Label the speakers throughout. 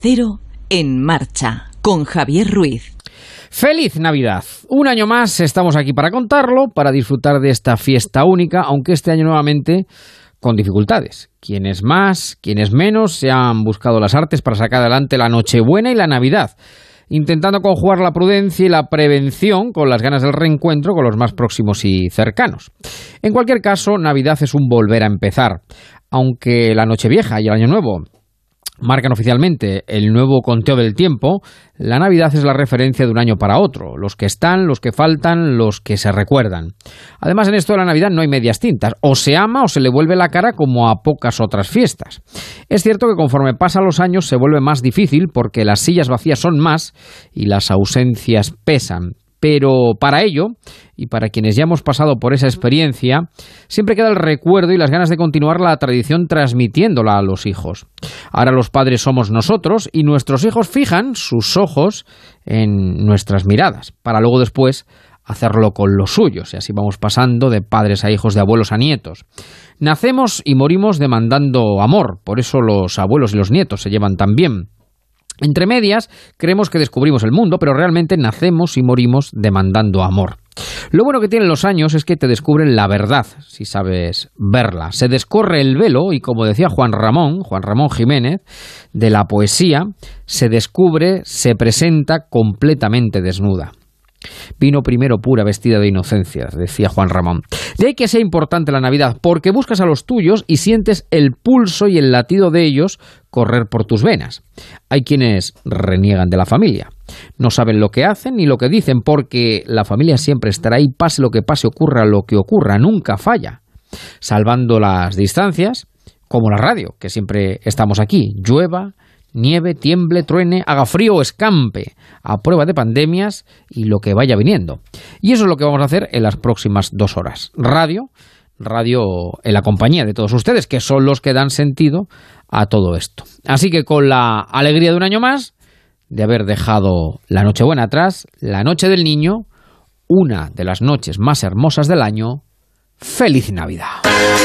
Speaker 1: Cero en marcha con Javier Ruiz.
Speaker 2: ¡Feliz Navidad! Un año más estamos aquí para contarlo, para disfrutar de esta fiesta única, aunque este año nuevamente con dificultades. Quienes más, quienes menos se han buscado las artes para sacar adelante la Nochebuena y la Navidad, intentando conjugar la prudencia y la prevención con las ganas del reencuentro con los más próximos y cercanos. En cualquier caso, Navidad es un volver a empezar. Aunque la Nochevieja y el Año Nuevo marcan oficialmente el nuevo conteo del tiempo, la Navidad es la referencia de un año para otro, los que están, los que faltan, los que se recuerdan. Además, en esto de la Navidad no hay medias tintas, o se ama o se le vuelve la cara como a pocas otras fiestas. Es cierto que conforme pasan los años se vuelve más difícil porque las sillas vacías son más y las ausencias pesan. Pero para ello, y para quienes ya hemos pasado por esa experiencia, siempre queda el recuerdo y las ganas de continuar la tradición transmitiéndola a los hijos. Ahora los padres somos nosotros y nuestros hijos fijan sus ojos en nuestras miradas, para luego después hacerlo con los suyos, y así vamos pasando de padres a hijos, de abuelos a nietos. Nacemos y morimos demandando amor, por eso los abuelos y los nietos se llevan tan bien. Entre medias, creemos que descubrimos el mundo, pero realmente nacemos y morimos demandando amor. Lo bueno que tienen los años es que te descubren la verdad, si sabes verla. Se descorre el velo y, como decía Juan Ramón Jiménez, de la poesía, se descubre, se presenta completamente desnuda. Vino primero pura, vestida de inocencia, decía Juan Ramón. De ahí que sea importante la Navidad, porque buscas a los tuyos y sientes el pulso y el latido de ellos correr por tus venas. Hay quienes reniegan de la familia. No saben lo que hacen ni lo que dicen, porque la familia siempre estará ahí, pase lo que pase, ocurra lo que ocurra, nunca falla. Salvando las distancias, como la radio, que siempre estamos aquí, llueva, nieve, tiemble, truene, haga frío o escampe, a prueba de pandemias y lo que vaya viniendo. Y eso es lo que vamos a hacer en las próximas 2 horas. Radio en la compañía de todos ustedes, que son los que dan sentido a todo esto. Así que con la alegría de un año más, de haber dejado la Nochebuena atrás, la Noche del Niño, una de las noches más hermosas del año, ¡feliz Navidad!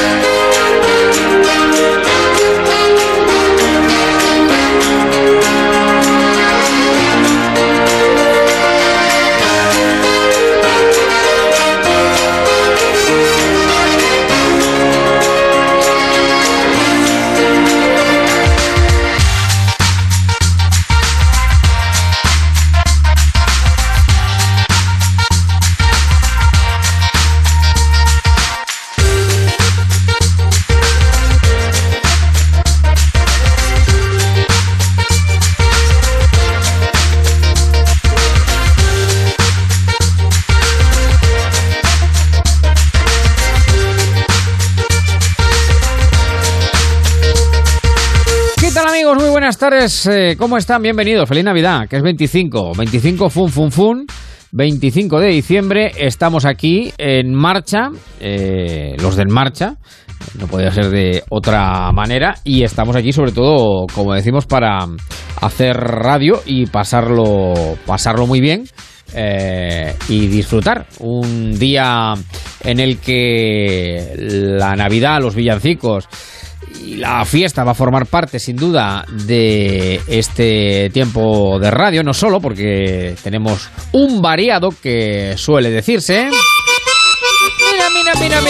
Speaker 2: Muy buenas tardes, ¿cómo están? Bienvenidos, feliz Navidad, que es 25 fun, 25 de diciembre, estamos aquí en marcha, los de En Marcha, no podía ser de otra manera, y estamos aquí sobre todo, como decimos, para hacer radio y pasarlo muy bien. Y disfrutar un día en el que la Navidad, los villancicos y la fiesta va a formar parte sin duda de este tiempo de radio, no solo porque tenemos un variado que suele decirse. Mira.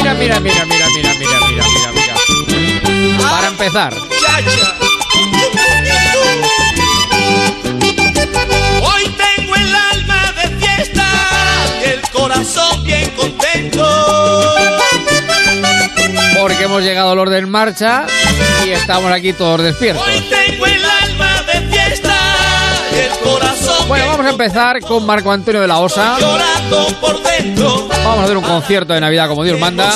Speaker 2: Para empezar.
Speaker 3: Hoy tengo el alma de fiesta, el corazón bien contento.
Speaker 2: Porque hemos llegado a los de En Marcha y estamos aquí todos despiertos.
Speaker 3: Hoy tengo el alma de fiesta, el corazón.
Speaker 2: Bueno, vamos a empezar con Marco Antonio de la Osa.
Speaker 3: Llorando por dentro.
Speaker 2: Vamos a hacer un concierto de Navidad como Dios manda.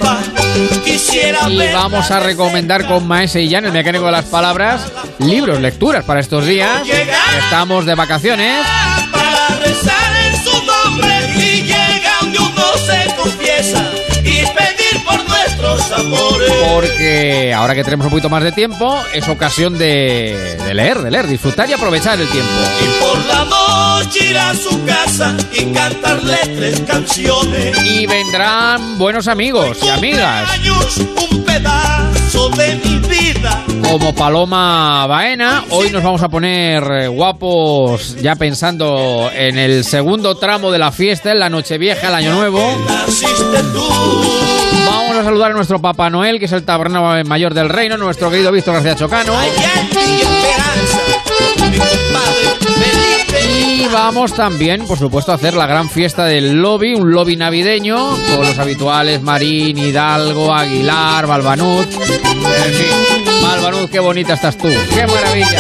Speaker 2: Y vamos a recomendar con Maese y Jan, el mecánico de las palabras, libros, lecturas para estos días. Estamos de vacaciones.
Speaker 3: Para rezar en su nombre y llega donde uno se confiesa y pedir por nuestros amores.
Speaker 2: Porque ahora que tenemos un poquito más de tiempo, es ocasión de leer, disfrutar y aprovechar el tiempo.
Speaker 3: Y por la noche ir a su casa y cantarle 3 canciones.
Speaker 2: Y vendrán buenos amigos y amigas.
Speaker 3: Un pedazo pedazo de mi vida.
Speaker 2: Como Paloma Baena, hoy nos vamos a poner guapos ya pensando en el segundo tramo de la fiesta, en la Nochevieja, el Año Nuevo.
Speaker 3: Naciste tú.
Speaker 2: Vamos a saludar a nuestro Papá Noel, que es el tabernero mayor del reino, nuestro querido Víctor García Chocano.
Speaker 3: Allá en mi esperanza, mi compadre Felipe.
Speaker 2: Y vamos también, por supuesto, a hacer la gran fiesta del lobby, un lobby navideño, con los habituales Marín, Hidalgo, Aguilar, Balbanud. En fin, Balbanud, qué bonita estás tú, qué maravilla.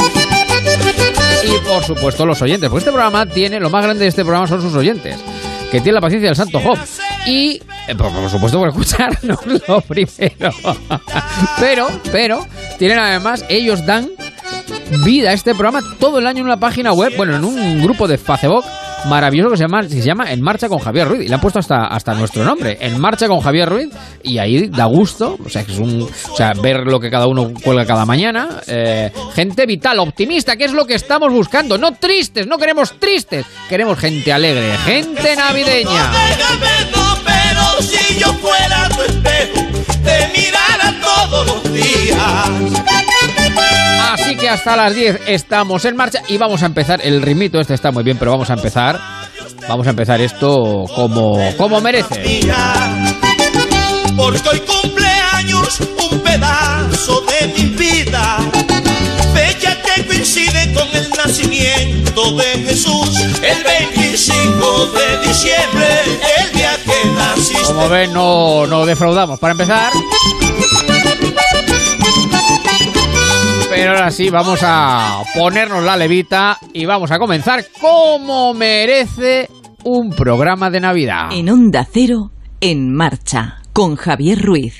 Speaker 2: Y por supuesto los oyentes, porque este programa tiene, lo más grande de este programa son sus oyentes, que tienen la paciencia del Santo Job. Y, por supuesto, por escucharnos lo primero. pero, tienen además, ellos dan vida a este programa todo el año en una página web, bueno, en un grupo de Facebook maravilloso que se llama En Marcha con Javier Ruiz, y le han puesto hasta nuestro nombre, En Marcha con Javier Ruiz, y ahí da gusto, o sea, que es ver lo que cada uno cuelga cada mañana, gente vital, optimista, que es lo que estamos buscando, no tristes, no queremos tristes, queremos gente alegre, gente navideña.
Speaker 3: Pero si yo fuera tu espejo, te mirara todos los días.
Speaker 2: Así que hasta las 10 estamos en marcha y vamos a empezar. El ritmito este está muy bien, pero vamos a empezar esto como merece.
Speaker 3: Porque hoy cumpleaños un pedazo de mi vida, fecha que coincide con el nacimiento de Jesús, el 25 de diciembre, el día que naciste.
Speaker 2: Como ven, no defraudamos. Para empezar, pero ahora sí, vamos a ponernos la levita y vamos a comenzar como merece un programa de Navidad.
Speaker 1: En Onda Cero, En Marcha, con Javier Ruiz.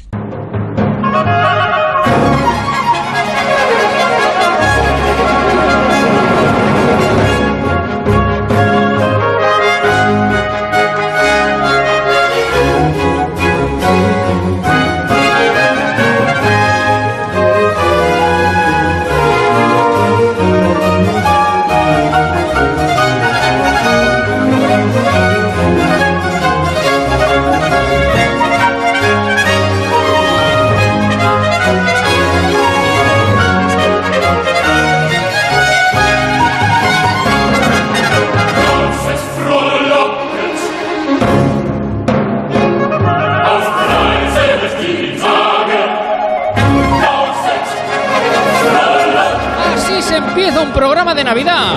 Speaker 2: Empieza un programa de Navidad.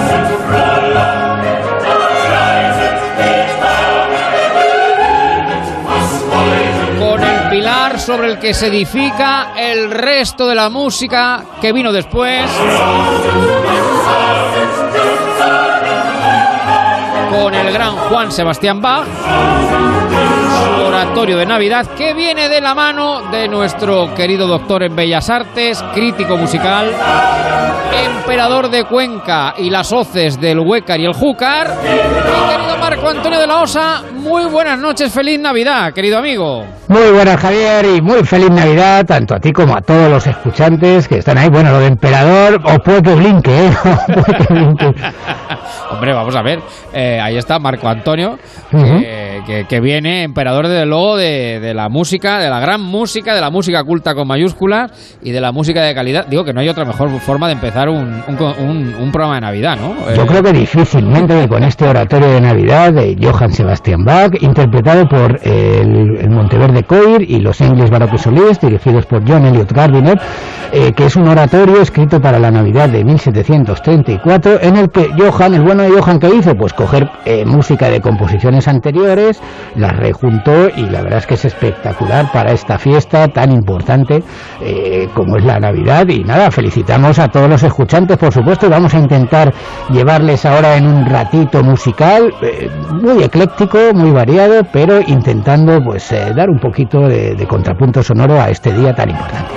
Speaker 2: Con el pilar sobre el que se edifica el resto de la música que vino después. Con el gran Juan Sebastián Bach. Su oratorio de Navidad, que viene de la mano de nuestro querido doctor en Bellas Artes, crítico musical, emperador de Cuenca y las hoces del Huécar y el Júcar, mi querido Marco Antonio de la Osa. Muy buenas noches, feliz Navidad, querido amigo.
Speaker 4: Muy buenas, Javier, y muy feliz Navidad, tanto a ti como a todos los escuchantes que están ahí. Bueno, lo de emperador, o puede que blinque, ¿eh?
Speaker 2: Hombre, vamos a ver, ahí está Marco Antonio, que viene emperador desde luego de la música, de la gran música, de la música culta con mayúsculas y de la música de calidad. Digo que no hay otra mejor forma de empezar un programa de Navidad, ¿no?
Speaker 4: Yo creo que difícilmente con este oratorio de Navidad de Johann Sebastian Bach, interpretado por el Monteverde Choir y los English Baroque Solís, dirigidos por John Eliot Gardiner, que es un oratorio escrito para la Navidad de 1734, en el que Johann, el bueno de Johann, ¿qué hizo? Pues coger música de composiciones anteriores, las rejuntó, y la verdad es que es espectacular para esta fiesta tan importante como es la Navidad. Y nada, felicitamos a todos los escuchantes, por supuesto, y vamos a intentar llevarles ahora en un ratito musical muy ecléctico, muy variado, pero intentando pues dar un poquito de contrapunto sonoro a este día tan importante.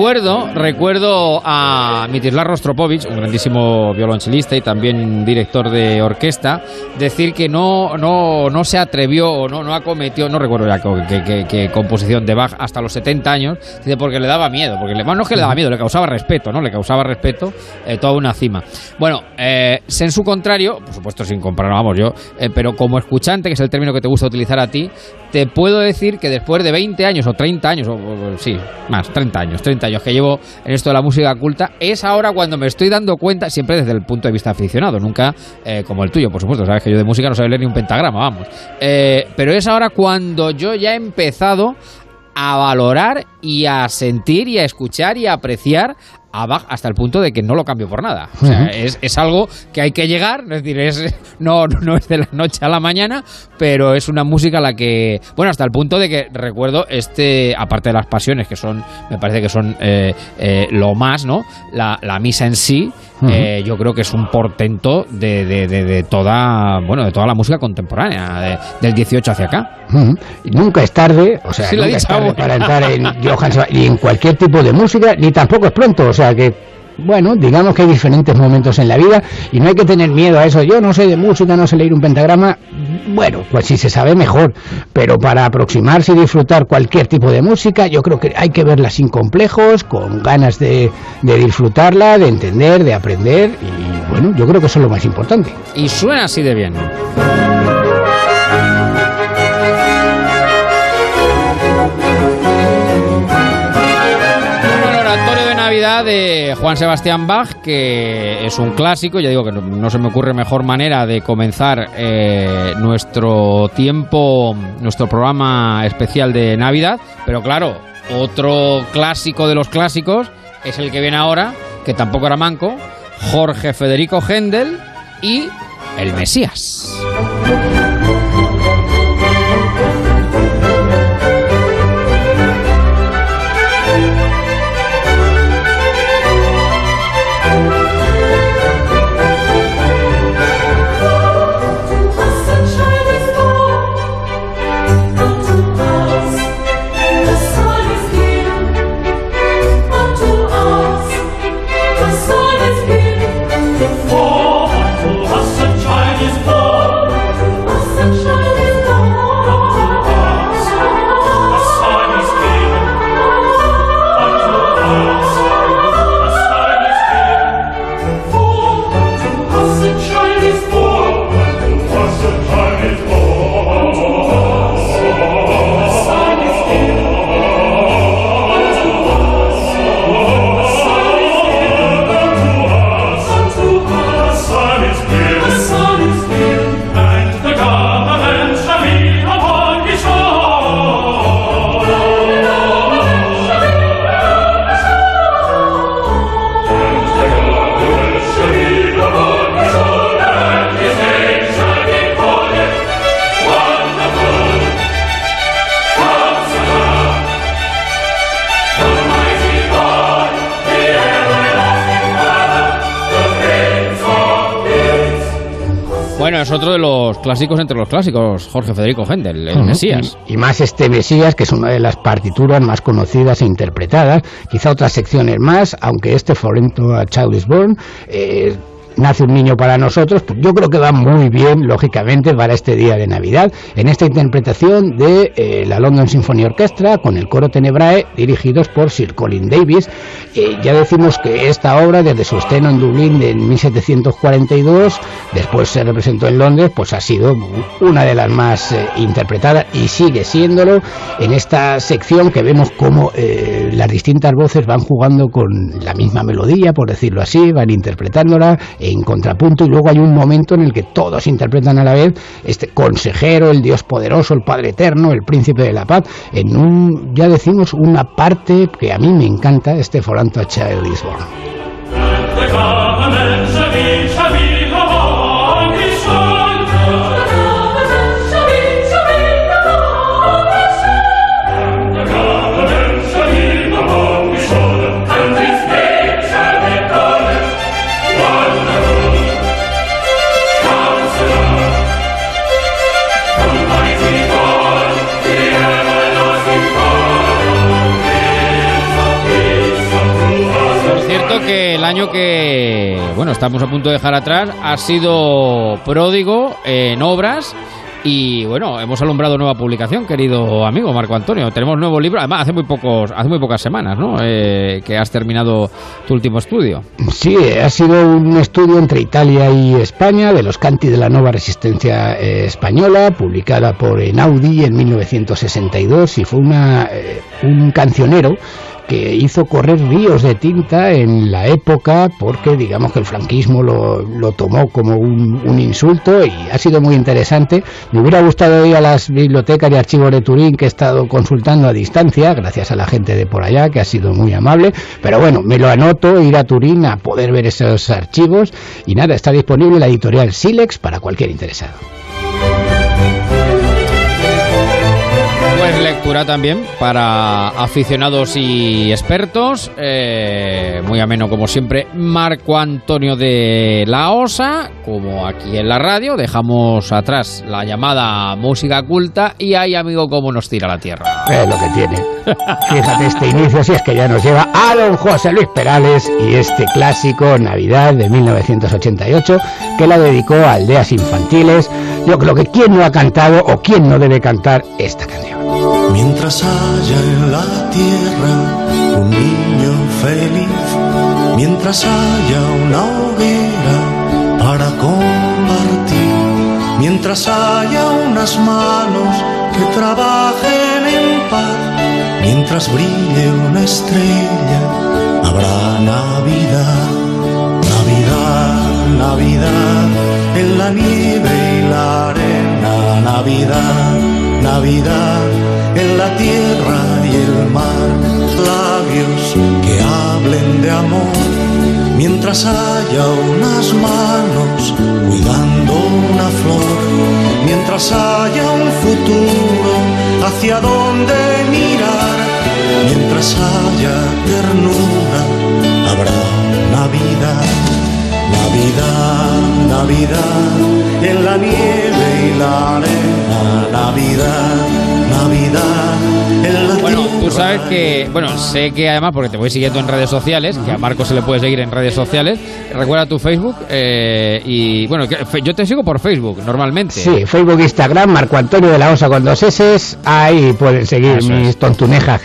Speaker 2: recuerdo a Mitislav Rostropovich, un grandísimo violonchelista y también director de orquesta, decir que no se atrevió o no acometió, no recuerdo ya qué composición de Bach hasta los 70 años, porque le daba miedo, porque no es que le daba miedo, le causaba respeto, ¿no? Le causaba respeto toda una cima. Bueno, en su contrario, por supuesto sin comparar, vamos yo, pero como escuchante, que es el término que te gusta utilizar a ti, te puedo decir que después de 20 años o 30 años, sí, más, 30 años que llevo en esto de la música culta, es ahora cuando me estoy dando cuenta, siempre desde el punto de vista aficionado, nunca como el tuyo, por supuesto, sabes que yo de música no sé leer ni un pentagrama, vamos, pero es ahora cuando yo ya he empezado a valorar y a sentir y a escuchar y a apreciar a Bach hasta el punto de que no lo cambio por nada. O sea, es algo que hay que llegar, es decir, no es de la noche a la mañana, pero es una música a la que, bueno, hasta el punto de que recuerdo aparte de las pasiones, que son, me parece que son lo más, ¿no? La misa en sí, yo creo que es un portento de toda la música contemporánea, del 18 hacia acá.
Speaker 4: Nunca es tarde, o sea,
Speaker 2: sí,
Speaker 4: nunca es tarde para entrar en Johann Sebastian, ni en cualquier tipo de música, ni tampoco es pronto, o sea que, bueno, digamos que hay diferentes momentos en la vida y no hay que tener miedo a eso. Yo no sé de música, no sé leer un pentagrama, bueno, pues si se sabe mejor, pero para aproximarse y disfrutar cualquier tipo de música, yo creo que hay que verla sin complejos, con ganas de disfrutarla, de entender, de aprender, y bueno, yo creo que eso es lo más importante.
Speaker 2: Y suena así de bien. De Johann Sebastian Bach, que es un clásico, ya digo que no se me ocurre mejor manera de comenzar nuestro programa especial de Navidad, pero claro, otro clásico de los clásicos es el que viene ahora, que tampoco era manco, Jorge Federico Händel y El Mesías. Bueno, es otro de los clásicos entre los clásicos, Jorge Federico Händel, el Mesías.
Speaker 4: Y más este Mesías, que es una de las partituras más conocidas e interpretadas, quizá otras secciones más, aunque este For Into a Child is Born, nace un niño para nosotros, pues yo creo que va muy bien, lógicamente, para este día de Navidad, en esta interpretación de la London Symphony Orchestra con el coro Tenebrae, dirigidos por Sir Colin Davis. Ya decimos que esta obra, desde su estreno en Dublín en 1742, después se representó en Londres, pues ha sido una de las más interpretadas y sigue siéndolo en esta sección que vemos cómo las distintas voces van jugando con la misma melodía, por decirlo así, van interpretándola en contrapunto, y luego hay un momento en el que todos interpretan a la vez este consejero, el Dios poderoso, el Padre eterno, el príncipe de la paz, en ya decimos, una parte que a mí me encanta, este For Unto a Child is Born.
Speaker 2: que el año que, bueno, estamos a punto de dejar atrás ha sido pródigo en obras. Y bueno, hemos alumbrado nueva publicación, querido amigo Marco Antonio. Tenemos nuevo libro, además hace muy pocas semanas, ¿no? Que has terminado tu último estudio.
Speaker 4: Sí, ha sido un estudio entre Italia y España de los canti de la Nueva Resistencia española, publicada por Einaudi en 1962, y fue un cancionero que hizo correr ríos de tinta en la época, porque digamos que el franquismo lo tomó como un insulto, y ha sido muy interesante. Me hubiera gustado ir a las bibliotecas y archivos de Turín, que he estado consultando a distancia, gracias a la gente de por allá, que ha sido muy amable, pero bueno, me lo anoto, ir a Turín a poder ver esos archivos, y nada, está disponible en la editorial Silex para cualquier interesado.
Speaker 2: Pues lectura también para aficionados y expertos, muy ameno como siempre, Marco Antonio de la Osa. Como aquí en la radio, dejamos atrás la llamada música culta y ahí, amigo, cómo nos tira la tierra.
Speaker 4: Es lo que tiene. Fíjate este inicio, si es que ya nos lleva a don José Luis Perales y este clásico Navidad de 1988, que la dedicó a aldeas infantiles. Yo creo que quién no ha cantado o quién no debe cantar esta canción.
Speaker 3: Mientras haya en la tierra un niño feliz, mientras haya una hoguera para compartir, mientras haya unas manos que trabajen en paz, mientras brille una estrella, habrá Navidad. Navidad, Navidad, en la nieve y la arena, Navidad, Navidad, en la tierra y el mar, labios que hablen de amor, mientras haya unas manos cuidando una flor, mientras haya un futuro hacia donde mirar, mientras haya ternura, habrá Navidad. Navidad, Navidad, en la nieve y la arena, Navidad, Navidad, en la
Speaker 2: Bueno,
Speaker 3: tierra.
Speaker 2: tú sabes que, bueno, sé que además, porque te voy siguiendo en redes sociales, que a Marco se le puede seguir en redes sociales, recuerda tu Facebook, y bueno, yo te sigo por Facebook, normalmente.
Speaker 4: Sí, Facebook, Instagram, Marco Antonio de la Osa con 2 S, ahí pueden seguir
Speaker 2: Eso
Speaker 4: mis
Speaker 2: es.
Speaker 4: tontunejas.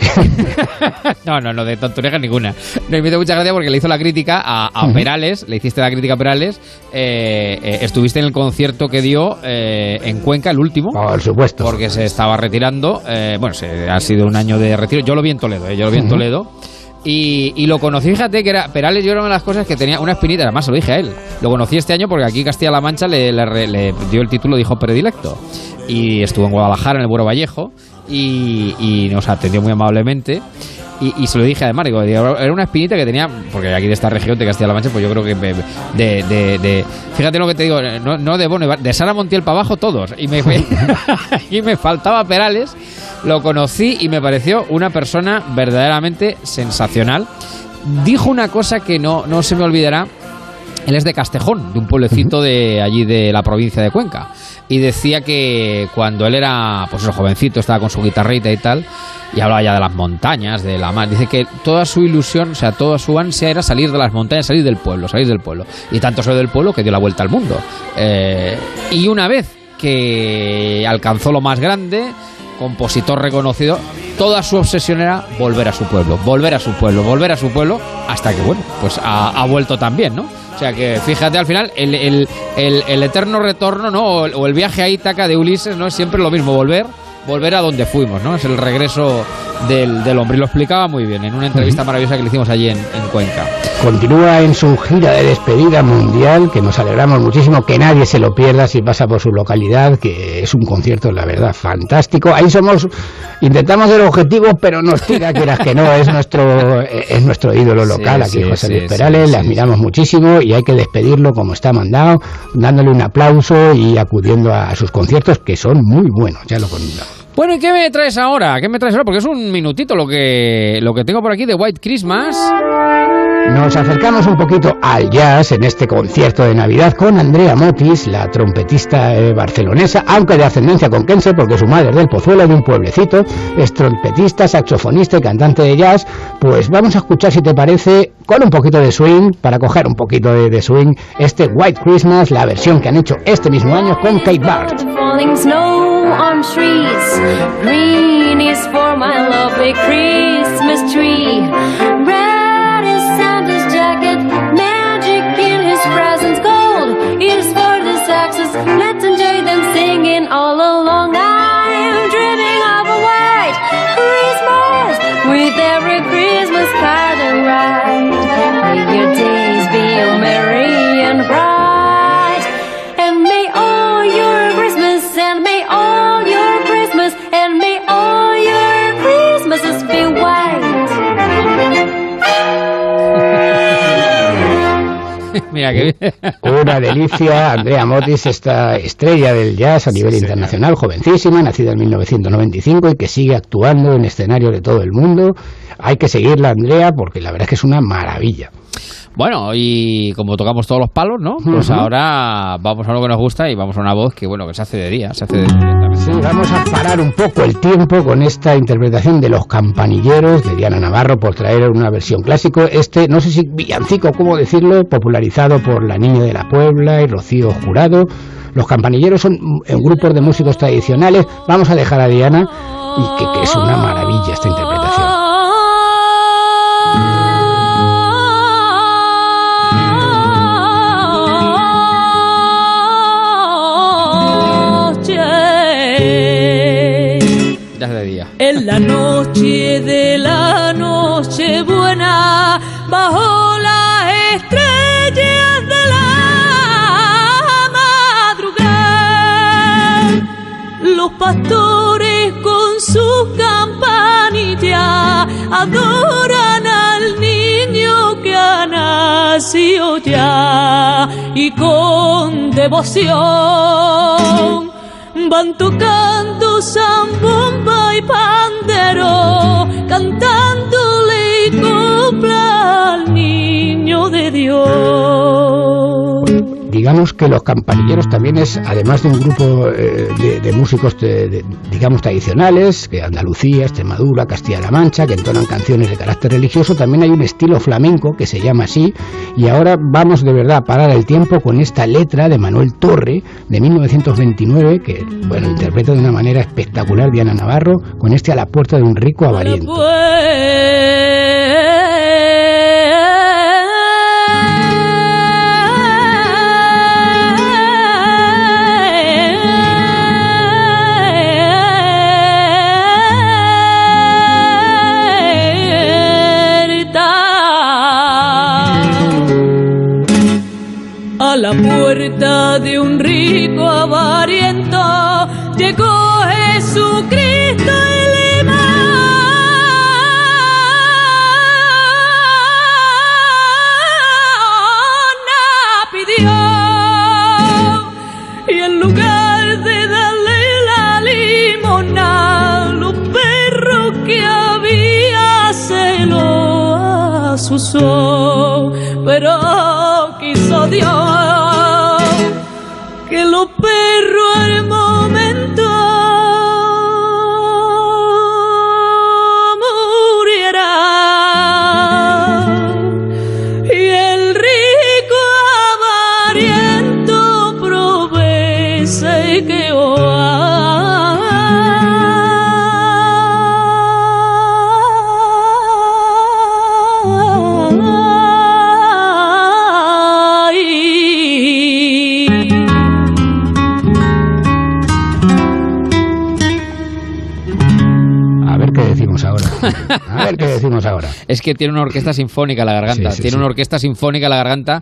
Speaker 2: No, de tontunejas ninguna. No, y me hizo mucha gracia porque le hizo la crítica a Perales, le hiciste la crítica a Perales, estuviste en el concierto que dio en Cuenca, el último.
Speaker 4: Por supuesto.
Speaker 2: Porque se estaba retirando, ha sido un año de retiro. Yo lo vi en Toledo, y lo conocí, fíjate que era Perales. Yo era una de las cosas que tenía una espinita, además se lo dije a él. Lo conocí este año porque aquí Castilla-La Mancha le dio el título de hijo predilecto, y estuvo en Guadalajara, en el Buero Vallejo, y nos atendió muy amablemente. Y se lo dije además, digo, era una espinita que tenía, porque aquí de esta región de Castilla-La Mancha, pues yo creo que fíjate lo que te digo, no de Bono, de Sara Montiel para abajo todos, y me faltaba Perales. Lo conocí y me pareció una persona verdaderamente sensacional. Dijo una cosa que no se me olvidará. Él es de Castejón, de un pueblecito de allí de la provincia de Cuenca, y decía que cuando él era, pues eso, jovencito, estaba con su guitarrita y tal, y hablaba ya de las montañas, de la mar. Dice que toda su ilusión, o sea, toda su ansia era salir de las montañas, salir del pueblo. Y tanto salió del pueblo que dio la vuelta al mundo. Y una vez que alcanzó lo más grande, compositor reconocido, toda su obsesión era volver a su pueblo, hasta que, bueno, pues ha vuelto también, ¿no? O sea que, fíjate, al final, el eterno retorno, ¿no? O el viaje a Ítaca de Ulises, ¿no? Es siempre lo mismo, volver a donde fuimos, ¿no? Es el regreso del hombre, y lo explicaba muy bien en una entrevista maravillosa que le hicimos allí en Cuenca.
Speaker 4: Continúa en su gira de despedida mundial, que nos alegramos muchísimo, que nadie se lo pierda si pasa por su localidad, que es un concierto, la verdad, fantástico. Ahí intentamos ser objetivos, pero nos tira, quieras que no, es nuestro ídolo local, aquí José Luis Perales, le admiramos muchísimo, y hay que despedirlo como está mandado, dándole un aplauso y acudiendo a sus conciertos, que son muy buenos, ya lo contamos.
Speaker 2: Bueno, ¿y qué me traes ahora? Porque es un minutito lo que tengo por aquí de White Christmas.
Speaker 4: Nos acercamos un poquito al jazz en este concierto de Navidad con Andrea Motis, la trompetista barcelonesa, aunque de ascendencia conquense porque su madre es del Pozuelo, de un pueblecito, es trompetista, saxofonista y cantante de jazz. Pues vamos a escuchar, si te parece, con un poquito de swing, para coger un poquito de swing, este White Christmas, la versión que han hecho este mismo año con Kate Bart.
Speaker 5: Green is for my lovely Christmas tree. Red is Santa's jacket, magic in his presents. Gold is for the saxes. Let's enjoy them singing all along. I'm dreaming of a white Christmas with every Christmas card and ride. May your days be merry and bright, and may all your Christmas and may all your Christmas and may all your Christmases be white.
Speaker 2: Mira que
Speaker 4: una delicia. Andrea Motis, esta estrella del jazz a nivel internacional, jovencísima, nacida en 1995 y que sigue actuando en escenarios de todo el mundo. Hay que seguirla, Andrea, porque la verdad es que es una maravilla.
Speaker 2: Bueno, y como tocamos todos los palos, ¿no? Pues ahora vamos a lo que nos gusta y vamos a una voz que, bueno, que se hace de día, se hace de día.
Speaker 4: Sí, vamos a parar un poco el tiempo con esta interpretación de Los Campanilleros de Diana Navarro por traer una versión clásico. No sé si villancico, cómo decirlo, popularizado por La Niña de la Puebla y Rocío Jurado. Los Campanilleros son grupos de músicos tradicionales. Vamos a dejar a Diana, y que es una maravilla esta interpretación.
Speaker 5: En la noche de la noche buena, bajo las estrellas de la madrugada, los pastores con sus campanillas adoran al niño que ha nacido ya, y con devoción van tocando zambomba y pandero, cantándole copla al niño de Dios.
Speaker 4: Digamos que Los Campanilleros también es, además de un grupo de músicos, digamos, tradicionales, que Andalucía, Extremadura, Castilla-La Mancha, que entonan canciones de carácter religioso, también hay un estilo flamenco que se llama así. Y ahora vamos de verdad a parar el tiempo con esta letra de Manuel Torre, de 1929, que, bueno, interpreta de una manera espectacular Diana Navarro, con este A la puerta de un rico avariento.
Speaker 5: A la puerta de un rico avariento llegó Jesucristo y limosna pidió, y en lugar de darle la limosna, los perros que había se lo asusó, pero quiso Dios que los perros al momento murieran, y el rico avariento probé se quedó.
Speaker 4: A ver qué decimos ahora.
Speaker 2: Es que tiene una orquesta sinfónica la garganta. Una orquesta sinfónica la garganta.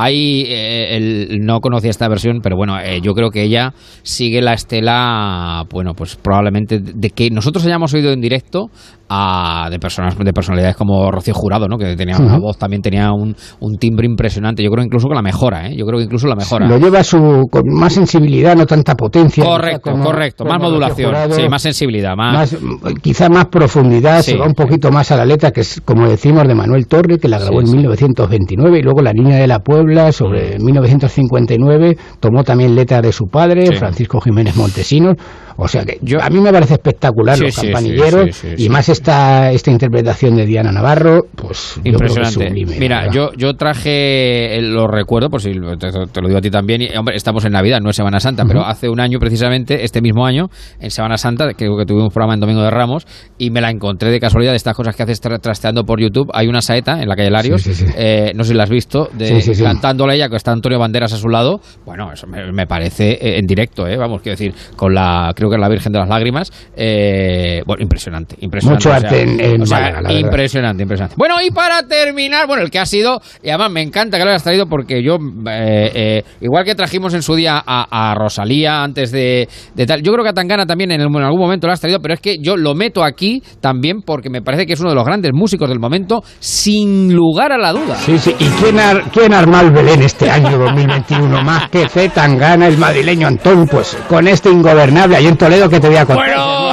Speaker 2: No conocía esta versión, pero bueno, yo creo que ella sigue la estela, bueno, pues probablemente de que nosotros hayamos oído en directo de personalidades como Rocío Jurado, ¿no? Que tenía una voz, también tenía un timbre impresionante. Yo creo incluso que la mejora, ¿eh?
Speaker 4: Lo lleva con más sensibilidad, no tanta potencia.
Speaker 2: Correcto, más modulación, Jurado, sí, más sensibilidad,
Speaker 4: quizá más profundidad, sí. Se va un poquito más a la letra, que es, como decimos, de Manuel Torre, que la grabó en 1929, y luego La Niña de la Puebla, sobre 1959, tomó también letra de su padre, Francisco Jiménez Montesinos. O sea que a mí me parece espectacular Los Campanilleros, y más esta interpretación de Diana Navarro, pues
Speaker 2: impresionante.
Speaker 4: Yo creo que es sublime.
Speaker 2: Mira, yo traje los recuerdos, por si te lo digo a ti también, y hombre, estamos en Navidad, no es Semana Santa, pero hace un año precisamente, este mismo año, en Semana Santa, creo que tuvimos un programa en Domingo de Ramos, y me la encontré de casualidad, de estas cosas que haces trasteando por YouTube. Hay una saeta en la calle Larios, no sé si la has visto, cantándole ella, que está Antonio Banderas a su lado. Bueno, eso me parece en directo, vamos, quiero decir, creo que es la Virgen de las Lágrimas. Bueno, impresionante.
Speaker 4: Mucho arte en Málaga,
Speaker 2: impresionante. Bueno, y para terminar, el que ha sido, y además me encanta que lo hayas traído, porque yo, igual que trajimos en su día a Rosalía antes de tal, yo creo que a Tangana también en algún momento lo has traído, pero es que yo lo meto aquí también porque me parece que es uno de los grandes músicos del momento, sin lugar a la duda.
Speaker 4: Sí. ¿Y quién arma el Belén este año 2021 más que C. Tangana, el madrileño Antón? Pues con este Ingobernable ahí en Toledo, que te voy a contar.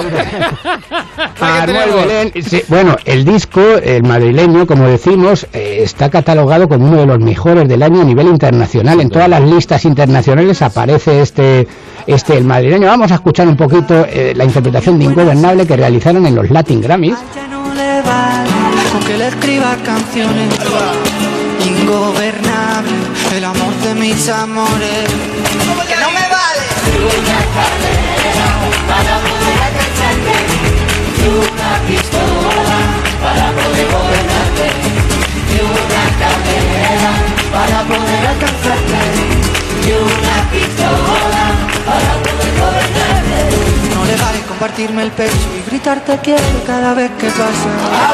Speaker 4: Armó el Belén. Sí, el disco, el madrileño, como decimos, está catalogado como uno de los mejores del año a nivel internacional. En todas las listas internacionales aparece el madrileño. Vamos a escuchar un poquito la interpretación de Ingobernable que realizaron en los Latin Grammys.
Speaker 6: Aunque le escriba canciones, ingobernable, el amor de mis amores, que no me vale. Una carrera para poder alcanzarte, y una pistola para poder gobernarte, y una carrera para poder alcanzarte, y una pistola para poder gobernarte. No le vale compartirme el pecho y gritarte quiero cada vez que pasa.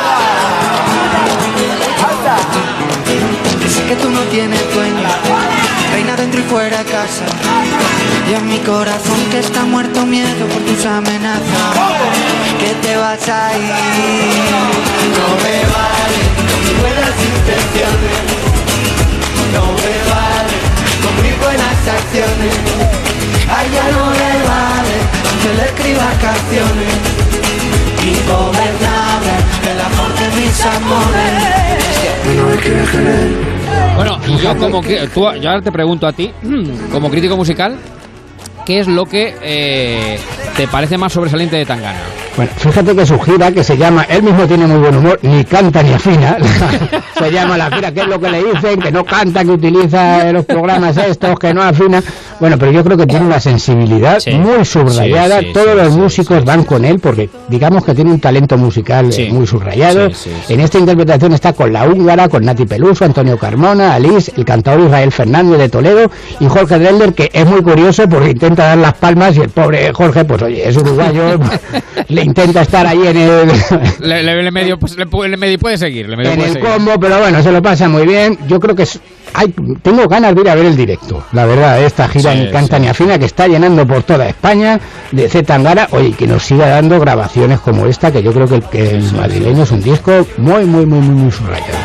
Speaker 6: Sé que tú no tienes dueño, reina dentro y fuera de casa, y en mi corazón que está muerto miedo por tus amenazas, que te vas a ir. No me vale con mis buenas intenciones, no me vale con mis buenas acciones, a ella no le vale aunque le escriba canciones, ingobernable, el amor de mis amores. No me quieres querer.
Speaker 2: Bueno, y yo ahora te pregunto a ti, como crítico musical, ¿qué es lo que te parece más sobresaliente de Tangana?
Speaker 4: Bueno, fíjate que su gira, que se llama, él mismo tiene muy buen humor, ni canta ni afina, se llama la gira, que es lo que le dicen, que no canta, que utiliza los programas estos, que no afina. Bueno, pero yo creo que tiene una sensibilidad muy subrayada, todos los músicos van con él, porque digamos que tiene un talento musical muy subrayado. En esta interpretación está con La Húngara, con Nati Peluso, Antonio Carmona, Alice, el cantador Israel Fernández de Toledo, y Jorge Drexler, que es muy curioso porque intenta dar las palmas, y el pobre Jorge, pues oye, es uruguayo, le intenta estar ahí en el...
Speaker 2: le medio puede seguir.
Speaker 4: En el combo, pero bueno, se lo pasa muy bien. Yo creo que tengo ganas de ir a ver el directo, la verdad, esta gira Ni Canta Ni Afina, que está llenando por toda España, de C. Tangana. Oye, que nos siga dando grabaciones como esta, que yo creo que el madrileño es un disco muy subrayado.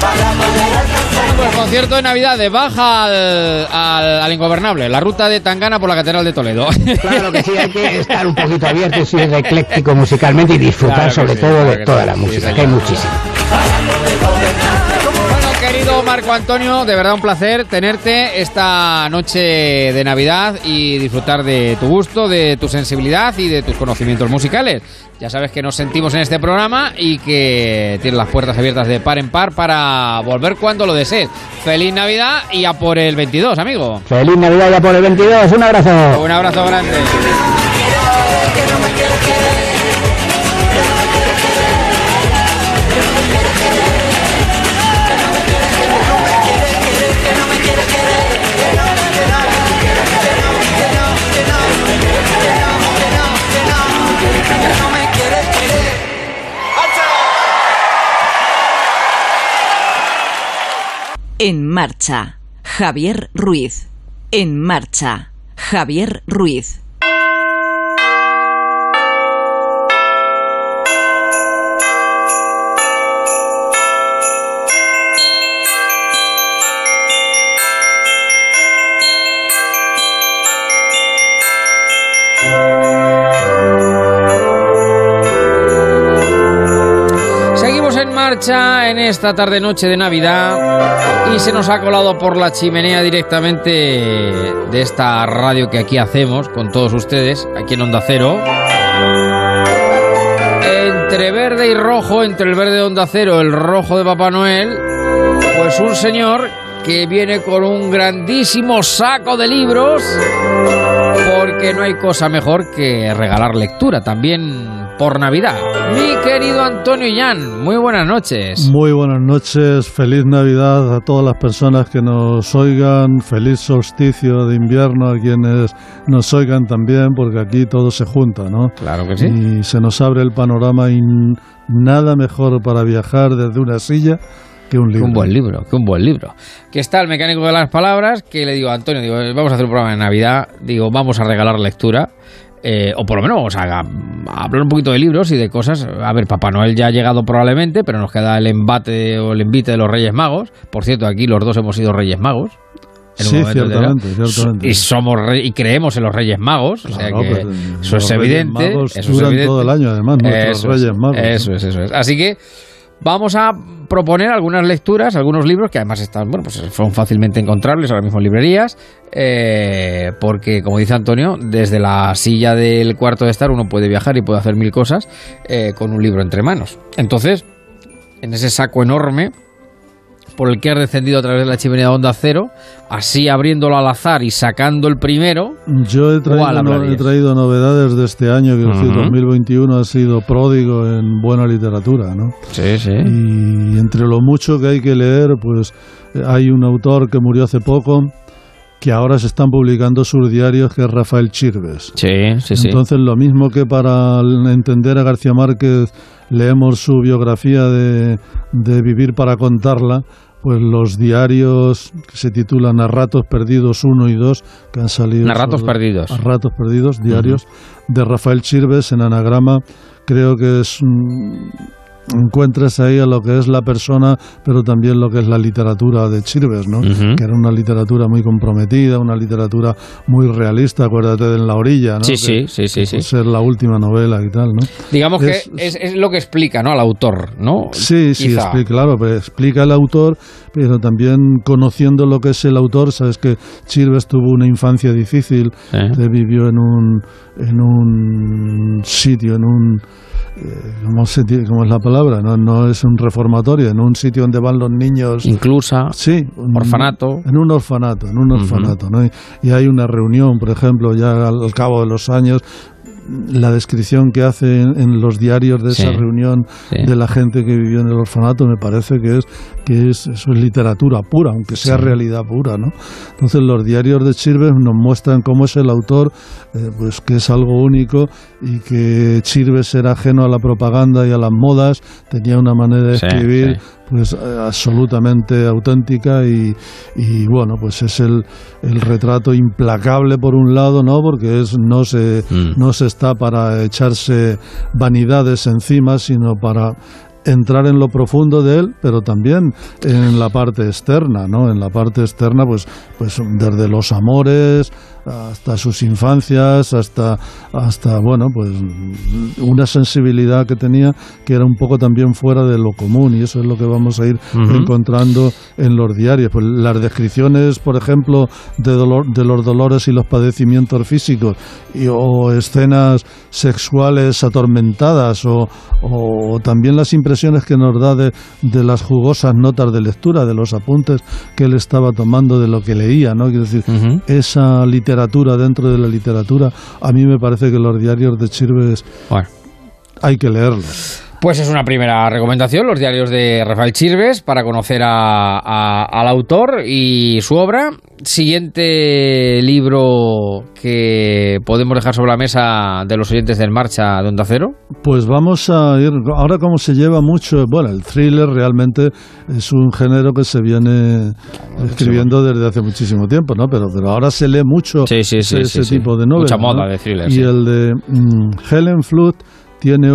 Speaker 2: El concierto de Navidad de Baja al Ingobernable, la ruta de Tangana por la Catedral de Toledo.
Speaker 4: Claro que sí, hay que estar un poquito abierto y ser ecléctico musicalmente y disfrutar sobre todo de toda la música, que hay muchísima.
Speaker 2: Querido Marco Antonio, de verdad un placer tenerte esta noche de Navidad y disfrutar de tu gusto, de tu sensibilidad y de tus conocimientos musicales. Ya sabes que nos sentimos en este programa y que tienes las puertas abiertas de par en par para volver cuando lo desees. Feliz Navidad y a por el 22, amigo.
Speaker 4: Feliz Navidad y a por el 22. Un abrazo.
Speaker 2: Un abrazo grande.
Speaker 1: En marcha, Javier Ruiz. En marcha, Javier Ruiz.
Speaker 2: marcha en esta tarde-noche de Navidad y se nos ha colado por la chimenea directamente de esta radio que aquí hacemos con todos ustedes, aquí en Onda Cero. Entre verde y rojo, entre el verde de Onda Cero, el rojo de Papá Noel, pues un señor que viene con un grandísimo saco de libros, porque no hay cosa mejor que regalar lectura, también por Navidad. Mi querido Antonio Illán, muy buenas noches.
Speaker 7: Muy buenas noches, feliz Navidad a todas las personas que nos oigan, feliz solsticio de invierno a quienes nos oigan también, porque aquí todo se junta, ¿no?
Speaker 2: Claro que sí.
Speaker 7: Y se nos abre el panorama y nada mejor para viajar desde una silla que un libro.
Speaker 2: Un buen libro, que un buen libro. Que está el mecánico de las palabras, que le digo a Antonio, digo, vamos a hacer un programa de Navidad, digo, vamos a regalar lectura. O por lo menos vamos a hablar un poquito de libros y de cosas. A ver, Papá Noel ya ha llegado probablemente, pero nos queda el embate o el envite de los Reyes Magos. Por cierto, aquí los dos hemos sido Reyes Magos.
Speaker 7: Sí, ciertamente.
Speaker 2: Y somos y creemos en los Reyes Magos, o sea que eso es evidente. Eso
Speaker 7: duran todo el año, además, nuestros Reyes Magos.
Speaker 2: Eso es. Así que vamos a proponer algunas lecturas, algunos libros que además están, bueno, pues son fácilmente encontrables ahora mismo en librerías, porque, como dice Antonio, desde la silla del cuarto de estar uno puede viajar y puede hacer mil cosas con un libro entre manos. Entonces, en ese saco enorme por el que has descendido a través de la chimenea de Onda Cero, así abriéndolo al azar y sacando el primero.
Speaker 7: Yo he traído novedades de este año, que el 2021 ha sido pródigo en buena literatura, ¿no?
Speaker 2: Sí, sí.
Speaker 7: Y entre lo mucho que hay que leer, pues hay un autor que murió hace poco, que ahora se están publicando sus diarios, que es Rafael Chirves.
Speaker 2: Sí.
Speaker 7: Entonces, lo mismo que para entender a García Márquez leemos su biografía de Vivir para contarla, pues los diarios que se titulan A Ratos Perdidos 1 y 2, que han salido...
Speaker 2: A Ratos Perdidos,
Speaker 7: diarios de Rafael Chirves, en anagrama, creo que es... encuentras ahí a lo que es la persona, pero también lo que es la literatura de Chirves, ¿no? Que era una literatura muy comprometida, una literatura muy realista. Acuérdate de En la orilla, ¿no?
Speaker 2: Sí.
Speaker 7: Ser la última novela y tal, ¿no?
Speaker 2: Digamos que es lo que explica, ¿no? Al autor, ¿no?
Speaker 7: Sí, explica, claro, pero explica el autor, pero también conociendo lo que es el autor. Sabes que Chirves tuvo una infancia difícil, vivió en un sitio, ¿cómo es la palabra? No es un reformatorio, en un sitio donde van los niños.
Speaker 2: Inclusa.
Speaker 7: Sí.
Speaker 2: Orfanato.
Speaker 7: En un orfanato, ¿no? Y hay una reunión, por ejemplo, ya al cabo de los años, la descripción que hace en los diarios de esa reunión de la gente que vivió en el orfanato, me parece que eso es literatura pura, aunque sea realidad pura, ¿no? Entonces los diarios de Chirves nos muestran cómo es el autor, pues que es algo único, y que Chirves era ajeno a la propaganda y a las modas, tenía una manera de escribir pues absolutamente auténtica, y bueno, pues es el retrato implacable por un lado, ¿no? Porque no se está para echarse vanidades encima, sino para entrar en lo profundo de él, pero también en la parte externa, ¿no? En la parte externa, pues desde los amores hasta sus infancias, hasta bueno, pues una sensibilidad que tenía que era un poco también fuera de lo común, y eso es lo que vamos a ir encontrando en los diarios. Pues las descripciones, por ejemplo, de los dolores y los padecimientos físicos, o escenas sexuales atormentadas, o también las impresiones que nos da de las jugosas notas de lectura, de los apuntes que él estaba tomando de lo que leía, ¿no? Quiero decir, esa literatura dentro de la literatura, a mí me parece que los diarios de Chirves hay que leerlos.
Speaker 2: Pues es una primera recomendación, los diarios de Rafael Chirves, para conocer al autor y su obra. Siguiente libro que podemos dejar sobre la mesa de los oyentes del Marcha de Onda Cero. Pues
Speaker 7: vamos a ir, ahora como se lleva mucho, bueno, el thriller realmente es un género que se viene escribiendo desde hace muchísimo tiempo, ¿no? Pero ahora se lee mucho ese tipo de novelas.
Speaker 2: Mucha moda, ¿no? De thriller.
Speaker 7: Y el de Helen Flood tiene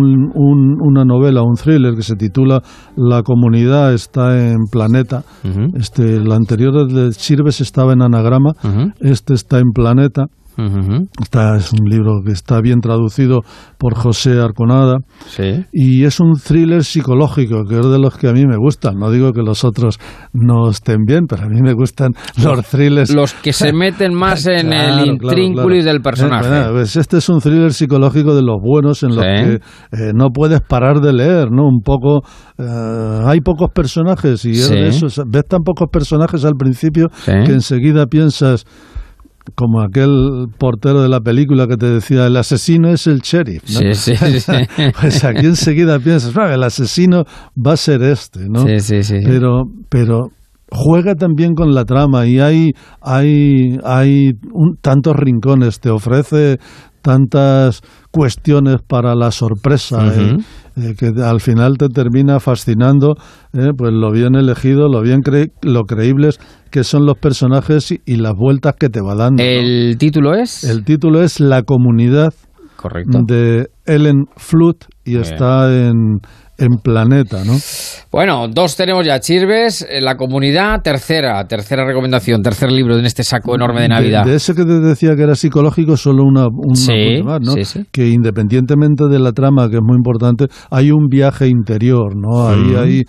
Speaker 7: una novela, un thriller que se titula La comunidad está en Planeta. El anterior de Chirves estaba en Anagrama, este está en Planeta. Este es un libro que está bien traducido por José Arconada.
Speaker 2: Sí.
Speaker 7: Y es un thriller psicológico, que es de los que a mí me gustan. No digo que los otros no estén bien, pero a mí me gustan los thrillers.
Speaker 2: Los que se meten más en el intrínculis del personaje.
Speaker 7: Bueno, pues este es un thriller psicológico de los buenos en los que no puedes parar de leer, ¿no? Un poco... hay pocos personajes y eso, ves tan pocos personajes al principio que enseguida piensas... como aquel portero de la película que te decía, el asesino es el sheriff, ¿no?
Speaker 2: Sí.
Speaker 7: Pues aquí enseguida piensas, el asesino va a ser este, ¿no?
Speaker 2: Sí.
Speaker 7: Pero juega también con la trama y hay tantos rincones, te ofrece tantas cuestiones para la sorpresa, que al final te termina fascinando, pues lo bien elegido, lo creíbles que son los personajes y las vueltas que te va dando.
Speaker 2: ¿El título es?
Speaker 7: El título es La Comunidad.
Speaker 2: Correcto.
Speaker 7: De Ellen Flood y está en Planeta, ¿no?
Speaker 2: Bueno, 2 tenemos ya, Chirves, La Comunidad, tercera recomendación, tercer libro en este saco enorme de Navidad.
Speaker 7: De ese que te decía que era psicológico, solo una punta más, ¿no?
Speaker 2: Sí.
Speaker 7: Que independientemente de la trama, que es muy importante, hay un viaje interior, ¿no? Ahí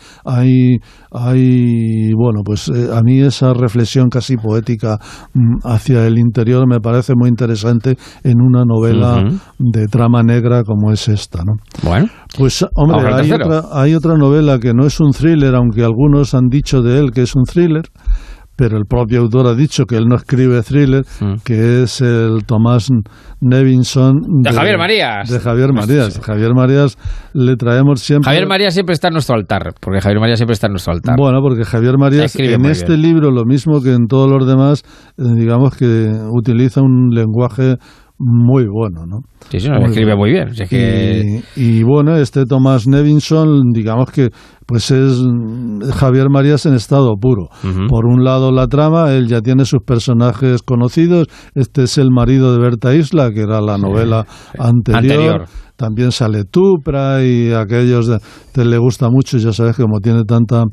Speaker 7: hay, bueno, pues a mí esa reflexión casi poética hacia el interior me parece muy interesante en una novela de trama negra como es esta, ¿no?
Speaker 2: Bueno,
Speaker 7: pues hombre, hay otra novela que no es un thriller, aunque algunos han dicho de él que es un thriller, pero el propio autor ha dicho que él no escribe thriller, que es el Tomás Nevinson
Speaker 2: de Javier Marías.
Speaker 7: De Javier Marías. Javier Marías le traemos siempre...
Speaker 2: Javier Marías siempre está en nuestro altar, Bueno,
Speaker 7: porque Javier Marías en este libro, lo mismo que en todos los demás, digamos que utiliza un lenguaje muy bueno, ¿no?
Speaker 2: Sí, escribe muy bien. Si es que...
Speaker 7: y bueno, este Tomás Nevinson, digamos que pues es Javier Marías en estado puro. Por un lado la trama, él ya tiene sus personajes conocidos. Este es el marido de Berta Isla, que era la novela anterior. También sale Tupra y aquellos te le gusta mucho, ya sabes que como tiene tanta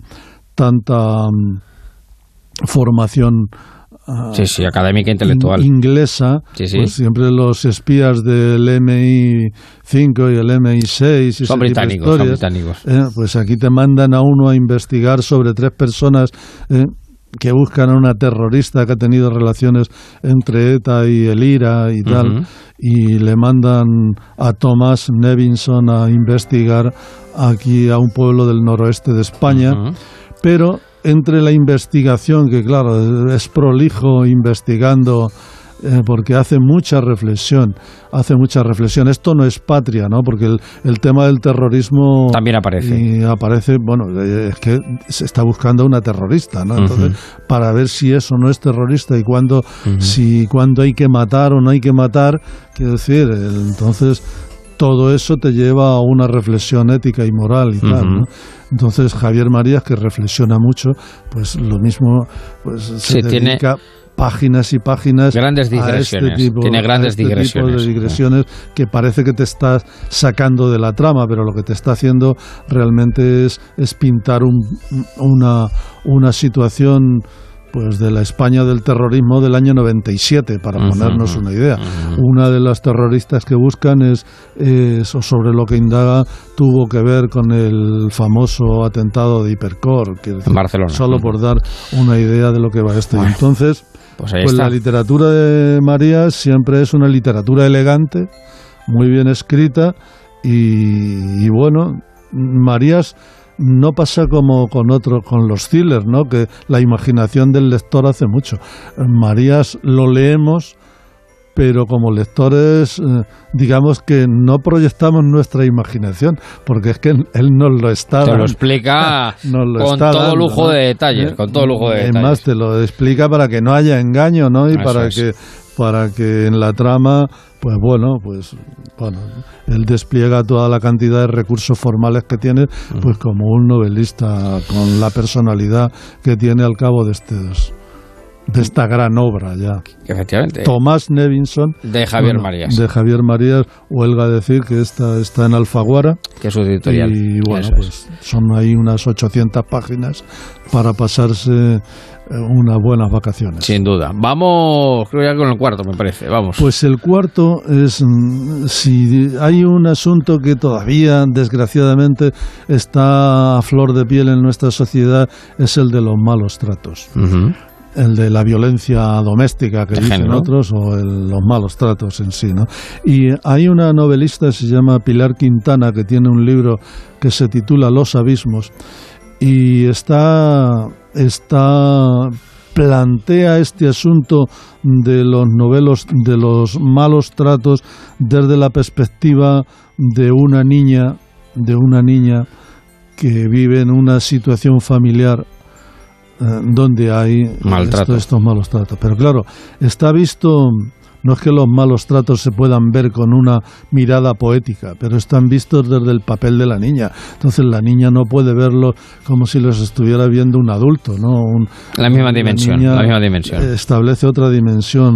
Speaker 7: formación
Speaker 2: académica intelectual
Speaker 7: inglesa, pues siempre los espías del MI5 y el MI6
Speaker 2: son británicos,
Speaker 7: pues aquí te mandan a uno a investigar sobre 3 personas que buscan a una terrorista que ha tenido relaciones entre ETA y el IRA y tal, y le mandan a Tomás Nevinson a investigar aquí a un pueblo del noroeste de España, pero entre la investigación, que claro, es prolijo investigando, porque hace mucha reflexión. Esto no es patria, ¿no? Porque el tema del terrorismo
Speaker 2: también aparece.
Speaker 7: Y aparece, bueno, es que se está buscando una terrorista, ¿no? Entonces, para ver si eso no es terrorista y cuándo hay que matar o no hay que matar, quiero decir, entonces todo eso te lleva a una reflexión ética y moral y tal, ¿no? Entonces Javier Marías, que reflexiona mucho, pues lo mismo, pues se dedica páginas y páginas
Speaker 2: grandes digresiones. Tiene grandes digresiones
Speaker 7: que parece que te estás sacando de la trama, pero lo que te está haciendo realmente es pintar una situación, pues de la España del terrorismo del año 97, para ponernos una idea. Una de las terroristas que buscan es sobre lo que indaga, tuvo que ver con el famoso atentado de Hipercor, que
Speaker 2: en Barcelona.
Speaker 7: Solo por dar una idea de lo que va esto. Bueno, entonces, pues la literatura de Marías siempre es una literatura elegante, muy bien escrita, y bueno, Marías no pasa como con los thrillers, ¿no? Que la imaginación del lector hace mucho. Marías lo leemos, pero como lectores, digamos que no proyectamos nuestra imaginación, porque es que él nos lo está dando.
Speaker 2: Te lo explica con todo lujo de detalles, con todo lujo de detalles.
Speaker 7: Además, te lo explica para que no haya engaño, ¿no? Y para que en la trama, pues bueno, él despliega toda la cantidad de recursos formales que tiene, pues como un novelista, con la personalidad que tiene al cabo de de esta gran obra ya.
Speaker 2: Efectivamente.
Speaker 7: Tomás Nevinson.
Speaker 2: De Javier Marías.
Speaker 7: De Javier Marías, huelga decir que esta está en Alfaguara.
Speaker 2: Que es su editorial.
Speaker 7: Y bueno, pues son ahí unas 800 páginas para pasarse unas buenas vacaciones.
Speaker 2: Sin duda. Vamos, creo ya con el cuarto, me parece. Vamos.
Speaker 7: Pues el cuarto es, si hay un asunto que todavía, desgraciadamente, está a flor de piel en nuestra sociedad, es el de los malos tratos.
Speaker 2: Uh-huh.
Speaker 7: El de la violencia doméstica que dicen
Speaker 2: género.
Speaker 7: otros, o los malos tratos en sí, ¿no? Y hay una novelista, se llama Pilar Quintana, que tiene un libro que se titula Los abismos, y plantea este asunto de los malos tratos desde la perspectiva de una niña que vive en una situación familiar donde hay estos malos tratos. Pero claro, está visto, no es que los malos tratos se puedan ver con una mirada poética, pero están vistos desde el papel de la niña. Entonces la niña no puede verlos como si los estuviera viendo un adulto, ¿no?
Speaker 2: La misma dimensión.
Speaker 7: Establece otra dimensión,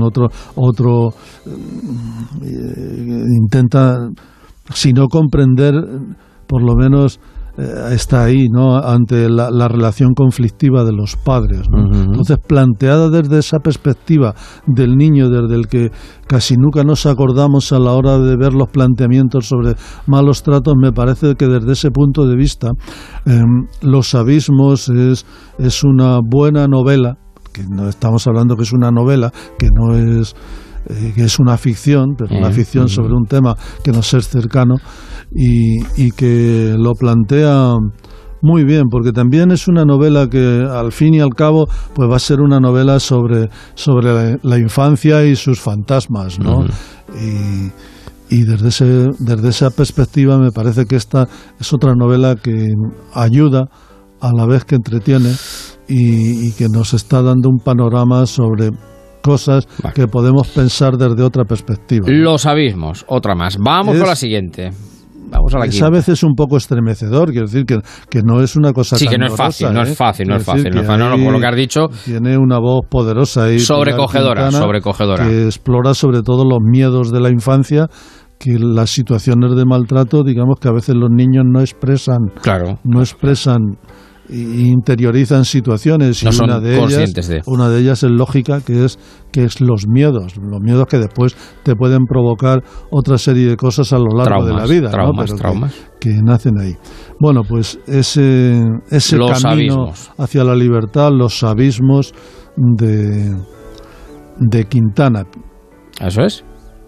Speaker 7: intenta, si no comprender, por lo menos está ahí, ¿no? Ante la relación conflictiva de los padres, ¿no? Uh-huh. Entonces, planteada desde esa perspectiva del niño, desde el que casi nunca nos acordamos a la hora de ver los planteamientos sobre malos tratos, me parece que desde ese punto de vista Los abismos es una buena novela, que no estamos hablando que es una novela, que no es que es una ficción, pero una ficción sobre un tema que nos es cercano y que lo plantea muy bien, porque también es una novela que al fin y al cabo pues va a ser una novela sobre la infancia y sus fantasmas, ¿no? Uh-huh. Y desde esa perspectiva me parece que esta es otra novela que ayuda a la vez que entretiene y que nos está dando un panorama sobre cosas que podemos pensar desde otra perspectiva.
Speaker 2: Los abismos, otra más. Vamos con la siguiente. Vamos a la quinta.
Speaker 7: A veces un poco estremecedor, quiero decir que no es una cosa
Speaker 2: sí, que no es fácil, no es fácil. No, por lo que has dicho.
Speaker 7: Tiene una voz poderosa y
Speaker 2: sobrecogedora.
Speaker 7: Que explora sobre todo los miedos de la infancia, que las situaciones de maltrato, digamos que a veces los niños no expresan.
Speaker 2: Claro.
Speaker 7: No expresan e interiorizan situaciones, y
Speaker 2: no son conscientes de.
Speaker 7: Una de ellas es lógica, que es los miedos que después te pueden provocar otra serie de cosas a lo largo de la vida,
Speaker 2: traumas.
Speaker 7: Que nacen ahí. Bueno, pues ese camino
Speaker 2: abismos
Speaker 7: hacia la libertad, los abismos de Quintana.
Speaker 2: Eso es.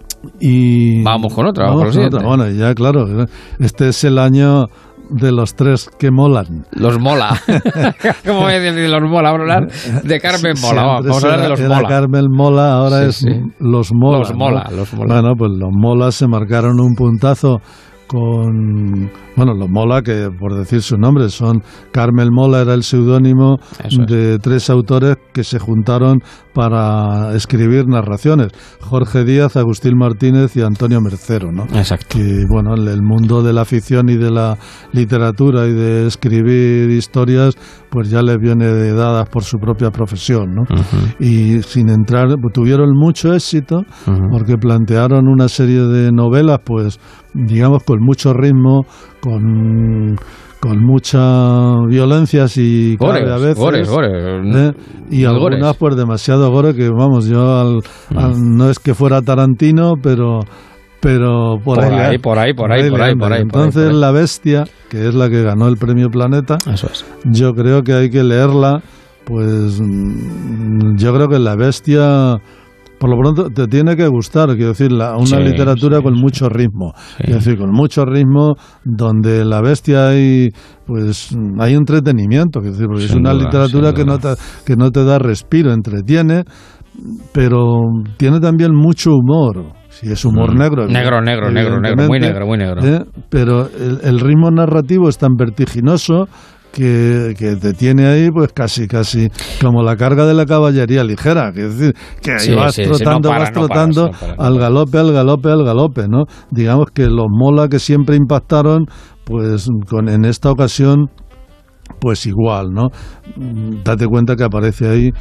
Speaker 7: Y
Speaker 2: vamos con otra.
Speaker 7: Bueno, ya claro, este es el año de los tres que molan.
Speaker 2: Los mola. ¿Cómo voy a decir los mola? Vamos a hablar de Carmen Mola. Vamos a hablar de los mola.
Speaker 7: Carmen Mola, ahora los mola.
Speaker 2: Los mola,
Speaker 7: ¿no?
Speaker 2: los mola.
Speaker 7: Bueno, pues los molas se marcaron un puntazo con... Bueno, los Mola, que por decir su nombre, son Carmel Mola, era el seudónimo de tres autores que se juntaron para escribir narraciones: Jorge Díaz, Agustín Martínez y Antonio Mercero, ¿no?
Speaker 2: Exacto.
Speaker 7: Que, bueno, el mundo de la ficción y de la literatura y de escribir historias, pues ya les viene dadas por su propia profesión, ¿no? Uh-huh. Y sin entrar, tuvieron mucho éxito, uh-huh, porque plantearon una serie de novelas, pues, digamos, con mucho ritmo, con mucha violencia, y
Speaker 2: gore,
Speaker 7: a veces
Speaker 2: gore.
Speaker 7: Y algunas pues demasiado gore, que vamos, yo no es que fuera Tarantino, pero por ahí. Entonces La Bestia, que es la que ganó el premio Planeta,
Speaker 2: eso es.
Speaker 7: Yo creo que hay que leerla, pues yo creo que La Bestia, por lo pronto, te tiene que gustar, quiero decir, una literatura con mucho ritmo, quiero decir, con mucho ritmo, donde La Bestia hay entretenimiento, quiero decir, porque es una literatura que no te da respiro, entretiene, pero tiene también mucho humor. Sí, es humor negro.
Speaker 2: Negro, muy negro.
Speaker 7: Pero el ritmo narrativo es tan vertiginoso que te tiene ahí, pues casi como la carga de la caballería ligera, que es decir, que vas trotando al galope, ¿no? Digamos que los Mola, que siempre impactaron, pues en esta ocasión, pues igual, ¿no? Date cuenta que aparece ahí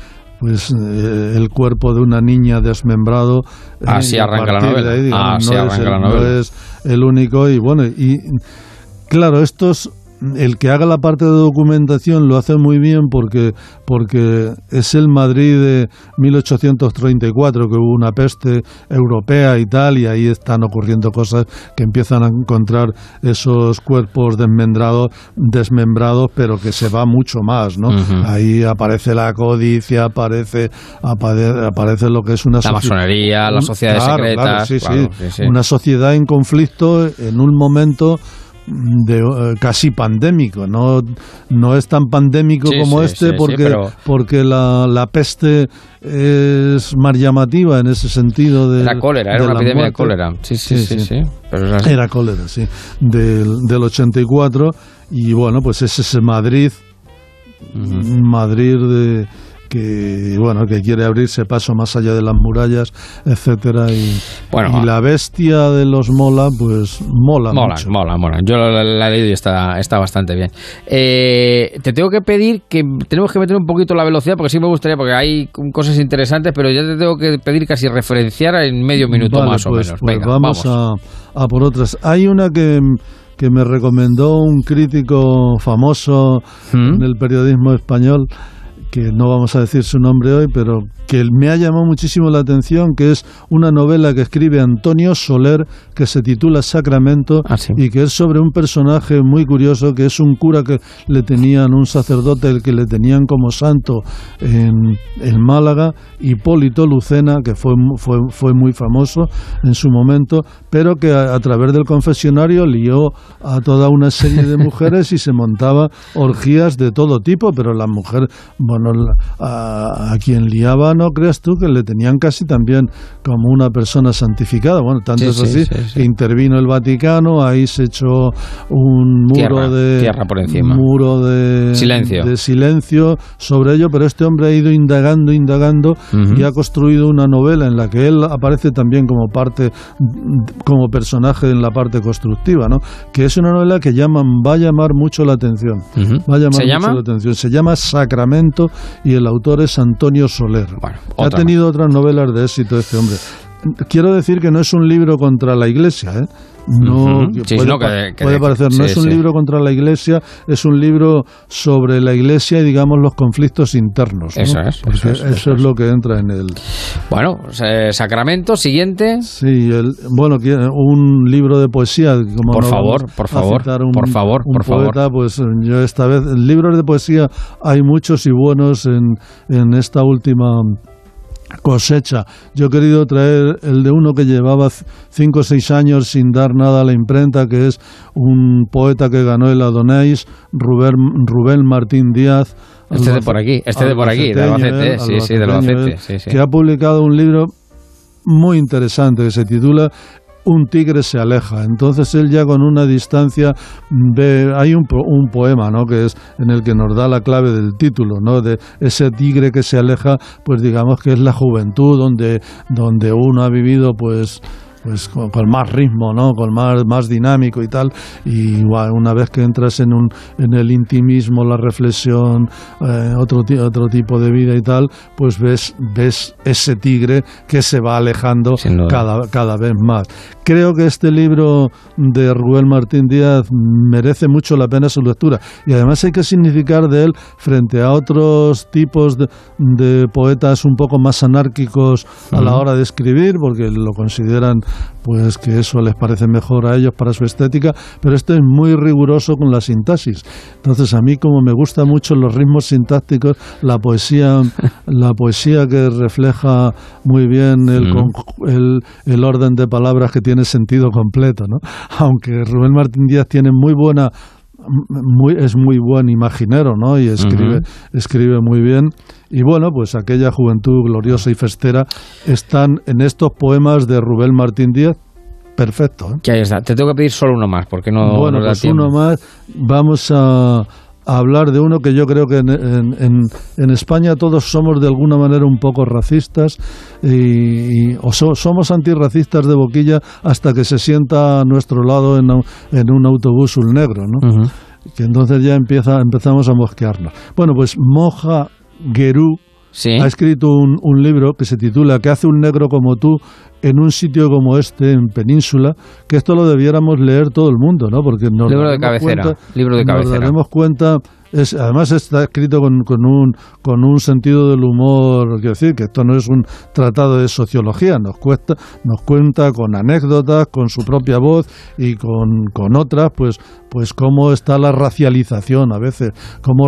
Speaker 7: pues el cuerpo de una niña desmembrado.
Speaker 2: Así arranca la novela.
Speaker 7: Ahí, digamos,
Speaker 2: no
Speaker 7: es el único, y bueno, y claro, el que haga la parte de documentación lo hace muy bien porque es el Madrid de 1834, que hubo una peste europea y tal, y ahí están ocurriendo cosas que empiezan a encontrar esos cuerpos desmembrados, pero que se va mucho más, ¿no? Uh-huh. Ahí aparece la codicia, aparece lo que es una
Speaker 2: la masonería, las sociedades secretas.
Speaker 7: Claro, sí. Una sociedad en conflicto en un momento casi pandémico, no es tan pandémico como porque la peste es más llamativa en ese sentido.
Speaker 2: Era cólera, era una epidemia de cólera. Sí. Pero
Speaker 7: era cólera, sí, del 84, y bueno, pues es ese Madrid, Madrid que quiere abrirse paso más allá de las murallas, etcétera, y la bestia de los Mola, pues mola mucho.
Speaker 2: Mola. Yo la he leído y está bastante bien. Te tengo que pedir que tenemos que meter un poquito la velocidad, porque sí me gustaría, porque hay cosas interesantes, pero ya te tengo que pedir casi referenciar en medio minuto más o menos. Venga,
Speaker 7: vamos a por otras. Hay una que me recomendó un crítico famoso en el periodismo español, que no vamos a decir su nombre hoy, pero que me ha llamado muchísimo la atención, que es una novela que escribe Antonio Soler, que se titula Sacramento, y que es sobre un personaje muy curioso, que es un cura que un sacerdote el que le tenían como santo en Málaga, Hipólito Lucena, que fue muy famoso en su momento, pero que a través del confesionario lió a toda una serie de mujeres y se montaba orgías de todo tipo, pero la mujer, a quien liaba, no creas tú que le tenían casi también como una persona santificada. Bueno, tanto es así que intervino el Vaticano, ahí se echó un
Speaker 2: tierra por encima.
Speaker 7: Muro de silencio sobre ello, pero este hombre ha ido indagando y ha construido una novela en la que él aparece también como personaje en la parte constructiva, ¿no? Que es una novela que va a llamar mucho la atención. Se llama Sacramento, y el autor es Antonio Soler. Ha tenido otras novelas de éxito este hombre. Quiero decir que no es un libro contra la Iglesia, ¿eh? Puede parecer, no es un libro contra la Iglesia, es un libro sobre la Iglesia y, digamos, los conflictos internos, ¿no? Eso es lo que entra en el...
Speaker 2: Bueno, Sacramento, siguiente.
Speaker 7: Sí, un libro de poesía. Como
Speaker 2: por favor.
Speaker 7: Pues yo esta vez, libros de poesía hay muchos y buenos en esta última cosecha. Yo he querido traer el de uno que llevaba 5 o 6 años sin dar nada a la imprenta, que es un poeta que ganó el Adonais, Rubén Martín Díaz.
Speaker 2: De por aquí, de Albacete, de Albacete, sí.
Speaker 7: Que ha publicado un libro muy interesante que se titula Un tigre se aleja. Entonces él, ya con una distancia, hay un poema, ¿no?, que es en el que nos da la clave del título, ¿no?, de ese tigre que se aleja, pues digamos que es la juventud, donde uno ha vivido pues con más ritmo, ¿no?, con más dinámico y tal, y una vez que entras en el intimismo, la reflexión, otro tipo de vida y tal, pues ves ese tigre que se va alejando cada vez más. Creo que este libro de Rubén Martín Díaz merece mucho la pena su lectura, y además hay que significar de él, frente a otros tipos de poetas un poco más anárquicos a la hora de escribir, porque lo consideran pues que eso les parece mejor a ellos para su estética, pero este es muy riguroso con la sintaxis. Entonces, a mí, como me gustan mucho los ritmos sintácticos, la poesía que refleja muy bien el orden de palabras, que tiene sentido completo, ¿no? Aunque Rubén Martín Díaz tiene es muy buen imaginero, ¿no? Y escribe muy bien. Y bueno, pues aquella juventud gloriosa y festera están en estos poemas de Rubén Martín Díaz. Perfecto, ¿eh?
Speaker 2: Que ahí está. Te tengo que pedir solo uno más, porque no nos da tiempo.
Speaker 7: Uno más. Vamos a hablar de uno que yo creo que en España todos somos de alguna manera un poco racistas, somos antirracistas de boquilla hasta que se sienta a nuestro lado en un autobús un negro, ¿no? Que entonces ya empezamos a mosquearnos. Bueno, pues Moja Guerú
Speaker 2: Sí.
Speaker 7: ha escrito un libro que se titula ¿Qué hace un negro como tú en un sitio como este, en Península? Que esto lo debiéramos leer todo el mundo, ¿no? Porque
Speaker 2: Libro de cabecera.
Speaker 7: Nos daremos cuenta. Además está escrito con un sentido del humor, quiero decir, que esto no es un tratado de sociología, nos cuenta con anécdotas, con su propia voz y con otras, pues cómo está la racialización a veces, cómo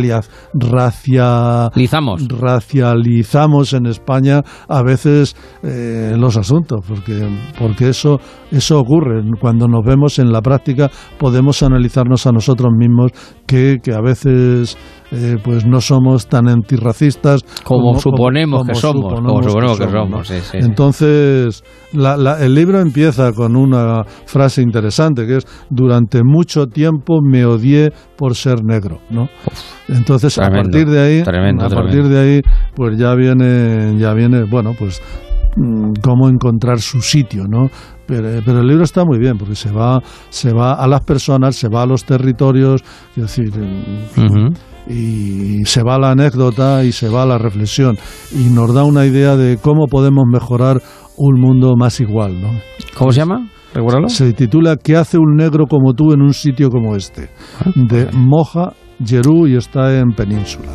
Speaker 7: racializamos en España a veces los asuntos, porque eso ocurre. Cuando nos vemos en la práctica podemos analizarnos a nosotros mismos que a veces pues no somos tan antirracistas
Speaker 2: como suponemos que somos. Sí.
Speaker 7: Entonces el libro empieza con una frase interesante que es: durante mucho tiempo me odié por ser negro, ¿no? Entonces a partir de ahí pues ya viene bueno, pues cómo encontrar su sitio, ¿no? Pero el libro está muy bien porque se va a las personas, se va a los territorios, es decir, y se va a la anécdota y se va a la reflexión y nos da una idea de cómo podemos mejorar un mundo más igual, ¿no?
Speaker 2: ¿Cómo se llama? ¿Recuérdalo?
Speaker 7: Se titula ¿Qué hace un negro como tú en un sitio como este? De Moja Yerú y está en Península.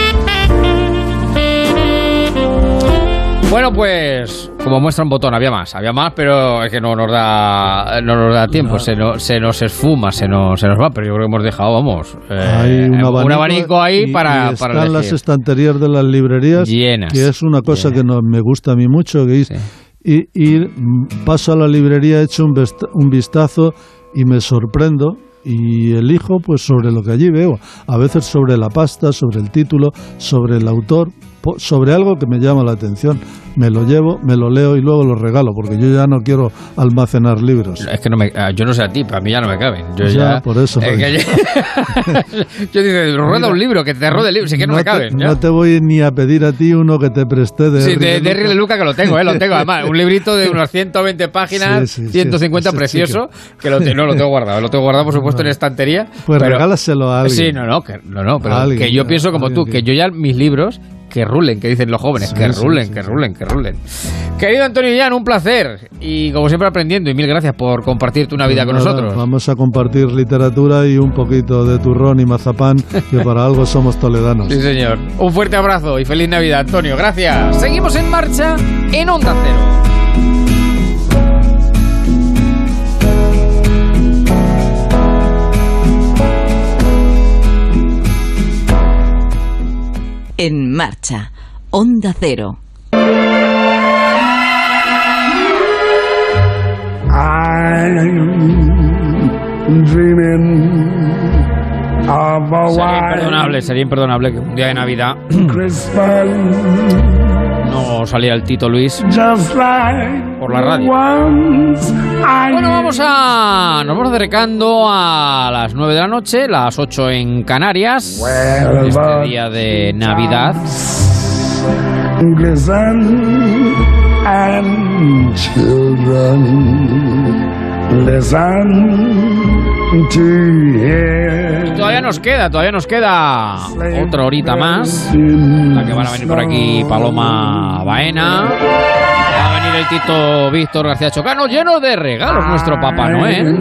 Speaker 2: Bueno, pues como muestra un botón, había más, pero es que no nos da tiempo, se nos esfuma, se nos va, pero yo creo que hemos dejado,
Speaker 7: hay un abanico
Speaker 2: ahí para
Speaker 7: están las estanterías de las librerías
Speaker 2: llenas,
Speaker 7: que es una cosa que me gusta a mí mucho, que es ir, paso a la librería, echo un vistazo y me sorprendo y elijo pues sobre lo que allí veo, a veces sobre la pasta, sobre el título, sobre el autor, sobre algo que me llama la atención, me lo llevo, me lo leo y luego lo regalo, porque yo ya no quiero almacenar libros.
Speaker 2: Es que yo no sé a ti, para mí ya no me caben.
Speaker 7: Por eso.
Speaker 2: Yo digo, rueda un libro, que te rode el libro, si que no me caben.
Speaker 7: No te voy ni a pedir a ti uno que te presté de
Speaker 2: Henry de Luca, que lo tengo, además, un librito de unas 120 páginas, 150, precioso, que lo tengo guardado, por supuesto, en estantería.
Speaker 7: Pues regálaselo a alguien.
Speaker 2: Sí, pero que yo pienso como tú, que yo ya mis libros que rulen, que dicen los jóvenes, que rulen. Querido Antonio Illán, un placer y como siempre aprendiendo, y mil gracias por compartir tu Navidad con nosotros.
Speaker 7: Vamos a compartir literatura y un poquito de turrón y mazapán, que para algo somos toledanos.
Speaker 2: Sí, señor. Un fuerte abrazo y feliz Navidad, Antonio. Gracias. Seguimos en marcha en Onda Cero.
Speaker 1: En marcha, Onda Cero.
Speaker 2: Sería imperdonable que un día de Navidad no saliera el Tito Luis por la radio. Bueno, nos vamos acercando a las 9 de la noche, las 8 en Canarias, este día de Navidad. Y todavía nos queda otra horita más, la que van a venir por aquí Paloma Baena, va a venir el Tito Víctor García Chocano, lleno de regalos nuestro Papá Noel.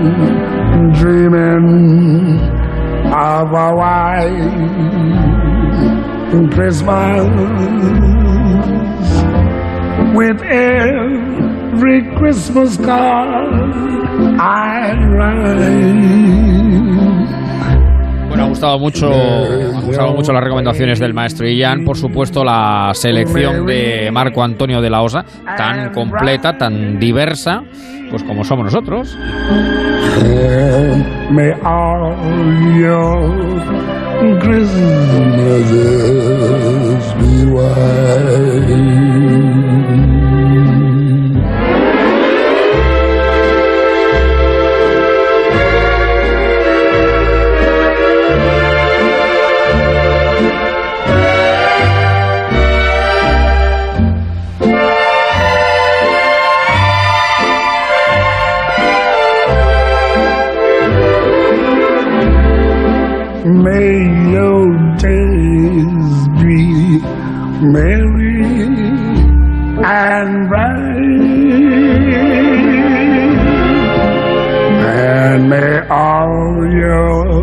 Speaker 8: With every Christmas card I write.
Speaker 2: Bueno, ha gustado mucho las recomendaciones del maestro Illán, por supuesto la selección de Marco Antonio de la Osa, tan completa, tan diversa, pues como somos nosotros.
Speaker 8: May all your Christmases be white. May your days be merry and bright, and may all your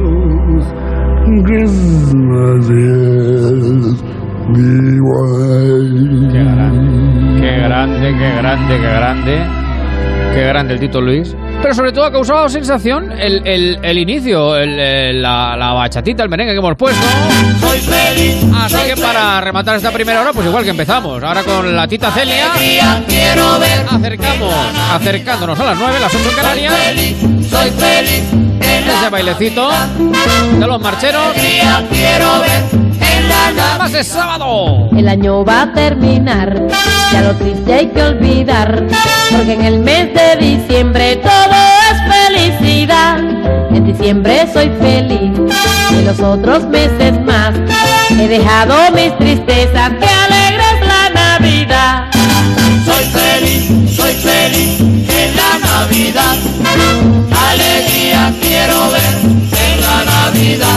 Speaker 8: Christmases be white.
Speaker 2: Qué grande. Qué grande el Tito Luis. Pero sobre todo ha causado sensación el inicio, la bachatita, el merengue que hemos puesto.
Speaker 3: Soy feliz.
Speaker 2: Así que para rematar esta primera hora, pues igual que empezamos. Ahora con la tita Celia.
Speaker 3: Quiero ver.
Speaker 2: Acercándonos a las 9, las 8 en Canarias.
Speaker 3: Soy feliz.
Speaker 2: Ese bailecito de los marcheros.
Speaker 3: Quiero ver.
Speaker 2: Además es sábado.
Speaker 5: El año va a terminar, ya lo triste hay que olvidar, porque en el mes de diciembre todo es felicidad. En diciembre soy feliz, y los otros meses más he dejado mis tristezas, que alegre es la Navidad.
Speaker 3: Soy feliz en la Navidad. Alegría quiero ver en la Navidad.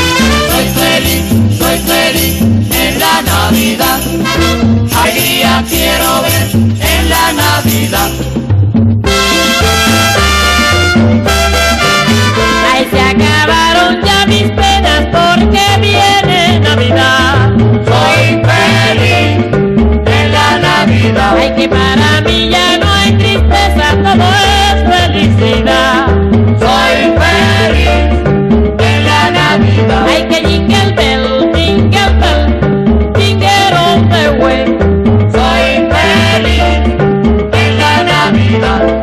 Speaker 3: Soy feliz en la Navidad. Alegría quiero ver en la Navidad.
Speaker 5: Ay, se acabaron ya mis penas porque viene Navidad.
Speaker 3: Soy feliz en la Navidad.
Speaker 5: Ay, que para mí ya no hay tristeza, todo es felicidad.
Speaker 3: Soy feliz en la Navidad.
Speaker 5: Ay, que jingle bell, jingle all the way.
Speaker 3: Soy feliz en la Navidad.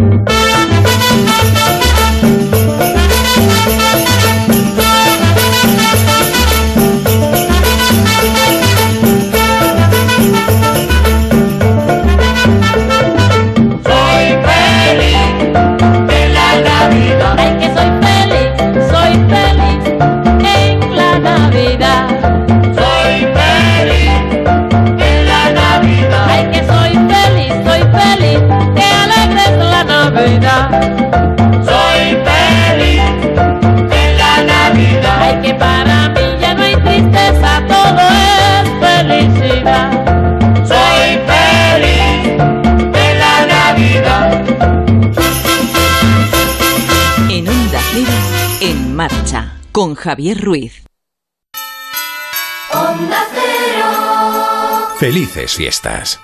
Speaker 5: Ay, que soy feliz en la Navidad.
Speaker 3: Soy feliz en la Navidad.
Speaker 5: Ay, que soy feliz, que alegre es la Navidad.
Speaker 3: Soy feliz en la Navidad.
Speaker 5: Ay, que para mí ya no hay tristeza, todo es felicidad.
Speaker 3: Soy feliz en la Navidad.
Speaker 1: En Onda Cero, En Marcha, con Javier Ruiz.
Speaker 6: Onda Cero.
Speaker 9: Felices fiestas.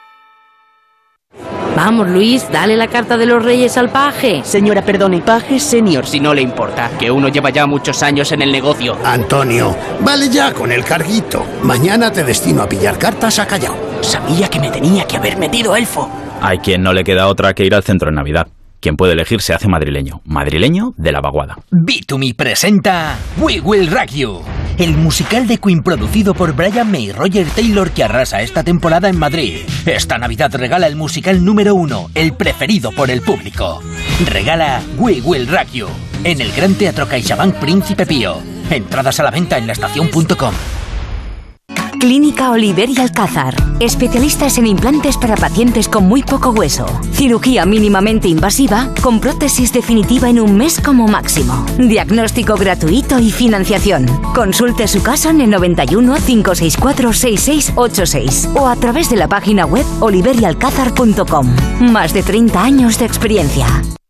Speaker 10: Vamos, Luis, dale la carta de los Reyes al paje.
Speaker 11: Señora, perdone, paje senior, si no le importa, que uno lleva ya muchos años en el negocio.
Speaker 12: Antonio, vale ya con el carguito. Mañana te destino a pillar cartas a Callao.
Speaker 11: Sabía que me tenía que haber metido elfo.
Speaker 13: Hay quien no le queda otra que ir al centro en Navidad. Quien puede elegir se hace madrileño. Madrileño de la vaguada.
Speaker 14: Bitumi presenta We Will Rock You, el musical de Queen producido por Brian May y Roger Taylor que arrasa esta temporada en Madrid. Esta Navidad regala el musical número 1, el preferido por el público. Regala We Will Rock You en el Gran Teatro CaixaBank Príncipe Pío. Entradas a la venta en laestacion.com.
Speaker 15: Clínica Oliver y Alcázar. Especialistas en implantes para pacientes con muy poco hueso. Cirugía mínimamente invasiva con prótesis definitiva en un mes como máximo. Diagnóstico gratuito y financiación. Consulte su caso en el 91 564 6686 o a través de la página web oliverialcázar.com. Más de 30 años de experiencia.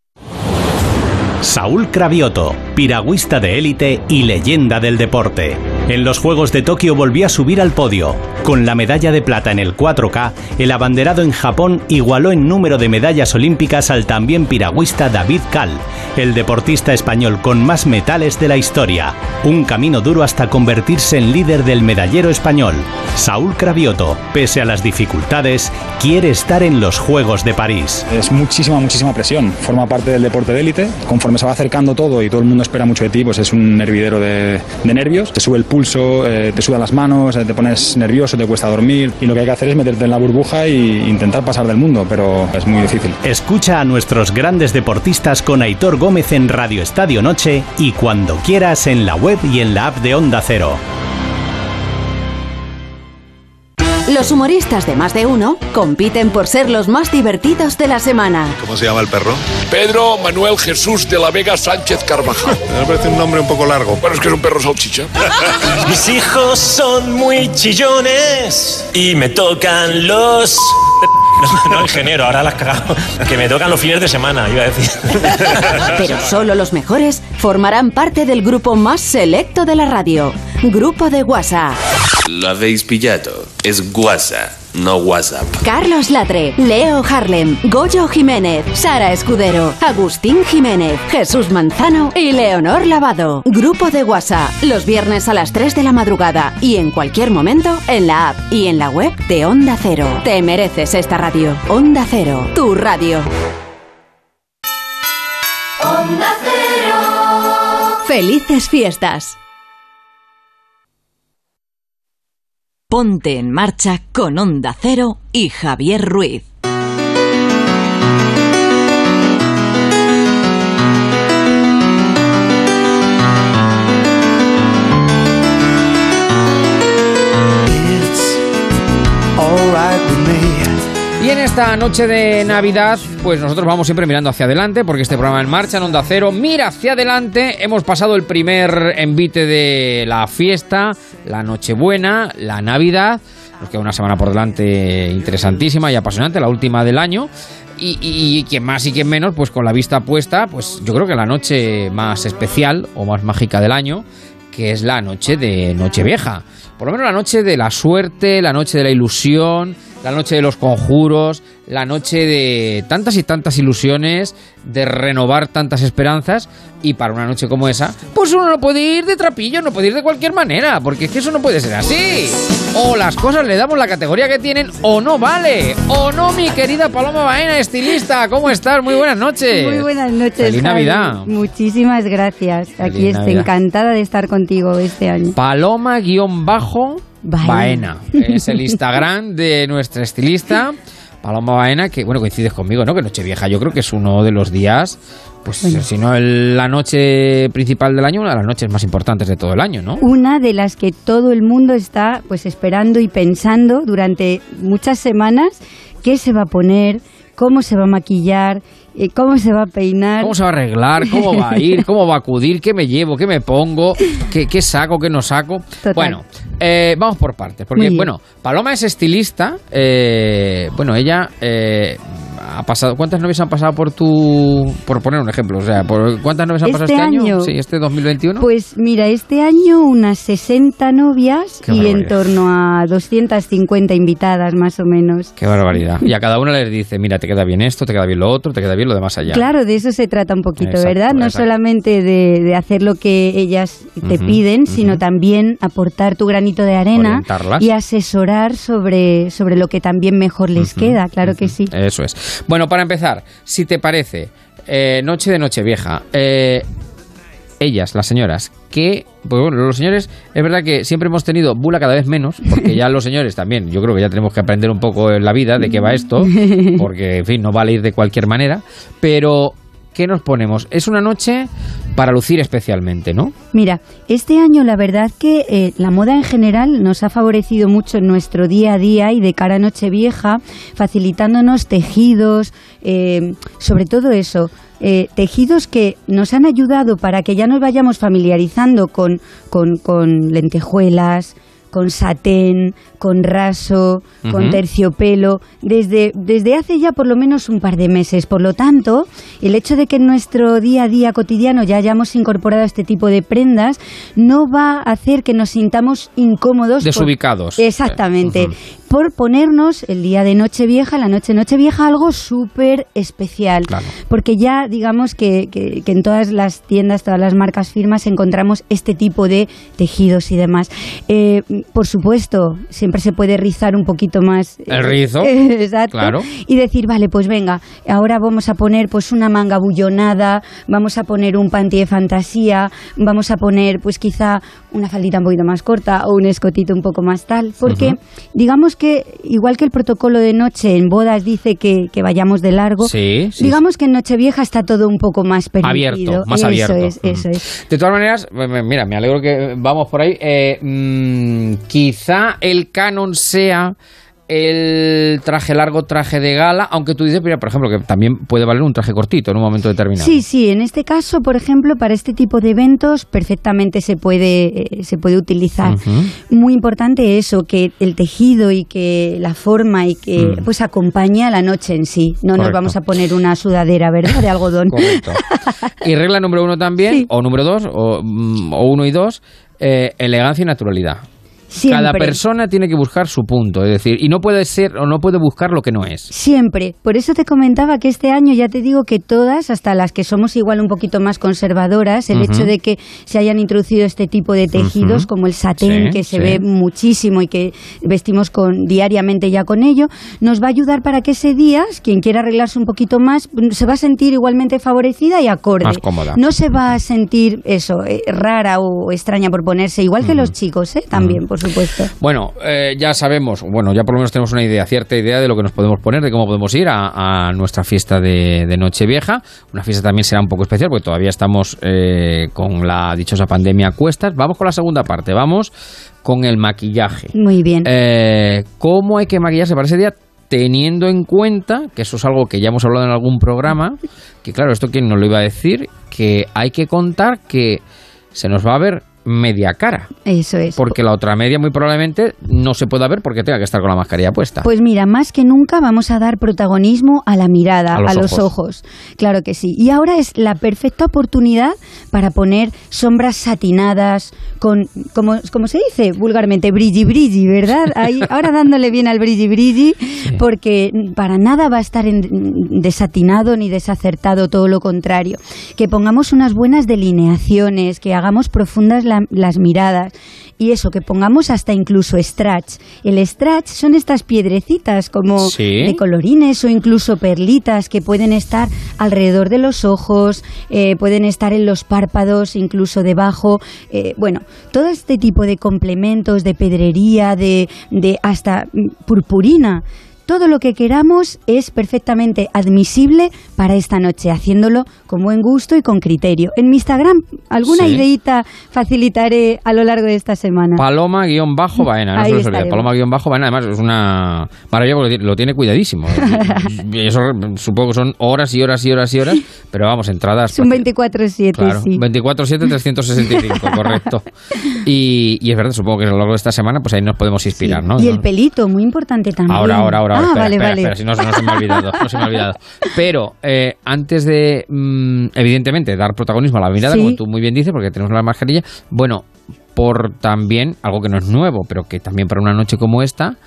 Speaker 16: Saúl Cravioto, piragüista de élite y leyenda del deporte. En los Juegos de Tokio volvió a subir al podio. Con la medalla de plata en el 4K, el abanderado en Japón igualó en número de medallas olímpicas al también piragüista David Cal, el deportista español con más metales de la historia. Un camino duro hasta convertirse en líder del medallero español. Saúl Cravioto, pese a las dificultades, quiere estar en los Juegos de París.
Speaker 17: Es muchísima presión. Forma parte del deporte de élite. Conforme se va acercando todo y todo el mundo espera mucho de ti, pues es un hervidero de nervios. Te sube el pulso, te sudan las manos, te pones nervioso, te cuesta dormir, y lo que hay que hacer es meterte en la burbuja e intentar pasar del mundo, pero es muy difícil.
Speaker 16: Escucha a nuestros grandes deportistas con Aitor Gómez en Radio Estadio Noche y cuando quieras en la web y en la app de Onda Cero.
Speaker 9: Los humoristas de Más de Uno compiten por ser los más divertidos de la semana.
Speaker 18: ¿Cómo se llama el perro?
Speaker 19: Pedro Manuel Jesús de la Vega Sánchez Carvajal.
Speaker 18: Me parece un nombre un poco largo.
Speaker 19: Bueno, es que es un perro salchicha.
Speaker 20: Mis hijos son muy chillones y me tocan los... No, ingeniero, ahora la has cagado. Que me tocan los fines de semana, iba a decir.
Speaker 9: Pero solo los mejores formarán parte del grupo más selecto de la radio. Grupo de WhatsApp.
Speaker 21: Lo habéis pillado. Es WhatsApp, no WhatsApp.
Speaker 9: Carlos Latre, Leo Harlem, Goyo Jiménez, Sara Escudero, Agustín Jiménez, Jesús Manzano y Leonor Lavado. Grupo de WhatsApp, los viernes a las 3 de la madrugada y en cualquier momento en la app y en la web de Onda Cero. Te mereces esta radio. Onda Cero, tu radio.
Speaker 5: Onda Cero.
Speaker 9: Felices fiestas.
Speaker 1: Ponte en marcha con Onda Cero y Javier Ruiz.
Speaker 2: Y en esta noche de Navidad, pues nosotros vamos siempre mirando hacia adelante, porque este programa En Marcha en Onda Cero mira hacia adelante. Hemos pasado el primer envite de la fiesta, la Nochebuena, la Navidad. Nos queda una semana por delante interesantísima y apasionante, la última del año. Y quien más y quien menos, pues con la vista puesta, pues yo creo que la noche más especial o más mágica del año, que es la noche de Nochevieja. Por lo menos la noche de la suerte, la noche de la ilusión, la noche de los conjuros, la noche de tantas y tantas ilusiones, de renovar tantas esperanzas. Y para una noche como esa, pues uno no puede ir de trapillo, no puede ir de cualquier manera, porque es que eso no puede ser así. O las cosas le damos la categoría que tienen, o no vale. O no, mi querida Paloma Baena, estilista. ¿Cómo estás? Muy buenas noches.
Speaker 22: Muy buenas noches.
Speaker 2: Feliz Navidad.
Speaker 22: Javi. Muchísimas gracias.
Speaker 2: Feliz
Speaker 22: Aquí estoy
Speaker 2: Navidad.
Speaker 22: encantada de estar contigo este año.
Speaker 2: Paloma-Baena. Es el Instagram de nuestra estilista, Paloma Baena, que bueno, coincides conmigo, ¿no? Que Nochevieja yo creo que es uno de los días, pues bueno, si no la noche principal del año, una de las noches más importantes de todo el año, ¿no?
Speaker 22: Una de las que todo el mundo está pues esperando y pensando durante muchas semanas qué se va a poner, cómo se va a maquillar, cómo se va a peinar,
Speaker 2: cómo se va a arreglar, cómo va a ir, cómo va a acudir, qué me llevo, qué me pongo, qué saco, qué no saco.
Speaker 22: Total.
Speaker 2: Bueno, vamos por partes, porque bueno, Paloma es estilista, bueno, ella ha pasado, ¿cuántas novias han pasado por poner un ejemplo, o sea, ¿cuántas novias han pasado este año? Sí, este 2021.
Speaker 22: Pues mira, este año unas 60 novias y en torno a 250 invitadas más o menos.
Speaker 2: Qué barbaridad. Y a cada una les dice, mira, te queda bien esto, te queda bien lo otro, te queda bien lo de más allá.
Speaker 22: Claro, de eso se trata un poquito,
Speaker 2: Exacto,
Speaker 22: ¿verdad? No solamente de hacer lo que ellas te piden, sino también aportar tu granito de arena y asesorar sobre lo que también mejor les queda, claro que sí.
Speaker 2: Eso es. Bueno, para empezar, si te parece, noche de Nochevieja, ellas, las señoras, que, pues bueno, los señores, es verdad que siempre hemos tenido bula cada vez menos, porque ya los señores también, yo creo que ya tenemos que aprender un poco en la vida de qué va esto, porque, en fin, no vale ir de cualquier manera, pero ¿qué nos ponemos? Es una noche para lucir especialmente, ¿no?
Speaker 22: Mira, este año la verdad que la moda en general nos ha favorecido mucho en nuestro día a día y de cara a Nochevieja, facilitándonos tejidos, sobre todo eso, tejidos que nos han ayudado para que ya nos vayamos familiarizando con lentejuelas, con satén, con raso, con terciopelo, desde hace ya por lo menos un par de meses. Por lo tanto, el hecho de que en nuestro día a día cotidiano ya hayamos incorporado este tipo de prendas no va a hacer que nos sintamos incómodos.
Speaker 2: Desubicados.
Speaker 22: Exactamente. Por ponernos el día de Nochevieja, la noche de Nochevieja, algo súper especial. Claro. Porque ya digamos que en todas las tiendas, todas las marcas, firmas, encontramos este tipo de tejidos y demás. Por supuesto, siempre se puede rizar un poquito más
Speaker 2: el rizo.
Speaker 22: Exacto.
Speaker 2: Claro.
Speaker 22: Y decir, vale, pues venga, ahora vamos a poner pues una manga bullonada, vamos a poner un panty de fantasía, vamos a poner pues quizá una faldita un poquito más corta o un escotito un poco más tal, porque digamos que igual que el protocolo de noche en bodas dice que vayamos de largo, digamos que en Nochevieja está todo un poco más permitido.
Speaker 2: Abierto, más abierto.
Speaker 22: Eso es.
Speaker 2: De todas maneras, mira, me alegro que vamos por ahí. Quizá el canon sea el traje largo, traje de gala, aunque tú dices, mira, por ejemplo, que también puede valer un traje cortito en un momento determinado.
Speaker 22: Sí, en este caso, por ejemplo, para este tipo de eventos perfectamente se puede utilizar. Muy importante eso, que el tejido y que la forma y que pues acompañe a la noche en sí. No nos vamos a poner una sudadera, ¿verdad?, de algodón.
Speaker 2: Correcto. Y regla número 1 también, o número 2, o 1 y 2, elegancia y naturalidad.
Speaker 22: Siempre.
Speaker 2: Cada persona tiene que buscar su punto, es decir, y no puede ser o no puede buscar lo que no es.
Speaker 22: Siempre. Por eso te comentaba que este año ya te digo que todas, hasta las que somos igual un poquito más conservadoras, el hecho de que se hayan introducido este tipo de tejidos como el satén, que se ve muchísimo y que vestimos diariamente ya con ello, nos va a ayudar para que ese día, quien quiera arreglarse un poquito más, se va a sentir igualmente favorecida y acorde.
Speaker 2: Más cómoda.
Speaker 22: No se va a sentir rara o extraña por ponerse, igual que los chicos, también, por supuesto.
Speaker 2: Bueno, ya sabemos, ya por lo menos tenemos una idea, cierta idea de lo que nos podemos poner, de cómo podemos ir a nuestra fiesta de Nochevieja. Una fiesta también será un poco especial porque todavía estamos con la dichosa pandemia a cuestas. Vamos con la segunda parte, vamos con el maquillaje.
Speaker 22: Muy bien.
Speaker 2: ¿Cómo hay que maquillarse para ese día? Teniendo en cuenta, que eso es algo que ya hemos hablado en algún programa, que claro, esto quién nos lo iba a decir, que hay que contar que se nos va a ver media cara.
Speaker 22: Eso es.
Speaker 2: Porque la otra media muy probablemente no se pueda ver porque tenga que estar con la mascarilla puesta.
Speaker 22: Pues mira, más que nunca vamos a dar protagonismo a la mirada, a los ojos. Claro que sí. Y ahora es la perfecta oportunidad para poner sombras satinadas con, como se dice vulgarmente, brilli, ¿verdad? Ahí, ahora dándole bien al brilli, porque para nada va a estar desatinado ni desacertado, todo lo contrario. Que pongamos unas buenas delineaciones, que hagamos profundas las miradas y eso, que pongamos hasta incluso stretch. El stretch son estas piedrecitas como de colorines o incluso perlitas que pueden estar alrededor de los ojos, pueden estar en los párpados, incluso debajo. Bueno, todo este tipo de complementos, de pedrería, de hasta purpurina. Todo lo que queramos es perfectamente admisible para esta noche, haciéndolo con buen gusto y con criterio. En mi Instagram, alguna ideita facilitaré a lo largo de esta semana.
Speaker 2: Paloma_Baena, no se os olvide. Paloma_Baena, además es una maravilla porque lo tiene cuidadísimo. Y eso supongo que son horas y horas y horas y horas, pero vamos, entradas.
Speaker 22: Son 24/7,
Speaker 2: claro,
Speaker 22: sí.
Speaker 2: 24/7, 365, correcto. Y es verdad, supongo que a lo largo de esta semana, pues ahí nos podemos inspirar, ¿no?
Speaker 22: Y el pelito, muy importante también.
Speaker 2: Ahora.
Speaker 22: Vale.
Speaker 2: Si no se me ha olvidado. Pero antes de, evidentemente, dar protagonismo a la mirada, como tú muy bien dices, porque tenemos la mascarilla, bueno, por también, algo que no es nuevo, pero que también para una noche como esta,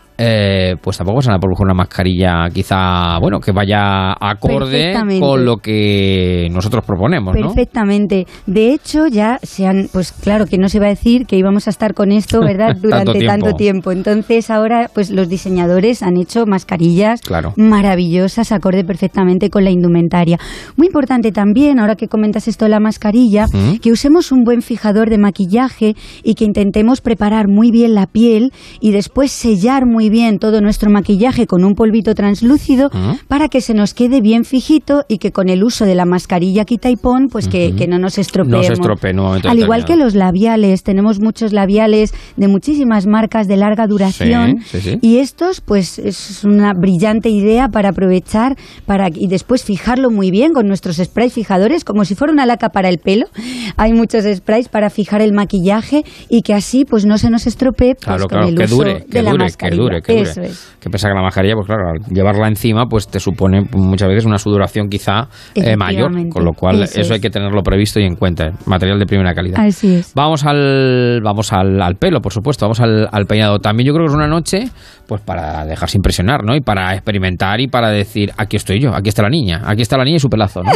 Speaker 2: pues tampoco se van a por una mascarilla quizá, bueno, que vaya acorde con lo que nosotros proponemos, ¿no?
Speaker 22: Perfectamente. De hecho, ya pues claro que no se va a decir que íbamos a estar con esto, ¿verdad?, durante tanto tiempo. Entonces ahora, pues los diseñadores han hecho mascarillas maravillosas, acorde perfectamente con la indumentaria. Muy importante también, ahora que comentas esto de la mascarilla, que usemos un buen fijador de maquillaje y que intentemos preparar muy bien la piel y después sellar muy bien todo nuestro maquillaje con un polvito translúcido para que se nos quede bien fijito y que con el uso de la mascarilla quita y pon, pues que no nos estropeemos.
Speaker 2: No se estropee en un momento
Speaker 22: Al igual que los labiales, tenemos muchos labiales de muchísimas marcas de larga duración y estos, pues es una brillante idea para aprovechar y después fijarlo muy bien con nuestros sprays fijadores, como si fuera una laca para el pelo. Hay muchos sprays para fijar el maquillaje y que así pues no se nos estropee con el uso de la mascarilla. Eso es.
Speaker 2: Que pesa que la mascarilla, pues claro, al llevarla encima, pues te supone muchas veces una sudoración quizá mayor, con lo cual eso hay que tenerlo previsto y en cuenta. Material de primera calidad.
Speaker 22: Así es.
Speaker 2: Vamos al pelo, por supuesto, vamos al peinado. También yo creo que es una noche, pues para dejarse impresionar, ¿no? Y para experimentar y para decir, aquí estoy yo, aquí está la niña y su pelazo, ¿no?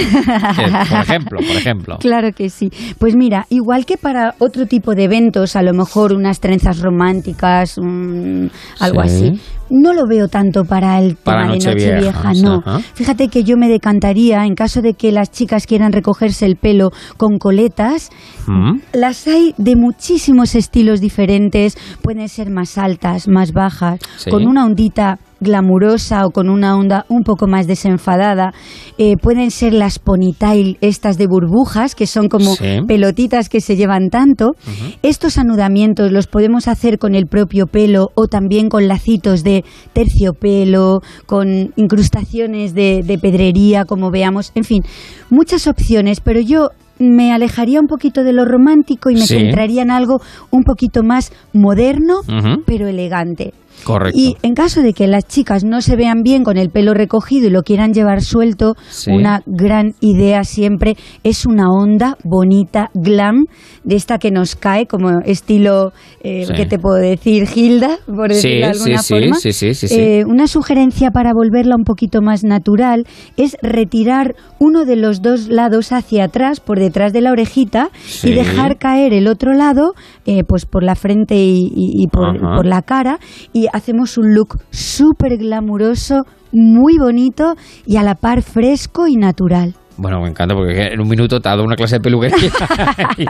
Speaker 2: Por ejemplo.
Speaker 22: Claro que sí. Pues mira, igual que para otro tipo de eventos, a lo mejor unas trenzas románticas, algo así. No lo veo tanto para el tema de Nochevieja, no. Fíjate que yo me decantaría, en caso de que las chicas quieran recogerse el pelo con coletas, las hay de muchísimos estilos diferentes, pueden ser más altas, más bajas, con una ondita glamurosa o con una onda un poco más desenfadada. Pueden ser las ponytail, estas de burbujas, que son como pelotitas que se llevan tanto. Estos anudamientos los podemos hacer con el propio pelo o también con lacitos de terciopelo, con incrustaciones de pedrería, como veamos. En fin, muchas opciones, pero yo me alejaría un poquito de lo romántico y me centraría en algo un poquito más moderno, pero elegante.
Speaker 2: Correcto.
Speaker 22: Y en caso de que las chicas no se vean bien con el pelo recogido y lo quieran llevar suelto, una gran idea siempre es una onda bonita, glam, de esta que nos cae, como estilo, ¿qué te puedo decir? Gilda, por decirlo de alguna forma. Sí. Una sugerencia para volverla un poquito más natural es retirar uno de los dos lados hacia atrás, por detrás de la orejita, y dejar caer el otro lado, pues por la frente y por la cara, y hacemos un look súper glamuroso, muy bonito y a la par fresco y natural.
Speaker 2: Bueno, me encanta porque en un minuto te ha dado una clase de peluquería y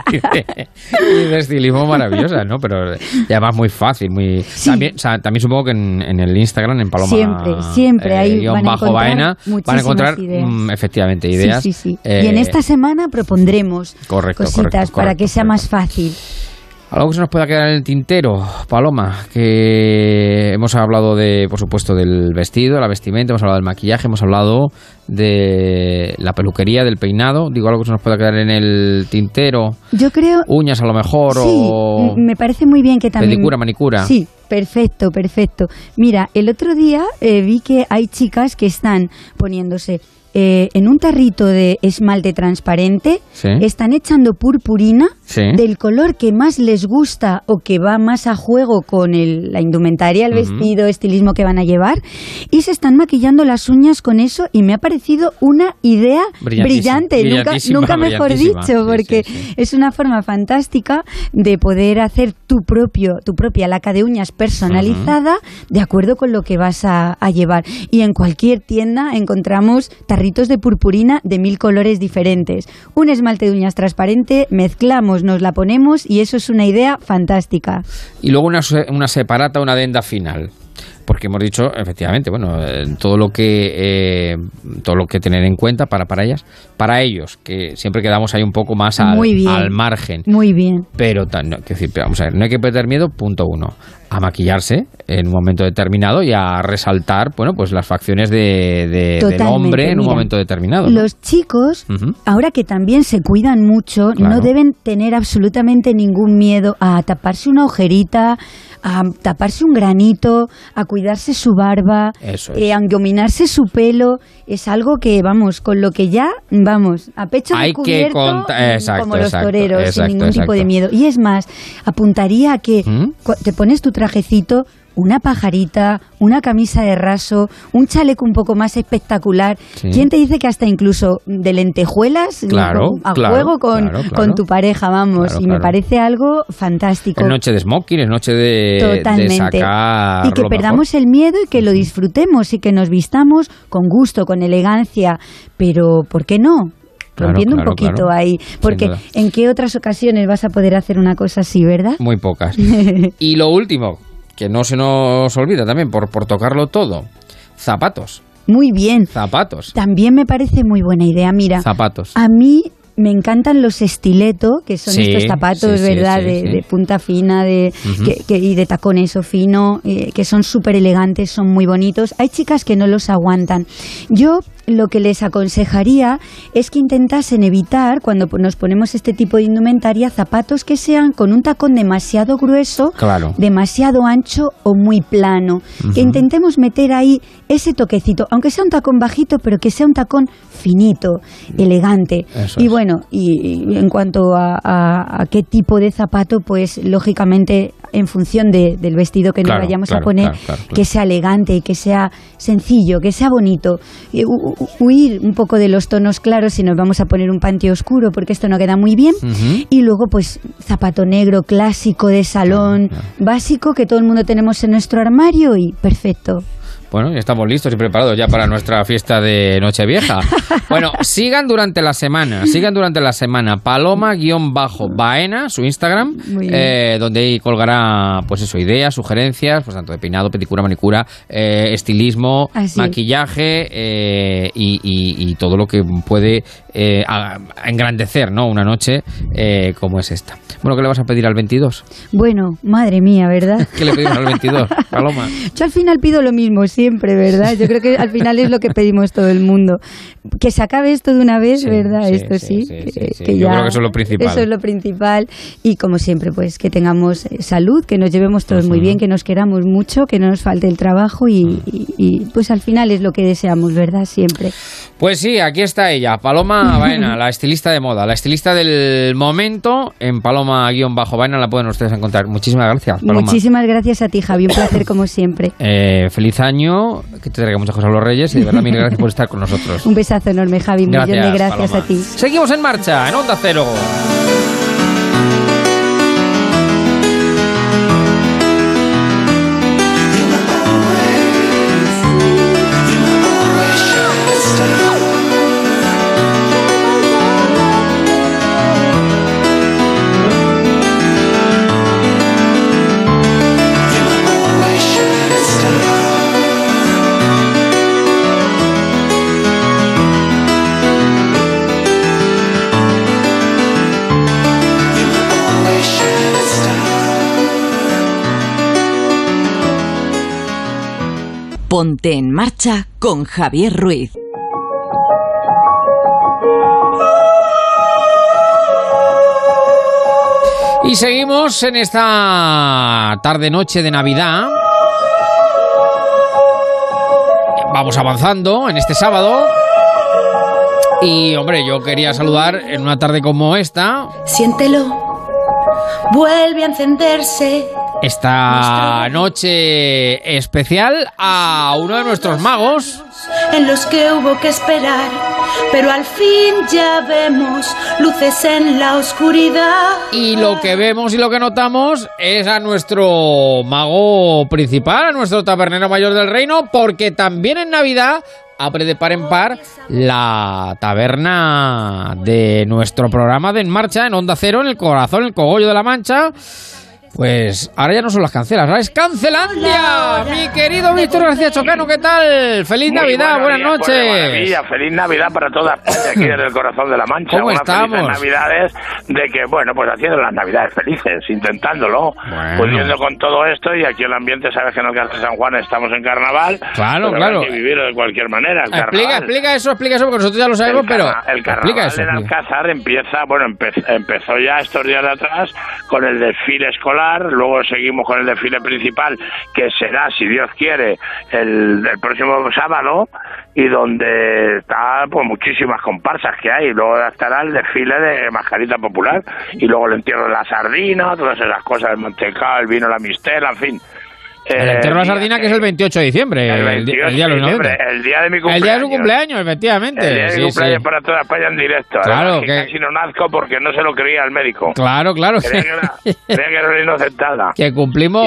Speaker 2: de estilismo maravillosa, ¿no? Pero además muy fácil, muy... También supongo que en el Instagram, en Paloma...
Speaker 22: Siempre ahí van a encontrar
Speaker 2: Baena, van a encontrar efectivamente ideas.
Speaker 22: Sí. Y en esta semana propondremos cositas para que sea más fácil.
Speaker 2: Algo que se nos pueda quedar en el tintero, Paloma, que hemos hablado por supuesto, del vestido, la vestimenta, hemos hablado del maquillaje, hemos hablado de la peluquería, del peinado. Digo, algo que se nos pueda quedar en el tintero.
Speaker 22: Yo creo...
Speaker 2: Uñas a lo mejor, o...
Speaker 22: me parece muy bien que también...
Speaker 2: Pedicura, manicura.
Speaker 22: Sí, perfecto. Mira, el otro día vi que hay chicas que están poniéndose... en un tarrito de esmalte transparente, están echando purpurina del color que más les gusta o que va más a juego con la indumentaria, el vestido, estilismo que van a llevar, y se están maquillando las uñas con eso, y me ha parecido una idea brillante, nunca mejor dicho, porque es una forma fantástica de poder hacer tu propia laca de uñas personalizada de acuerdo con lo que vas a llevar. Y en cualquier tienda encontramos tarritos de purpurina de 1000 colores diferentes. Un esmalte de uñas transparente, mezclamos, nos la ponemos, y eso es una idea fantástica.
Speaker 2: Y luego una separata, una adenda final. Porque hemos dicho, efectivamente, todo lo que tener en cuenta para ellos, que siempre quedamos ahí un poco más al margen.
Speaker 22: Muy bien.
Speaker 2: Pero, vamos a ver, no hay que perder miedo, punto uno, a maquillarse en un momento determinado y a resaltar, pues las facciones del hombre en un momento determinado, ¿no?
Speaker 22: Los chicos, ahora que también se cuidan mucho, no deben tener absolutamente ningún miedo a taparse una ojerita, a taparse un granito, a cuidarse su barba, a engominarse su pelo. Es algo que, con lo que ya, a pecho descubierto, como los toreros, sin ningún tipo de miedo. Y es más, apuntaría a que te pones tu trajecito, una pajarita, una camisa de raso, un chaleco un poco más espectacular. ¿Quién te dice que hasta incluso de lentejuelas juego con tu pareja, me parece algo fantástico.
Speaker 2: Es noche de smoking, es noche de sacar
Speaker 22: y que perdamos el miedo y que lo disfrutemos y que nos vistamos con gusto, con elegancia, pero ¿por qué no? Rompiendo un poquito ahí, porque ¿en qué otras ocasiones vas a poder hacer una cosa así, verdad?
Speaker 2: Muy pocas. Y lo último, que no se nos olvida también, por tocarlo todo, zapatos.
Speaker 22: Muy bien.
Speaker 2: Zapatos.
Speaker 22: También me parece muy buena idea. Mira,
Speaker 2: zapatos.
Speaker 22: A mí me encantan los estiletto, que son estos zapatos, ¿verdad? De punta fina, y de tacón eso fino, que son súper elegantes, son muy bonitos. Hay chicas que no los aguantan. Yo lo que les aconsejaría es que intentasen evitar, cuando nos ponemos este tipo de indumentaria, zapatos que sean con un tacón demasiado grueso, demasiado ancho o muy plano. Que intentemos meter ahí ese toquecito, aunque sea un tacón bajito, pero que sea un tacón finito, elegante. Y en cuanto a qué tipo de zapato, pues lógicamente en función del vestido que nos vayamos a poner, que sea elegante y que sea sencillo, que sea bonito. Huir un poco de los tonos claros si nos vamos a poner un panty oscuro, porque esto no queda muy bien. Y luego, pues, zapato negro clásico de salón, básico, que todo el mundo tenemos en nuestro armario, y perfecto.
Speaker 2: Bueno, ya estamos listos y preparados ya para nuestra fiesta de Nochevieja. Bueno, sigan durante la semana. Paloma_Baena, su Instagram, donde ahí colgará, pues eso, ideas, sugerencias, pues tanto de peinado, pedicura, manicura, estilismo, maquillaje y todo lo que puede engrandecer, ¿no? Una noche como es esta. Bueno, ¿qué le vas a pedir al 22?
Speaker 22: Bueno, madre mía, ¿verdad?
Speaker 2: ¿Qué le pedimos al 22, Paloma?
Speaker 22: Yo al final pido lo mismo siempre, ¿verdad? Yo creo que al final es lo que pedimos todo el mundo. Que se acabe esto de una vez, ¿verdad? Esto sí. Que
Speaker 2: yo
Speaker 22: ya,
Speaker 2: creo que eso es lo principal.
Speaker 22: Eso es lo principal. Y como siempre, pues que tengamos salud, que nos llevemos todos muy bien, que nos queramos mucho, que no nos falte el trabajo y pues al final es lo que deseamos, ¿verdad? Siempre.
Speaker 2: Pues sí, aquí está ella, Paloma Baena, la estilista de moda, la estilista del momento. En Paloma_Baena la pueden ustedes encontrar. Muchísimas gracias, Paloma.
Speaker 22: Muchísimas gracias a ti, Javi, un placer como siempre.
Speaker 2: Feliz año, que te traiga muchas cosas a los Reyes y de verdad mil gracias por estar con nosotros.
Speaker 22: Un besazo enorme, Javi, un millón de gracias
Speaker 2: Paloma.
Speaker 22: a ti.
Speaker 2: Seguimos en marcha, en Onda Cero.
Speaker 1: Ponte en marcha con Javier Ruiz.
Speaker 2: Y seguimos en esta tarde-noche de Navidad. Vamos avanzando en este sábado. Y, hombre, yo quería saludar en una tarde como esta.
Speaker 4: Siéntelo, vuelve a encenderse.
Speaker 2: Esta noche especial a uno de nuestros magos.
Speaker 4: En los que hubo que esperar, pero al fin ya vemos luces en la oscuridad.
Speaker 2: Y lo que vemos y lo que notamos es a nuestro mago principal, a nuestro tabernero mayor del reino, porque también en Navidad abre de par en par la taberna de nuestro programa de En Marcha, en Onda Cero, en el corazón, el cogollo de la Mancha. Pues ahora ya no son las cancelas, ahora es Cancelandia. Mi querido Víctor García Chocano, ¿qué tal? ¡Feliz Navidad! Buenas noches.
Speaker 7: Maravilla, feliz Navidad para toda España, aquí desde el corazón de la Mancha.
Speaker 2: ¿Cómo estamos?
Speaker 7: Felices Navidades de que, bueno, pues haciendo las Navidades felices, intentándolo, pudiendo con todo esto, y aquí el ambiente, sabes que en el Alcázar de San Juan estamos en carnaval.
Speaker 2: Claro,
Speaker 7: claro. Hay que vivirlo de cualquier manera. El
Speaker 2: explica eso, porque nosotros ya lo sabemos, pero
Speaker 7: el carnaval en Alcázar empieza, bueno, empezó ya estos días de atrás con el desfile escolar. Luego seguimos con el desfile principal, que será, si Dios quiere, el próximo sábado, y donde está pues muchísimas comparsas que hay. Luego estará el desfile de mascarita popular, y luego el entierro de la sardina, todas esas cosas, el mantecado, el vino, la mistela, en fin.
Speaker 2: El entierro de la sardina, que es el 28 de diciembre, el día de los 90.
Speaker 7: El día de mi cumpleaños.
Speaker 2: El día de su cumpleaños, efectivamente.
Speaker 7: El día de mi cumpleaños para toda España en directo.
Speaker 2: Claro,
Speaker 7: que casi no nazco porque no se lo creía el médico.
Speaker 2: Claro.
Speaker 7: Creía que era una inocentada.
Speaker 2: Que cumplimos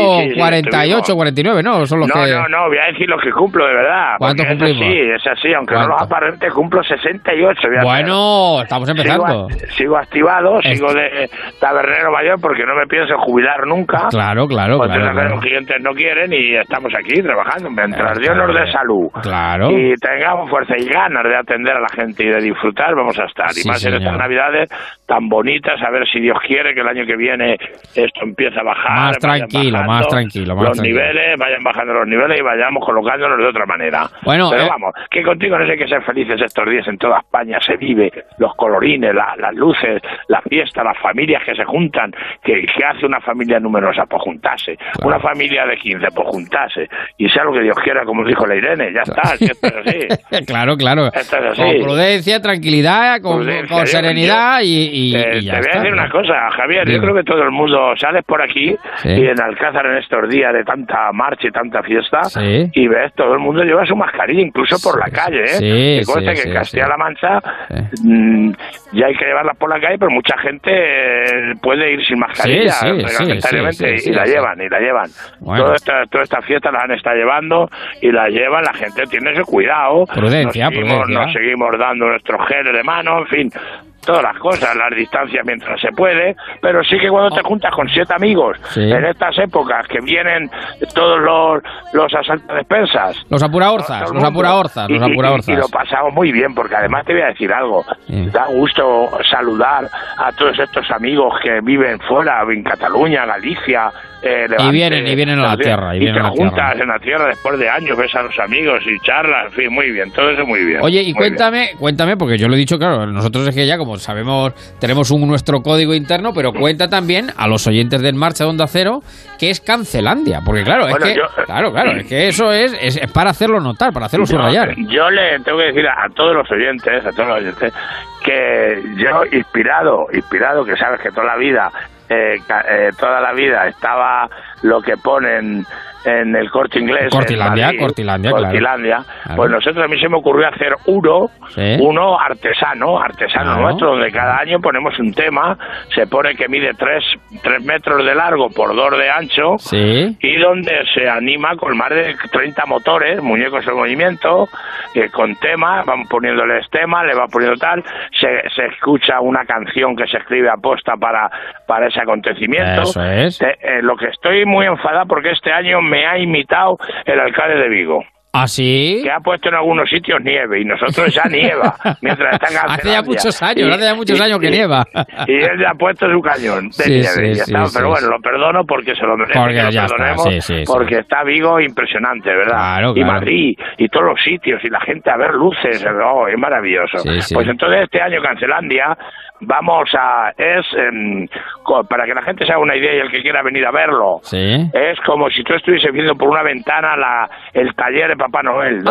Speaker 2: 48, 49, ¿no? Son los
Speaker 7: no, voy a decir los que cumplo, de verdad.
Speaker 2: ¿Cuántos cumplimos?
Speaker 7: Es así, aunque no los aparente, cumplo 68.
Speaker 2: Bueno, estamos empezando.
Speaker 7: Sigo activado, sigo de tabernero mayor porque no me pienso jubilar nunca.
Speaker 2: Claro.
Speaker 7: Los clientes no quieren y estamos aquí trabajando mientras Dios nos dé salud.
Speaker 2: Claro.
Speaker 7: Y tengamos fuerza y ganas de atender a la gente y de disfrutar, vamos a estar. Y más en estas Navidades tan bonitas, a ver si Dios quiere que el año que viene esto empiece a bajar.
Speaker 2: Más tranquilo.
Speaker 7: Niveles, vayan bajando los niveles y vayamos colocándonos de otra manera.
Speaker 2: Bueno,
Speaker 7: pero vamos, que contigo no hay que ser felices estos días en toda España. Se vive los colorines, las luces, la fiesta, las familias que se juntan. ¿Qué hace una familia numerosa? Pues juntarse. Claro. Una familia de 15, pues juntarse. Y sea lo que Dios quiera, como dijo la Irene. Ya está, si esto es así.
Speaker 2: Claro.
Speaker 7: Esto es así.
Speaker 2: Con prudencia, tranquilidad, con serenidad y ya
Speaker 7: te voy
Speaker 2: está,
Speaker 7: a decir una cosa, Javier. Yo creo que todo el mundo sales por aquí y en Alcázar en estos días de tanta marcha y tanta fiesta y ves, todo el mundo lleva su mascarilla, incluso por la calle, ¿eh? Me consta que en Castilla-La Mancha ya hay que llevarlas por la calle, pero mucha gente puede ir sin mascarilla reglamentariamente y la llevan. Bueno. Todo esto todas estas fiestas las han estado llevando y las llevan, la gente tiene ese cuidado.
Speaker 2: Prudencia.
Speaker 7: Nos seguimos dando nuestros geles de mano, en fin, todas las cosas, las distancias mientras se puede, pero sí que cuando te juntas con 7 amigos, en estas épocas que vienen todos los asaltadespensas,
Speaker 2: los apuraorzas,
Speaker 7: y lo pasamos muy bien, porque además te voy a decir algo, da gusto saludar a todos estos amigos que viven fuera, en Cataluña, Galicia, Levante,
Speaker 2: y vienen a la tierra,
Speaker 7: y te juntas en la tierra después de años, ves a los amigos y charlas, en fin, muy bien, todo eso muy bien.
Speaker 2: Oye, y cuéntame, porque yo lo he dicho, claro, nosotros es que ya, como sabemos, tenemos nuestro código interno, pero cuenta también a los oyentes de En Marcha de Onda Cero que es Cancelandia, porque claro, es que eso es para hacerlo notar, para hacerlo subrayar.
Speaker 7: Yo le tengo que decir a todos los oyentes, que yo inspirado, que sabes que toda la vida estaba lo que ponen en el Corte Inglés,
Speaker 2: Cortilandia,
Speaker 7: claro. Pues nosotros, a mí se me ocurrió hacer uno artesano nuestro, donde cada año ponemos un tema, se pone que mide 3 metros de largo por 2 de ancho, y donde se anima con más de 30 motores, muñecos en movimiento, con tema, van poniéndoles tema, le va poniendo tal, se escucha una canción que se escribe a posta para ese acontecimiento.
Speaker 2: Eso es.
Speaker 7: Lo que estoy muy enfadado porque este año me ha imitado el alcalde de Vigo.
Speaker 2: ¿Ah, sí?
Speaker 7: Que ha puesto en algunos sitios nieve y nosotros ya nieva mientras está en Cancelandia.
Speaker 2: Hace ya muchos años que nieva.
Speaker 7: Y él ya ha puesto su cañón de nieve. Pero bueno, lo perdono porque se lo merece. Porque está Vigo impresionante, ¿verdad?
Speaker 2: Claro.
Speaker 7: Y Madrid, y todos los sitios, y la gente a ver luces, es maravilloso. Pues entonces este año Cancelandia para que la gente se haga una idea y el que quiera venir a verlo, es como si tú estuvieses viendo por una ventana el taller de Papá Noel,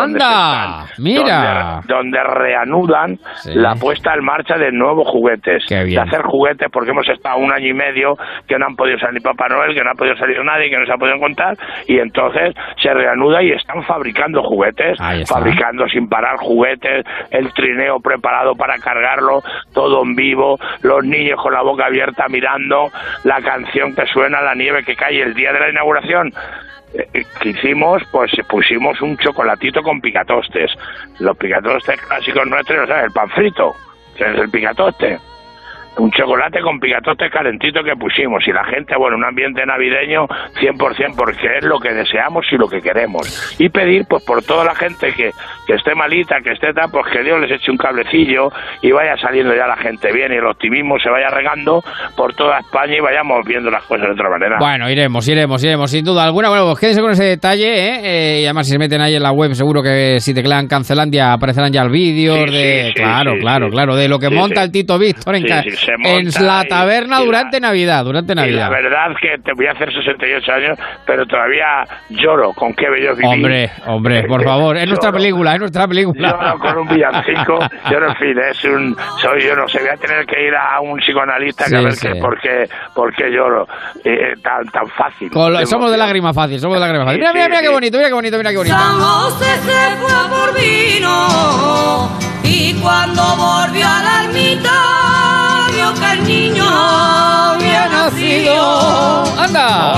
Speaker 7: donde reanudan la puesta en marcha de nuevos juguetes, de hacer juguetes, porque hemos estado 1 año y medio que no han podido salir Papá Noel, que no ha podido salir nadie, que no se ha podido contar, y entonces se reanuda y están fabricando juguetes, fabricando sin parar juguetes, el trineo preparado para cargarlo, todo en vivo, los niños con la boca abierta mirando la canción que suena, la nieve que cae el día de la inauguración. Que hicimos, pues pusimos un chocolatito con picatostes, los picatostes clásicos nuestros, ¿sabes? El pan frito, que es el picatoste, un chocolate con picatostes calentito que pusimos, y la gente, un ambiente navideño 100%, porque es lo que deseamos y lo que queremos, y pedir pues por toda la gente que esté malita, que esté tal, pues que Dios les eche un cablecillo y vaya saliendo ya la gente bien y el optimismo se vaya regando por toda España y vayamos viendo las cosas de otra manera.
Speaker 2: Bueno, iremos sin duda alguna. Bueno, pues quédense con ese detalle, y además si se meten ahí en la web, seguro que si teclean Cancelandia aparecerán ya el vídeo claro, de lo que monta el Tito Víctor en la taberna durante Navidad.
Speaker 7: Y la verdad que te voy a hacer 68 años, pero todavía lloro con Qué bello vivir.
Speaker 2: Hombre, por favor, es nuestra película.
Speaker 7: Lloro con un villancico, en fin, yo no sé, voy a tener que ir a un psicoanalista a ver por qué lloro tan fácil.
Speaker 2: Somos de lágrima fácil. Mira qué bonito.
Speaker 6: San José se fue a por vino y cuando volvió a la ermita vio que el niño había nacido.
Speaker 2: ¡Anda!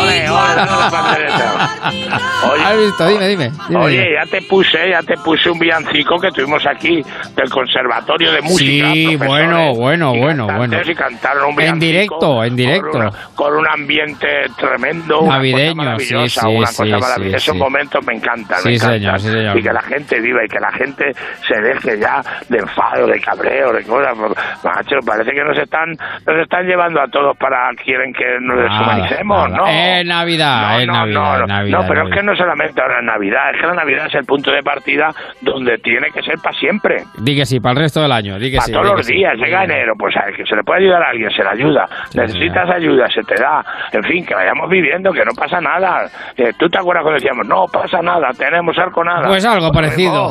Speaker 2: ¿Has visto? Dime.
Speaker 7: Oye, ya te puse un villancico que tuvimos aquí del Conservatorio de Música.
Speaker 2: Sí, bueno.
Speaker 7: Y cantaron un villancico
Speaker 2: en directo.
Speaker 7: Con un ambiente tremendo,
Speaker 2: navideño,
Speaker 7: una cosa maravillosa. Esos momentos me encantan.
Speaker 2: Señor.
Speaker 7: Y que la gente viva y que la gente se deje ya de enfado, de cabreo, de cosas. Macho, parece que nos están llevando a todos quieren que nos deshumanicemos, ¿no?
Speaker 2: Es Navidad.
Speaker 7: No, pero es que no solamente ahora es Navidad, es que la Navidad es el punto de partida donde tiene que ser para siempre.
Speaker 2: Di que sí, para el resto del año.
Speaker 7: Para todos los días, llega enero, pues a ver, que se le puede ayudar a alguien, se le ayuda. Necesitas ayuda, se te da. En fin, que vayamos viviendo, que no pasa nada. ¿Tú te acuerdas cuando decíamos, no pasa nada, tenemos nada?
Speaker 2: Pues algo parecido.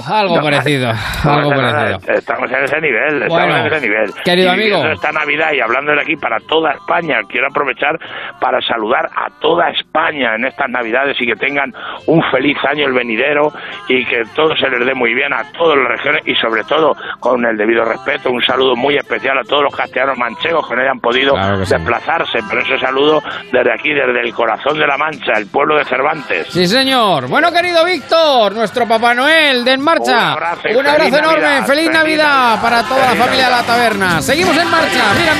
Speaker 7: Estamos en ese nivel,
Speaker 2: Querido amigo.
Speaker 7: Esta Navidad y hablando de aquí para toda España, quiero aprovechar para saludar felicitar a toda España en estas Navidades y que tengan un feliz año el venidero y que todo se les dé muy bien a todas las regiones y sobre todo con el debido respeto, un saludo muy especial a todos los castellanos manchegos que no hayan podido desplazarse, pero ese saludo desde aquí, desde el corazón de la Mancha, el pueblo de Cervantes.
Speaker 2: Sí, señor. Bueno, querido Víctor, nuestro Papá Noel de En Marcha. Un abrazo enorme. Navidad, ¡Feliz Navidad para toda la familia de la taberna! Seguimos en marcha. Mira.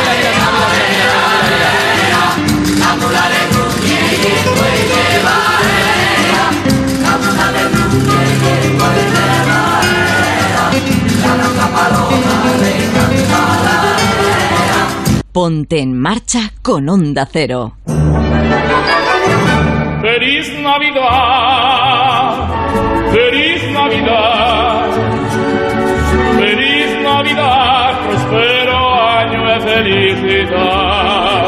Speaker 1: Ponte en marcha con Onda Cero.
Speaker 3: ¡Feliz Navidad! ¡Feliz Navidad! ¡Feliz Navidad! ¡Prospero año de felicidad!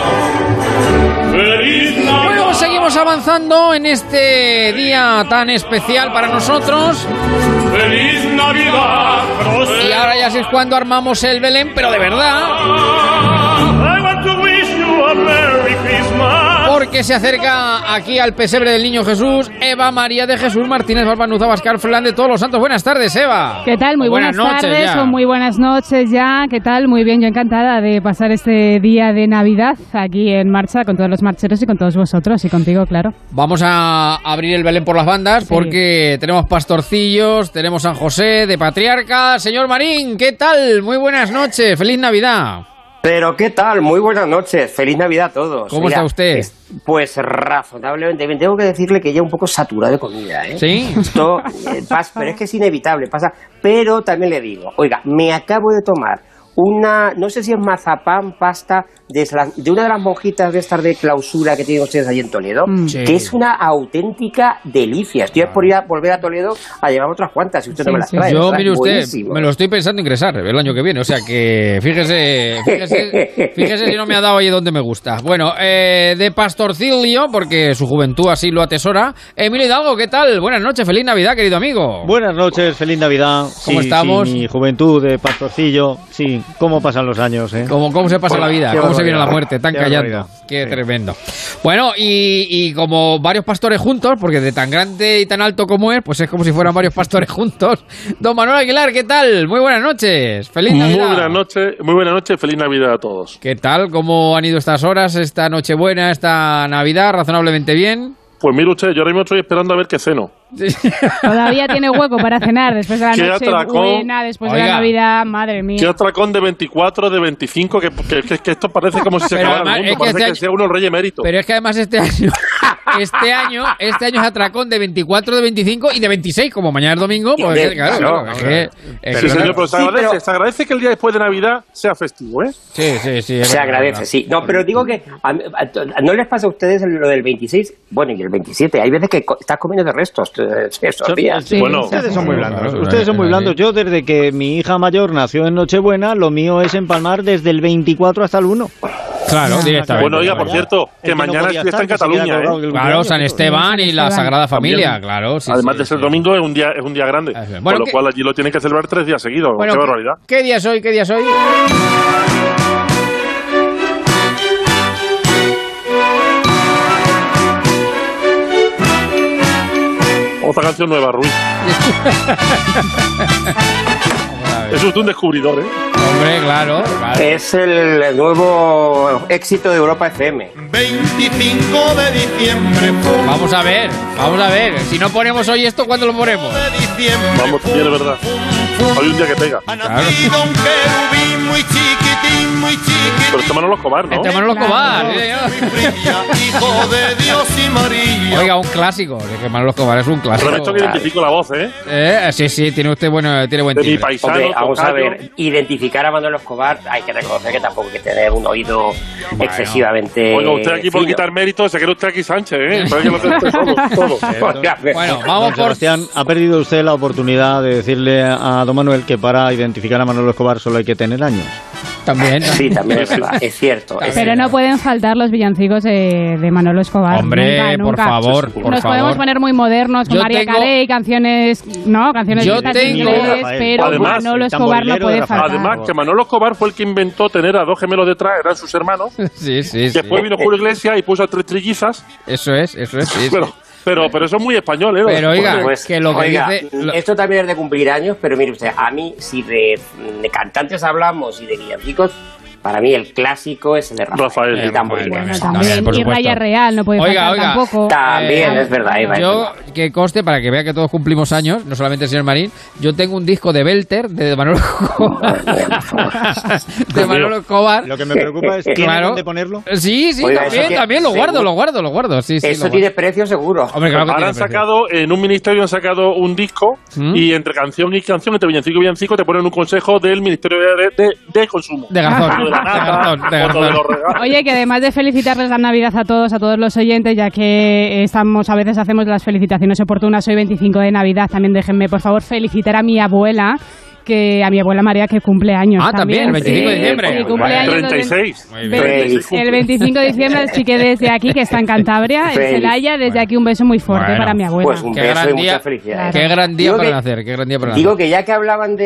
Speaker 3: ¡Feliz Navidad!
Speaker 2: Bueno, seguimos avanzando en este día tan especial para nosotros.
Speaker 3: ¡Feliz Navidad!
Speaker 2: Y ahora ya es cuando armamos el Belén, pero de verdad.
Speaker 3: I want to wish you a Merry Christmas.
Speaker 2: Porque se acerca aquí al pesebre del Niño Jesús Eva María de Jesús Martínez Barbanuza Bascar Flan de Todos los Santos. Buenas tardes, Eva.
Speaker 8: ¿Qué tal? Muy buenas tardes o muy buenas noches ya. ¿Qué tal? Muy bien, yo encantada de pasar este día de Navidad aquí en marcha con todos los marcheros y con todos vosotros y contigo, claro.
Speaker 2: Vamos a abrir el Belén por las bandas porque tenemos pastorcillos, tenemos San José de Patriarca. Señor Marín, ¿qué tal? Muy buenas noches, feliz Navidad.
Speaker 23: Pero ¿qué tal? Muy buenas noches, feliz Navidad a todos.
Speaker 2: ¿Cómo está usted?
Speaker 23: Pues razonablemente bien. Tengo que decirle que ya un poco saturado de comida, ¿eh?
Speaker 2: ¿Sí?
Speaker 23: Esto pasa, pero es que es inevitable, pasa. Pero también le digo, oiga, me acabo de tomar no sé si es mazapán, pasta, de una de las monjitas de estas de clausura que tienen ustedes allí en Toledo, que es una auténtica delicia. Estoy por volver a Toledo a llevar otras cuantas, si usted no me las trae.
Speaker 2: Yo, mire usted, buenísimo. Me lo estoy pensando ingresar el año que viene, o sea que fíjese si no me ha dado ahí donde me gusta. Bueno, de pastorcillo, porque su juventud así lo atesora. Emilio Hidalgo, ¿qué tal? Buenas noches, feliz Navidad, querido amigo.
Speaker 24: Buenas noches, feliz Navidad.
Speaker 2: ¿Cómo estamos?
Speaker 24: Sí, mi juventud de pastorcillo, sí. ¿Cómo pasan los años, eh?
Speaker 2: ¿Cómo se pasa la vida? ¿Cómo se viene la muerte? Tan callando. Qué tremendo. Bueno, y como varios pastores juntos, porque de tan grande y tan alto como es, pues es como si fueran varios pastores juntos. Don Manuel Aguilar, ¿qué tal? Muy buenas noches. Feliz Navidad.
Speaker 25: Muy buenas noches, feliz Navidad a todos.
Speaker 2: ¿Qué tal? ¿Cómo han ido estas horas, esta Nochebuena, esta Navidad? ¿Razonablemente bien?
Speaker 25: Pues mire usted, yo ahora mismo estoy esperando a ver qué ceno.
Speaker 8: Todavía tiene hueco para cenar después de la Nochebuena, después de la Navidad, madre mía.
Speaker 25: Qué atracón de 24, de 25, que esto parece como si se acabara el mundo, parece que sea uno el rey emérito.
Speaker 2: Pero es que además este año es atracón de 24, de 25 y de 26, como mañana es domingo, pues claro.
Speaker 25: Sí, señor, pero se agradece que el día después de Navidad sea festivo, ¿eh?
Speaker 2: Sí.
Speaker 23: Se agradece, sí. No, pero digo que ¿no les pasa a ustedes lo del 26? Bueno, y el 27, hay veces que estás comiendo de restos esos días.
Speaker 24: Sí, bueno, ustedes son muy blandos. Ustedes son muy blandos. Yo, desde que mi hija mayor nació en Nochebuena, lo mío es empalmar desde el 24 hasta el 1.
Speaker 2: Claro, directamente.
Speaker 25: Bueno, oiga, por cierto, que mañana es fiesta en Cataluña, ¿eh?
Speaker 2: Claro, San Esteban y la Sagrada Familia, claro.
Speaker 25: Además de ser domingo, es un día grande. Con lo cual allí lo tienen que celebrar 3 días seguidos.
Speaker 2: Bueno,
Speaker 25: ¡qué barbaridad!
Speaker 2: ¿Qué día es hoy?
Speaker 25: Otra canción nueva, Ruiz. Es usted un descubridor, ¿eh?
Speaker 2: Hombre, claro.
Speaker 23: Es el nuevo éxito de Europa FM.
Speaker 3: 25 de diciembre.
Speaker 2: Vamos a ver. Si no ponemos hoy esto, ¿cuándo lo ponemos?
Speaker 25: Vamos, sí, es verdad. Hoy un día que pega.
Speaker 3: Ha nacido un querubín muy chiquitín, muy chiquitín.
Speaker 25: Pero este Manolo Escobar, ¿no?
Speaker 2: Este Manolo Escobar.
Speaker 3: Hijo de Dios y María.
Speaker 2: Oiga, un clásico. Que Manolo Escobar es un clásico.
Speaker 25: Pero esto que identifico la voz, ¿eh?
Speaker 2: Sí, tiene usted buen timbre.
Speaker 25: De mi paisano.
Speaker 23: Hombre, vamos a ver, identificar a Manolo Escobar, hay que reconocer que tampoco hay que tener un oído excesivamente...
Speaker 25: Oiga, usted aquí por quitar mérito, se quiere usted aquí Sánchez, ¿eh? Para que lo tenga todo.
Speaker 2: Bueno, vamos por...
Speaker 24: Sebastián, ha perdido usted la oportunidad de decirle a don Manuel que para identificar a Manolo Escobar solo hay que tener años.
Speaker 2: También.
Speaker 23: Sí, también es verdad, es cierto.
Speaker 8: Pero no pueden faltar los villancicos de Manolo Escobar.
Speaker 2: Hombre,
Speaker 8: nunca.
Speaker 2: por favor, por
Speaker 8: Nos
Speaker 2: favor.
Speaker 8: podemos poner muy modernos con María Carey, canciones en inglés, pero
Speaker 25: además,
Speaker 8: Manolo Escobar no puede faltar.
Speaker 25: Además, que Manolo Escobar fue el que inventó tener a dos gemelos detrás, eran sus hermanos.
Speaker 2: Sí.
Speaker 25: Después vino Julio Iglesias y puso a 3 trillizas.
Speaker 2: Eso es. Sí.
Speaker 25: Pero eso es muy español, ¿eh?
Speaker 2: Pero oiga, que lo que dice...
Speaker 23: Esto también es de cumplir años, pero mire usted, a mí, si de cantantes hablamos y de villancicos, para mí el clásico es el de Rafael. El tamborero.
Speaker 8: También, y Raya Real no puede faltar tampoco.
Speaker 23: También, es verdad.
Speaker 2: Yo, que conste, para que vea que todos cumplimos años, no solamente el señor Marín, yo tengo un disco de Belter, de Manolo Escobar. De Manolo Escobar.
Speaker 24: Lo que me preocupa es dónde ponerlo.
Speaker 2: Sí,
Speaker 23: Oiga,
Speaker 2: también lo guardo. Sí,
Speaker 23: eso tiene precio seguro.
Speaker 2: Hombre, claro que
Speaker 25: ahora han sacado, en un ministerio han sacado un disco y entre canción y canción, entre villancico y villancico, te ponen un consejo del Ministerio de Consumo.
Speaker 2: De Garzón. De Garzón.
Speaker 8: Oye, que además de felicitarles la Navidad a todos los oyentes, ya que a veces hacemos las felicitaciones oportunas, hoy 25 de Navidad, también déjenme por favor felicitar a mi abuela, María, que cumple años.
Speaker 2: También, el 25 de diciembre.
Speaker 8: Sí, cumple años
Speaker 25: 36.
Speaker 8: El 25 de diciembre, así que desde aquí, que está en Cantabria, en Celaya, desde aquí un beso muy fuerte para mi abuela.
Speaker 23: Pues un beso y muchas felicidades.
Speaker 2: Qué gran día para nacer,
Speaker 23: Digo que ya que hablaban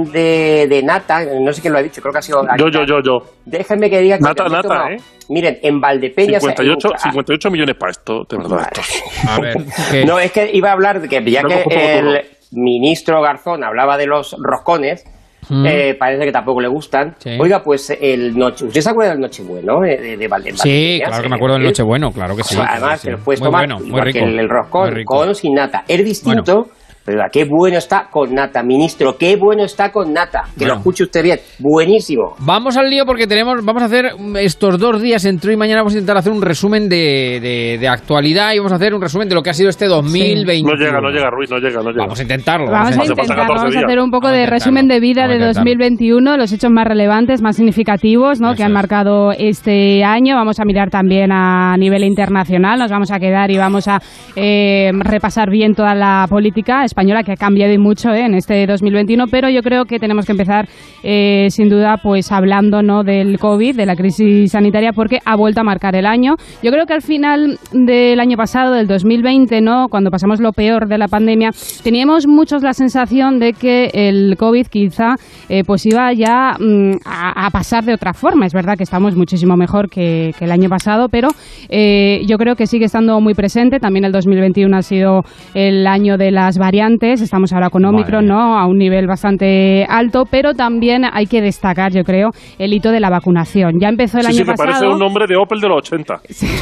Speaker 23: de nata, no sé quién lo ha dicho, creo que ha sido...
Speaker 25: Yo.
Speaker 23: Déjenme que diga que...
Speaker 25: Nata,
Speaker 23: Miren, en Valdepeñas...
Speaker 25: 58 millones para esto, de verdad.
Speaker 2: A ver,
Speaker 23: no, es que iba a hablar de que ya que el ministro Garzón hablaba de los roscones, parece que tampoco le gustan. Sí. Oiga, pues ¿usted se acuerda del Nochebueno de Valdepeñas?
Speaker 2: Sí, claro que me acuerdo del Nochebueno, claro que sí.
Speaker 23: Pues además,
Speaker 2: sí.
Speaker 23: Te lo puedes tomar
Speaker 2: muy rico,
Speaker 23: que el roscón, con o sin nata. Es distinto... Pero qué bueno está con nata, ministro, qué bueno está con nata. Que lo escuche usted bien, buenísimo.
Speaker 2: Vamos al lío porque vamos a hacer estos 2 días, entre hoy y mañana, vamos a intentar hacer un resumen de actualidad y vamos a hacer un resumen de lo que ha sido este 2020.
Speaker 25: No llega, Ruiz, no llega.
Speaker 2: Vamos a intentarlo.
Speaker 8: Vamos a hacer un poco de resumen de vida de 2021, los hechos más relevantes, más significativos, ¿no? Que han marcado este año. Vamos a mirar también a nivel internacional, nos vamos a quedar y vamos a repasar bien toda la política española, que ha cambiado y mucho en este 2021, pero yo creo que tenemos que empezar sin duda pues hablando, ¿no?, del COVID, de la crisis sanitaria, porque ha vuelto a marcar el año. Yo creo que al final del año pasado, del 2020, ¿no?, cuando pasamos lo peor de la pandemia, teníamos muchos la sensación de que el COVID quizá pues iba ya a pasar de otra forma. Es verdad que estamos muchísimo mejor que el año pasado, pero yo creo que sigue estando muy presente. También el 2021 ha sido el año de las variantes. Estamos ahora con Omicron, ¿no?, a un nivel bastante alto, pero también hay que destacar, yo creo, el hito de la vacunación. Ya empezó el año pasado...
Speaker 25: Sí, parece un nombre de Opel de los 80.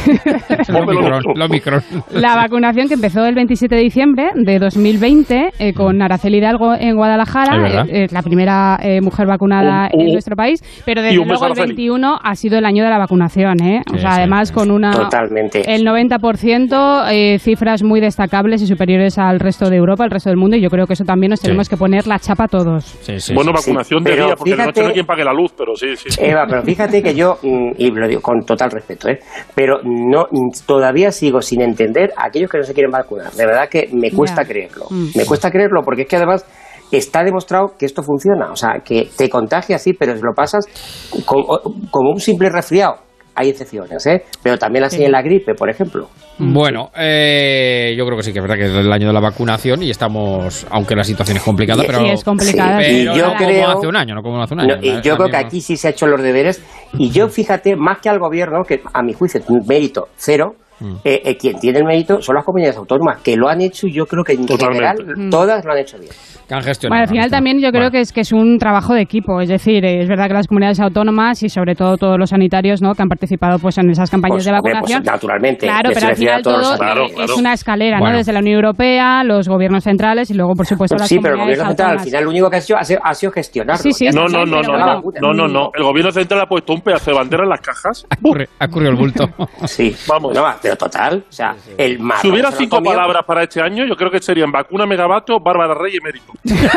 Speaker 2: Omicron.
Speaker 8: La vacunación que empezó el 27 de diciembre de 2020 con Araceli Hidalgo en Guadalajara, la primera mujer vacunada en nuestro país, pero desde luego el 21 ha sido el año de la vacunación, ¿eh? O sea, además con el 90%, cifras muy destacables y superiores al resto de Europa, al resto del mundo, y yo creo que eso también nos tenemos que poner la chapa todos.
Speaker 25: Vacunación de día, porque de noche no hay quien pague la luz, pero sí.
Speaker 23: Eva, pero fíjate que yo, y lo digo con total respeto, pero todavía sigo sin entender a aquellos que no se quieren vacunar. De verdad que me cuesta creerlo. Me cuesta creerlo porque es que además está demostrado que esto funciona. O sea, que te contagias, sí, pero lo pasas como un simple resfriado. Hay excepciones, pero también así en la gripe, por ejemplo.
Speaker 2: Bueno, yo creo que sí, que es verdad que es el año de la vacunación y estamos, aunque la situación es complicada, pero...
Speaker 8: Sí, es complicada.
Speaker 2: Pero
Speaker 23: yo creo,
Speaker 2: como hace un año, no como hace un año.
Speaker 23: Y yo creo que aquí sí se ha hecho los deberes. Y yo, fíjate, más que al gobierno, que a mi juicio es mérito cero, quien tiene el mérito son las comunidades autónomas, que lo han hecho, y yo creo que en general todas lo han hecho bien.
Speaker 2: Que han gestionado.
Speaker 8: Bueno, al final también yo creo que es un trabajo de equipo, es decir, es verdad que las comunidades autónomas y sobre todo todos los sanitarios, ¿no?, que han participado pues en esas campañas de vacunación.
Speaker 23: Naturalmente.
Speaker 8: Claro, pero al final todo es una escalera, ¿no? Desde la Unión Europea, los gobiernos centrales y luego, por supuesto, las
Speaker 23: pero el
Speaker 8: comunidades
Speaker 23: gobierno central al final lo único que ha sido gestionarlo.
Speaker 25: No. El gobierno central ha puesto un pedazo de bandera en las cajas.
Speaker 2: Ha ocurrido el bulto.
Speaker 23: Sí, vamos. No, pero total, o sea, el marrón.
Speaker 25: Si hubiera 5 palabras para este año, yo creo que serían vacuna, megavatio, Bárbara Rey y emérito.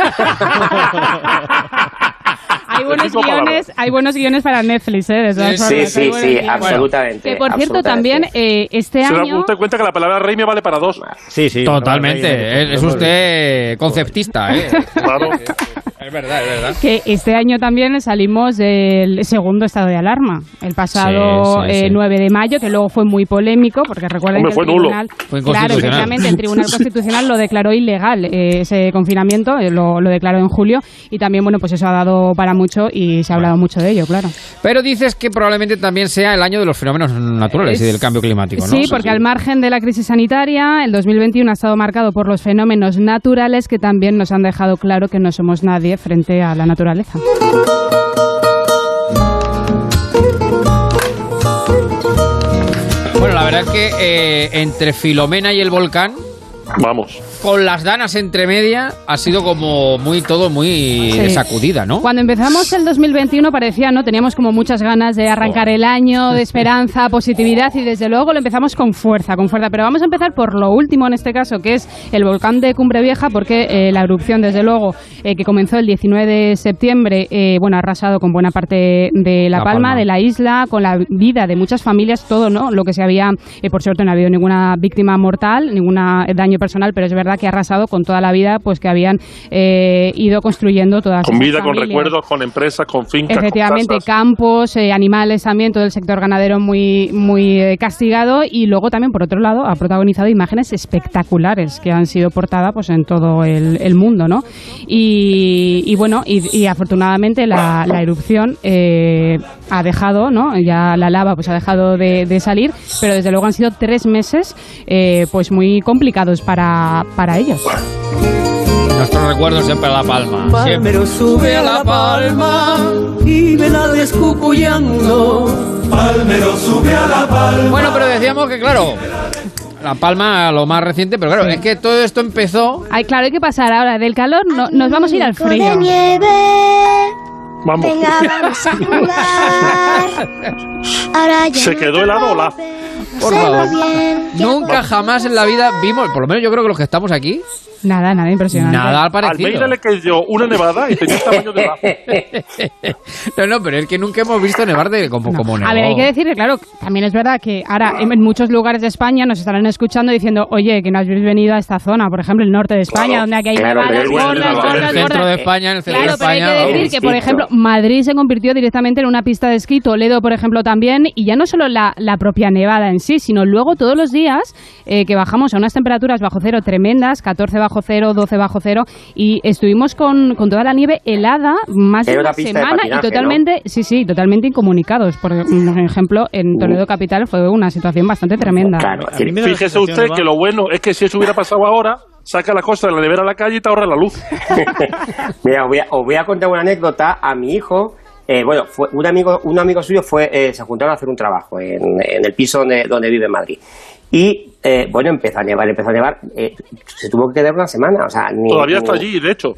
Speaker 8: Hay buenos guiones para Netflix, de todas formas.
Speaker 23: Sí, absolutamente.
Speaker 8: Que por cierto, también este año...
Speaker 25: ¿Se da usted cuenta que la palabra rey me vale para 2?
Speaker 2: Sí. Totalmente. Es usted conceptista,
Speaker 25: Claro.
Speaker 2: Es verdad, es verdad.
Speaker 8: Que este año también salimos del segundo estado de alarma, el pasado 9 de mayo, que luego fue muy polémico, porque recuerden que el tribunal, claro, efectivamente, el Tribunal Constitucional lo declaró ilegal, ese confinamiento, lo declaró en julio, y también, bueno, pues eso ha dado para mucho y se ha hablado mucho de ello, claro.
Speaker 2: Pero dices que probablemente también sea el año de los fenómenos naturales y del cambio climático, ¿no?
Speaker 8: Sí, porque al margen de la crisis sanitaria, el 2021 ha estado marcado por los fenómenos naturales que también nos han dejado claro que no somos nadie frente a la naturaleza.
Speaker 2: Bueno, la verdad es que entre Filomena y el volcán,
Speaker 25: vamos,
Speaker 2: con las danas entre media, ha sido como todo muy de sacudida, ¿no?
Speaker 8: Cuando empezamos el 2021 parecía, ¿no? Teníamos como muchas ganas de arrancar el año, de esperanza, positividad, y desde luego lo empezamos con fuerza. Pero vamos a empezar por lo último en este caso, que es el volcán de Cumbre Vieja, porque la erupción, desde luego, que comenzó el 19 de septiembre, ha arrasado con buena parte de La Palma, de la isla, con la vida de muchas familias, todo, ¿no? Lo que se había, por suerte no ha habido ninguna víctima mortal, ningún daño personal, pero es verdad que ha arrasado con toda la vida pues que habían ido construyendo todas
Speaker 25: con vida,
Speaker 8: familias.
Speaker 25: Con recuerdos, con empresas, con fincas,
Speaker 8: efectivamente,
Speaker 25: con casas,
Speaker 8: campos, animales también, todo el sector ganadero muy castigado, y luego también por otro lado ha protagonizado imágenes espectaculares que han sido portada pues en todo el mundo, ¿no? Y afortunadamente la erupción ha dejado, ¿no? Ya la lava pues ha dejado de salir, pero desde luego han sido 3 meses pues muy complicados para ellos.
Speaker 2: Nuestros recuerdos siempre a La Palma.
Speaker 6: Palmero sube a La Palma y me la descucullando. Palmero sube a La Palma.
Speaker 2: Bueno, pero decíamos que claro, La Palma lo más reciente, pero claro, es que todo esto empezó...
Speaker 8: Ay, claro, hay que pasar ahora del calor, nos vamos a ir al frío.
Speaker 6: De nieve.
Speaker 25: Vamos.
Speaker 6: Venga, vamos a jugar. Ahora ya
Speaker 25: se quedó helado, Olaf.
Speaker 2: Por favor. Nunca jamás en la vida vimos, por lo menos yo creo que los que estamos aquí,
Speaker 8: Nada impresionante.
Speaker 2: Nada parecido.
Speaker 25: Almeida le cayó una nevada y tenía el tamaño de Olaf.
Speaker 2: No, pero es que nunca hemos visto nevar como nevó.
Speaker 8: A ver, hay que decir que, claro, también es verdad que ahora en muchos lugares de España nos estarán escuchando diciendo, oye, que no habéis venido a esta zona, por ejemplo, el norte de España, donde aquí hay nevadas gordas.
Speaker 2: En el centro de España, en el centro de España.
Speaker 8: Pero hay que decir que, por ejemplo, Madrid se convirtió directamente en una pista de esquí, Toledo, por ejemplo, también, y ya no solo la propia nevada en sí, sino luego todos los días que bajamos a unas temperaturas bajo cero tremendas, 14 bajo cero, 12 bajo cero, y estuvimos con toda la nieve helada más de una semana y totalmente, ¿no? Sí, totalmente incomunicados. Por ejemplo, en Toledo capital fue una situación bastante tremenda.
Speaker 25: Claro, fíjese usted que lo bueno es que si eso hubiera pasado ahora, saca la cosa de la nevera a la calle y te ahorra la luz.
Speaker 23: Mira, os voy a contar una anécdota. A mi hijo, fue un amigo suyo se juntaron a hacer un trabajo en el piso donde vive en Madrid. Y empezó a nevar, se tuvo que quedar una semana, o sea,
Speaker 25: todavía está allí, de hecho.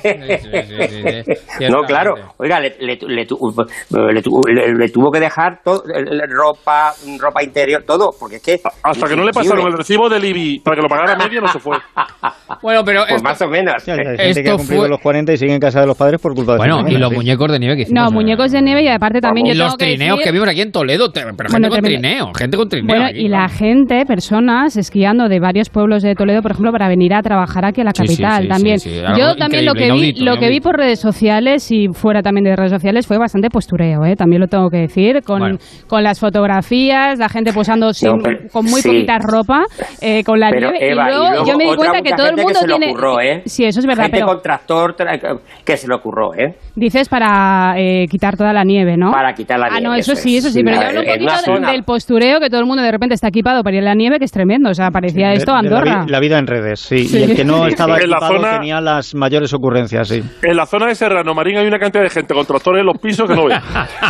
Speaker 23: No, claro, oiga, le tuvo que dejar todo, ropa interior, todo, porque es que
Speaker 25: hasta que no le pasaron el recibo del IBI para que lo pagara media, no se fue.
Speaker 2: Bueno, pero
Speaker 23: pues más o menos.
Speaker 24: Sí, hay gente que ha cumplido los 40 y sigue en casa de los padres por culpa de
Speaker 2: Bueno, y los muñecos de nieve que hicimos.
Speaker 8: No, muñecos de nieve, y aparte también
Speaker 2: y los trineos que vimos aquí en Toledo, pero gente con trineo.
Speaker 8: Bueno, y la gente, personas esquiando de varios pueblos de Toledo, por ejemplo, para venir a trabar aquí a la capital también. Sí. Yo también lo que vi por redes sociales y fuera también de redes sociales fue bastante postureo, también lo tengo que decir, con las fotografías, la gente posando con muy poquita ropa, con la nieve,
Speaker 23: Eva,
Speaker 8: y luego yo me di cuenta que todo el mundo tiene...
Speaker 23: Ocurrió,
Speaker 8: Sí, eso es verdad,
Speaker 23: gente
Speaker 8: pero...
Speaker 23: con tractor que se le ocurrió,
Speaker 8: Dices para quitar toda la nieve, ¿no?
Speaker 23: Para quitar la nieve.
Speaker 8: No, eso sí, pero yo hablo un poquito del postureo, que todo el mundo de repente está equipado para ir a la nieve, que es tremendo, o sea, parecía esto Andorra.
Speaker 24: La vida en redes, sí. Y el que no estaba equipado tenía las mayores ocurrencias, sí.
Speaker 25: En la zona de Serrano Marín hay una cantidad de gente con tractores en los pisos que no ve.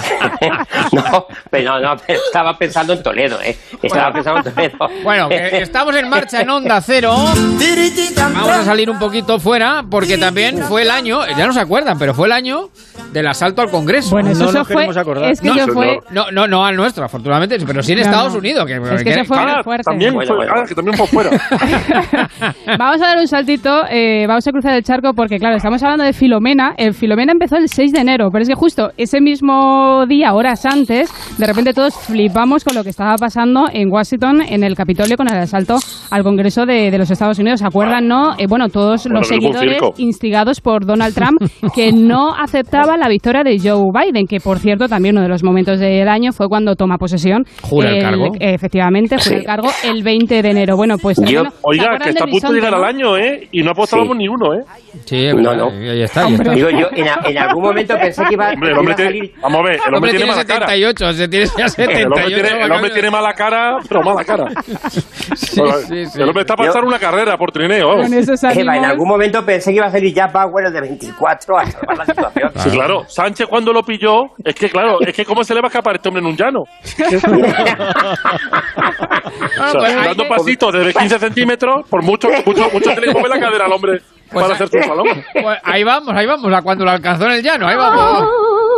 Speaker 23: No, estaba pensando en Toledo, Estaba pensando en Toledo.
Speaker 2: Bueno, estamos en marcha en Onda Cero. Vamos a salir un poquito fuera, porque también fue el año, ya no se acuerdan, pero fue el año del asalto al Congreso.
Speaker 8: Bueno, eso
Speaker 24: no nos
Speaker 8: fue,
Speaker 24: queremos acordar.
Speaker 8: es que eso fue...
Speaker 2: No al nuestro, afortunadamente, pero sí en Estados Unidos.
Speaker 8: Es que eso fue muy fuerte.
Speaker 25: También que también fue fuera.
Speaker 8: Vamos a dar un saltito, vamos a cruzar el charco porque, claro, estamos hablando de Filomena. Filomena empezó el 6 de enero, pero es que justo ese mismo día, horas antes, de repente todos flipamos con lo que estaba pasando en Washington, en el Capitolio, con el asalto al Congreso de los Estados Unidos. ¿Se acuerdan, no? Bueno, todos los seguidores instigados por Donald Trump, que no aceptaba la victoria de Joe Biden, que, por cierto, también uno de los momentos del año fue cuando toma posesión.
Speaker 2: Jura el cargo.
Speaker 8: Efectivamente, jura el cargo el 20 de enero. Bueno, pues...
Speaker 25: Oiga, que está a punto de llegar al año, ¿eh? Y no apostábamos ni uno, ¿eh?
Speaker 2: Sí,
Speaker 23: no.
Speaker 2: Ahí está.
Speaker 23: Digo, yo en algún momento pensé que iba a salir...
Speaker 25: Vamos a ver, el hombre tiene mala
Speaker 2: 78,
Speaker 25: cara.
Speaker 2: Se tiene ya 78.
Speaker 25: El hombre tiene mala cara, pero mala cara.
Speaker 2: Sí.
Speaker 25: El hombre está a pasar una carrera por trineo.
Speaker 23: En algún momento pensé que iba a salir Jack Bauer el de 24 a salvar la situación.
Speaker 25: Sí, claro. Sánchez cuando lo pilló, es que cómo se le va a escapar este hombre en un llano. Dando pasitos de 15 centímetros, por mucho que le mueve la cadera al hombre para hacer su salón.
Speaker 2: Pues ahí vamos, a cuando lo alcanzó en el llano, ahí vamos.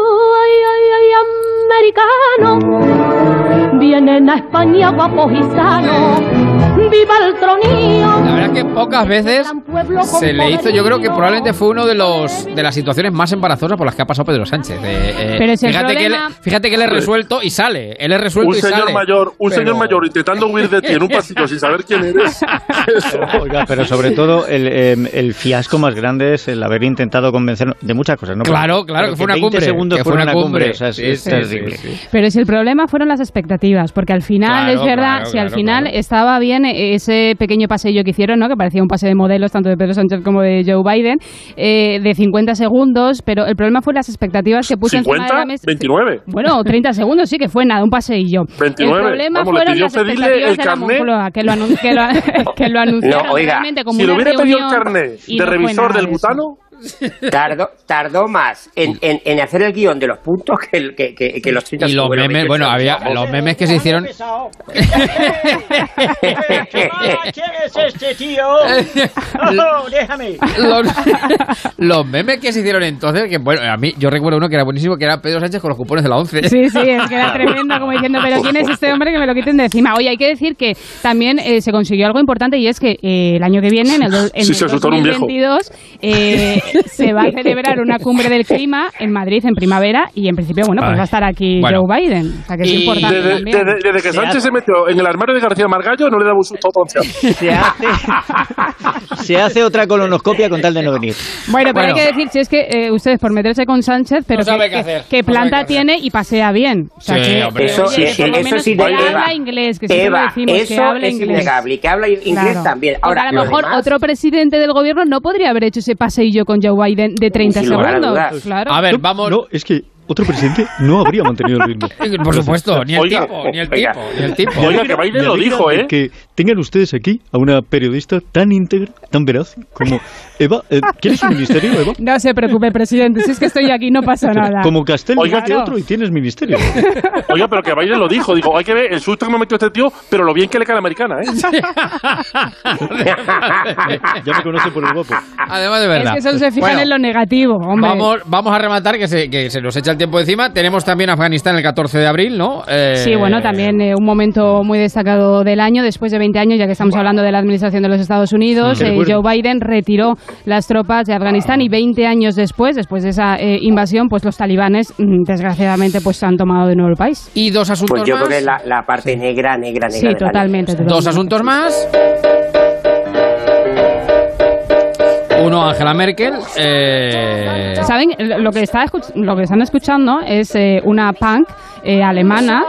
Speaker 5: Americano, vienen a España guapos y sanos, viva el tronío.
Speaker 2: La verdad que pocas veces se le hizo, yo creo que probablemente fue uno de las situaciones más embarazosas por las que ha pasado Pedro Sánchez.
Speaker 8: Pero es
Speaker 2: fíjate que él es resuelto y sale.
Speaker 25: Un señor mayor intentando huir de ti en un pasillo sin saber quién eres.
Speaker 24: Oiga, pero sobre todo el fiasco más grande es el haber intentado convencernos de muchas cosas, ¿no?
Speaker 2: Claro, que fue una cumbre.
Speaker 24: 20 segundos fue una cumbre. O sea,
Speaker 2: es
Speaker 24: terrible.
Speaker 8: Pero si el problema fueron las expectativas, porque al final, es verdad, al final estaba bien ese pequeño paseillo que hicieron, ¿no? Que parecía un pase de modelos, tanto de Pedro Sánchez como de Joe Biden, de 50 segundos, pero el problema fue las expectativas que puso encima de la mesa.
Speaker 25: 29.
Speaker 8: Bueno, 30 segundos, sí, que fue nada, un paseillo.
Speaker 25: 29.
Speaker 8: El problema fueron las expectativas de la Moncloa, que lo anunciaron realmente como
Speaker 25: si
Speaker 8: una
Speaker 25: lo hubiera pedido el
Speaker 8: reunión
Speaker 25: carnet de revisor del butano...
Speaker 23: Tardó más en hacer el guión de los puntos que los 30
Speaker 2: y los memes, había los memes que se hicieron.
Speaker 24: ¿Quién es este tío? Déjame.
Speaker 2: Los memes que se hicieron entonces, que bueno, a mí yo recuerdo uno que era buenísimo, que era Pedro Sánchez con los cupones de la 11.
Speaker 8: Sí, es que era tremendo, como diciendo, pero ¿quién es este hombre que me lo quiten de encima? Oye, hay que decir que también se consiguió algo importante, y es que el año que viene, en el 2022, se va a celebrar una cumbre del clima en Madrid en primavera, y en principio, pues va a estar aquí Joe Biden. O sea, que es importante también.
Speaker 25: Desde que Sánchez se metió en el armario de García Margallo, no le da un susto a
Speaker 24: se hace otra colonoscopia con tal de no venir.
Speaker 8: Bueno, pero hay que decir, si es que ustedes por meterse con Sánchez, pero que planta tiene y pasea bien. O sea,
Speaker 23: eso sí,
Speaker 8: habla inglés, que siempre lo decimos, que habla inglés.
Speaker 23: Innegable, y que habla inglés también.
Speaker 8: Ahora, a lo mejor otro presidente del gobierno no podría haber hecho ese paseillo con Joe Biden de 30 segundos. Claro.
Speaker 2: A ver, vamos.
Speaker 24: No, es que otro presidente no habría mantenido el ritmo.
Speaker 2: Por supuesto, ni el tipo.
Speaker 25: Oiga, que Biden lo dijo, ¿eh?
Speaker 24: Que tengan ustedes aquí a una periodista tan íntegra, tan veraz como Eva. ¿Quieres un ministerio, Eva?
Speaker 8: No se preocupe, presidente, si es que estoy aquí, no pasa nada.
Speaker 24: Como Castel, que otro y tienes ministerio.
Speaker 25: Oiga, pero que Biden lo dijo. Digo, hay que ver el susto que me metió este tío, pero lo bien que le cae a la americana, ¿eh?
Speaker 24: Ya me conoce por el guapo.
Speaker 2: Además, de verdad.
Speaker 8: Es que solo se fijan en lo negativo, hombre.
Speaker 2: Vamos a rematar, que se nos echa el tiempo encima. Tenemos también Afganistán el 14 de abril, ¿no?
Speaker 8: Sí, bueno, también un momento muy destacado del año, después de 20 años, ya que estamos hablando de la administración de los Estados Unidos. Joe Biden retiró las tropas de Afganistán, y 20 años después de esa invasión, pues los talibanes, desgraciadamente, pues han tomado de nuevo el país.
Speaker 2: Y dos asuntos más.
Speaker 23: Pues yo creo que la parte negra.
Speaker 8: Sí, totalmente.
Speaker 2: Dos asuntos más. Uno, Angela Merkel.
Speaker 8: ¿Saben? Lo que están escuchando es una punk alemana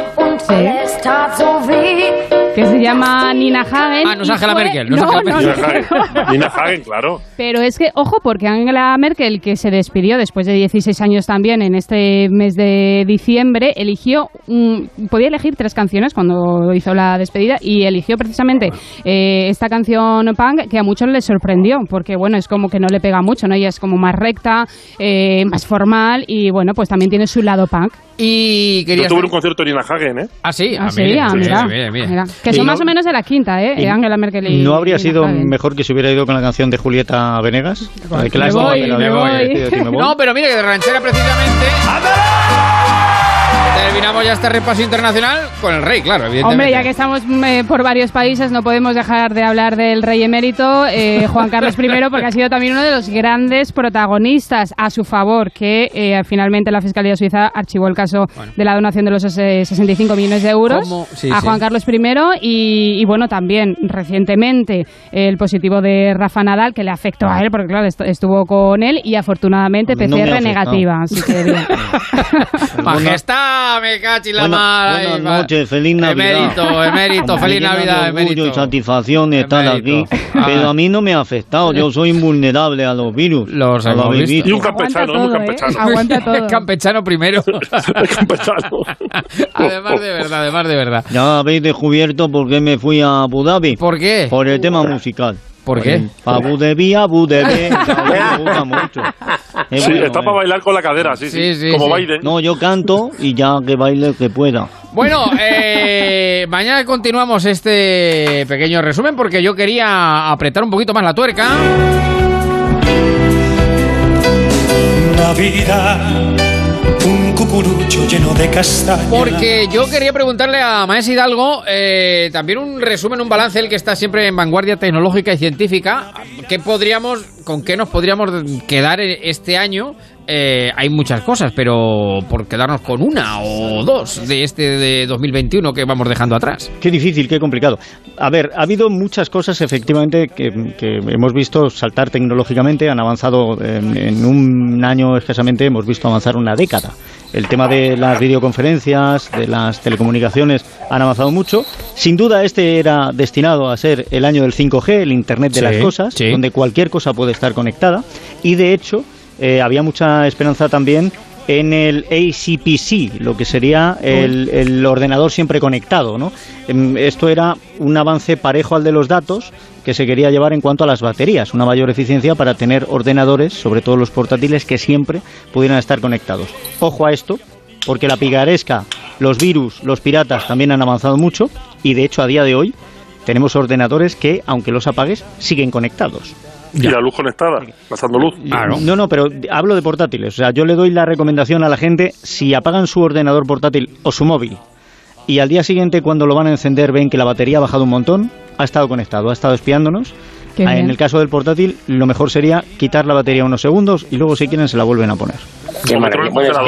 Speaker 8: que se llama Nina Hagen.
Speaker 2: No es Angela Merkel. No.
Speaker 25: Nina Hagen, claro.
Speaker 8: Pero es que, ojo, porque Angela Merkel, que se despidió después de 16 años también en este mes de diciembre, podía elegir 3 canciones cuando hizo la despedida, y eligió precisamente esta canción punk, que a muchos les sorprendió, porque bueno, es como que no le pega mucho, ¿no? Ella es como más recta, más formal, y bueno, pues también tiene su lado punk.
Speaker 2: Y
Speaker 25: yo tuve un concierto de Nina Hagen, ¿eh?
Speaker 2: Ah, sí,
Speaker 8: mira. Que son más o menos de la quinta, ¿eh? Angela Merkel y
Speaker 24: ¿No habría sido
Speaker 8: Hagen.
Speaker 24: mejor que se hubiera ido con la canción de Julieta Venegas?
Speaker 8: Me voy.
Speaker 2: No, pero mira que de ranchera precisamente... Terminamos ya este repaso internacional con el rey, claro, evidentemente.
Speaker 8: Hombre, ya que estamos por varios países, no podemos dejar de hablar del rey emérito, Juan Carlos I, porque ha sido también uno de los grandes protagonistas a su favor, que finalmente la Fiscalía Suiza archivó el caso de la donación de los 65 millones de euros a Juan Carlos I y bueno, también recientemente el positivo de Rafa Nadal, que le afectó a él, porque claro, estuvo con él y afortunadamente PCR negativa, así que bien.
Speaker 2: Majestad, me cachi la madre.
Speaker 24: Buenas noches, feliz Navidad.
Speaker 2: Emérito, feliz Navidad,
Speaker 24: orgullo y satisfacción de estar aquí, pero a mí no me ha afectado, yo soy invulnerable a los virus.
Speaker 2: Los hemos visto.
Speaker 25: Y un campechano,
Speaker 8: todo,
Speaker 25: un campechano.
Speaker 8: Aguanta todo.
Speaker 2: El campechano primero.
Speaker 25: El campechano.
Speaker 2: Además de verdad.
Speaker 24: Ya habéis descubierto por qué me fui a Abu Dhabi.
Speaker 2: ¿Por qué?
Speaker 24: Por el tema musical.
Speaker 2: ¿Por qué?
Speaker 24: Abu Dhabi, me gusta mucho.
Speaker 25: Sí, está para bailar con la cadera, sí. Como Biden.
Speaker 24: No, yo canto y ya que baile el que pueda.
Speaker 2: Bueno, mañana continuamos este pequeño resumen porque yo quería apretar un poquito más la tuerca.
Speaker 10: Navidad, un cucurucho lleno de castañas.
Speaker 2: Porque yo quería preguntarle a Maese Hidalgo también un resumen, un balance, el que está siempre en vanguardia tecnológica y científica. ¿Con qué nos podríamos quedar este año? Hay muchas cosas, pero por quedarnos con una o dos de 2021 que vamos dejando atrás.
Speaker 24: Qué difícil, qué complicado. A ver, ha habido muchas cosas efectivamente que hemos visto saltar tecnológicamente, han avanzado en un año escasamente, hemos visto avanzar una década. El tema de las videoconferencias, de las telecomunicaciones han avanzado mucho. Sin duda este era destinado a ser el año del 5G, el Internet de las cosas, donde cualquier cosa puede estar conectada y de hecho había mucha esperanza también en el ACPC, lo que sería el ordenador siempre conectado, ¿no? Esto era un avance parejo al de los datos que se quería llevar en cuanto a las baterías, una mayor eficiencia para tener ordenadores, sobre todo los portátiles, que siempre pudieran estar conectados. Ojo a esto, porque la picaresca, los virus, los piratas también han avanzado mucho y de hecho a día de hoy tenemos ordenadores que, aunque los apagues, siguen conectados.
Speaker 25: Y la luz conectada, pasando luz.
Speaker 24: No, pero hablo de portátiles. O sea, yo le doy la recomendación a la gente, si apagan su ordenador portátil o su móvil y al día siguiente cuando lo van a encender ven que la batería ha bajado un montón, ha estado conectado, ha estado espiándonos. En el caso del portátil, lo mejor sería quitar la batería unos segundos y luego si quieren se la vuelven a poner.
Speaker 23: Qué maravilla.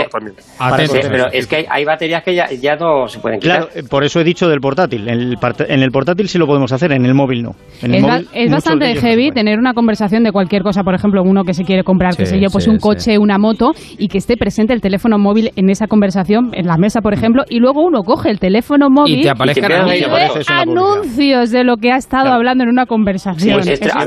Speaker 23: Pero es que hay baterías que ya no se pueden quitar.
Speaker 24: Claro, por eso he dicho del portátil. En el portátil sí lo podemos hacer, en el móvil no.
Speaker 8: Es bastante heavy tener una conversación de cualquier cosa, por ejemplo, uno que se quiere comprar, qué sé yo, pues un coche, una moto, y que esté presente el teléfono móvil en esa conversación, en la mesa, por ejemplo, y luego uno coge el teléfono móvil
Speaker 2: y te aparezcan
Speaker 8: anuncios de lo que ha estado hablando en una conversación.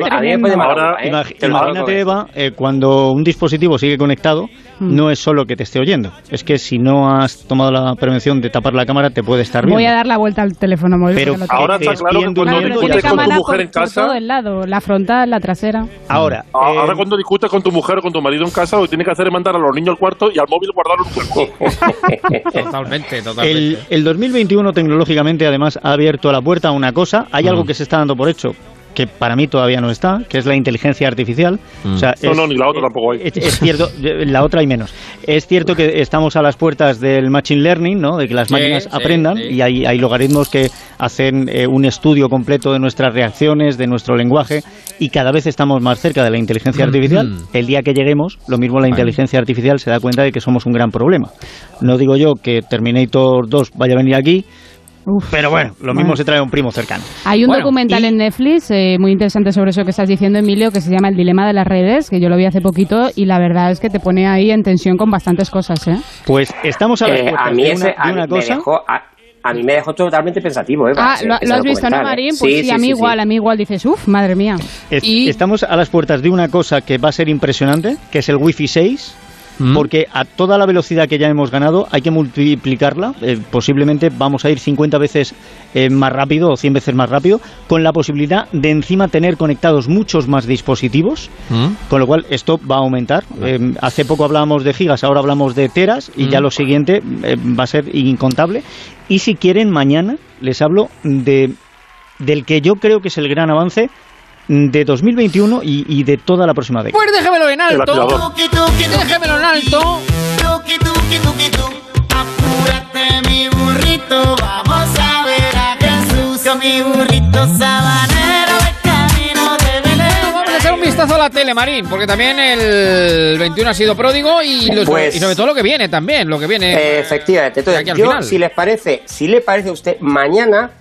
Speaker 24: Imagínate, Eva, cuando un dispositivo sigue conectado, no es solo que te esté oyendo, es que si no has tomado la prevención de tapar la cámara te puede estar viendo.
Speaker 8: Voy a dar la vuelta al teléfono móvil.
Speaker 24: Pero
Speaker 25: ahora está claro que cuando discutes con tu mujer en casa,
Speaker 8: todo el lado, la frontal, la trasera.
Speaker 24: Ahora
Speaker 25: cuando discutes con tu mujer o con tu marido en casa, lo que tienes que hacer es mandar a los niños al cuarto y al móvil guardarlo en un cuarto.
Speaker 2: Totalmente.
Speaker 24: El 2021 tecnológicamente además ha abierto la puerta a una cosa. Hay algo que se está dando por hecho, que para mí todavía no está, que es la inteligencia artificial. O sea,
Speaker 25: ni la otra tampoco hay.
Speaker 24: Es cierto, la otra hay menos. Es cierto que estamos a las puertas del machine learning, ¿no? De que las máquinas aprendan y hay logaritmos que hacen un estudio completo de nuestras reacciones, de nuestro lenguaje, y cada vez estamos más cerca de la inteligencia artificial. El día que lleguemos, lo mismo la inteligencia artificial se da cuenta de que somos un gran problema. No digo yo que Terminator 2 vaya a venir aquí, pero bueno, lo mismo se trae un primo cercano.
Speaker 8: Hay un documental en Netflix muy interesante sobre eso que estás diciendo, Emilio, que se llama El dilema de las redes, que yo lo vi hace poquito y la verdad es que te pone ahí en tensión con bastantes cosas, ¿eh?
Speaker 24: Pues estamos a las puertas de una cosa...
Speaker 23: A mí me dejó totalmente pensativo, ¿eh?
Speaker 8: ¿Lo has visto, no, Marín? Pues sí, a mí igual dices, madre mía.
Speaker 24: Estamos a las puertas de una cosa que va a ser impresionante, que es el Wi-Fi 6, porque a toda la velocidad que ya hemos ganado hay que multiplicarla, posiblemente vamos a ir 50 veces más rápido o 100 veces más rápido, con la posibilidad de encima tener conectados muchos más dispositivos, con lo cual esto va a aumentar. Hace poco hablábamos de gigas, ahora hablamos de teras, y ya lo siguiente va a ser incontable. Y si quieren, mañana les hablo del que yo creo que es el gran avance de 2021 y de toda la próxima década.
Speaker 2: Pues déjemelo en alto. Déjemelo en alto.
Speaker 6: Apúrate, mi burrito, vamos a ver a Jesús con mi burrito sabanero de camino de Belén.
Speaker 2: Vamos a echar un vistazo a la tele, Marín, porque también el 21 ha sido pródigo y sobre todo lo que viene también,
Speaker 23: efectivamente. Entonces,
Speaker 2: aquí al
Speaker 23: yo,
Speaker 2: final.
Speaker 23: si le parece a usted, mañana,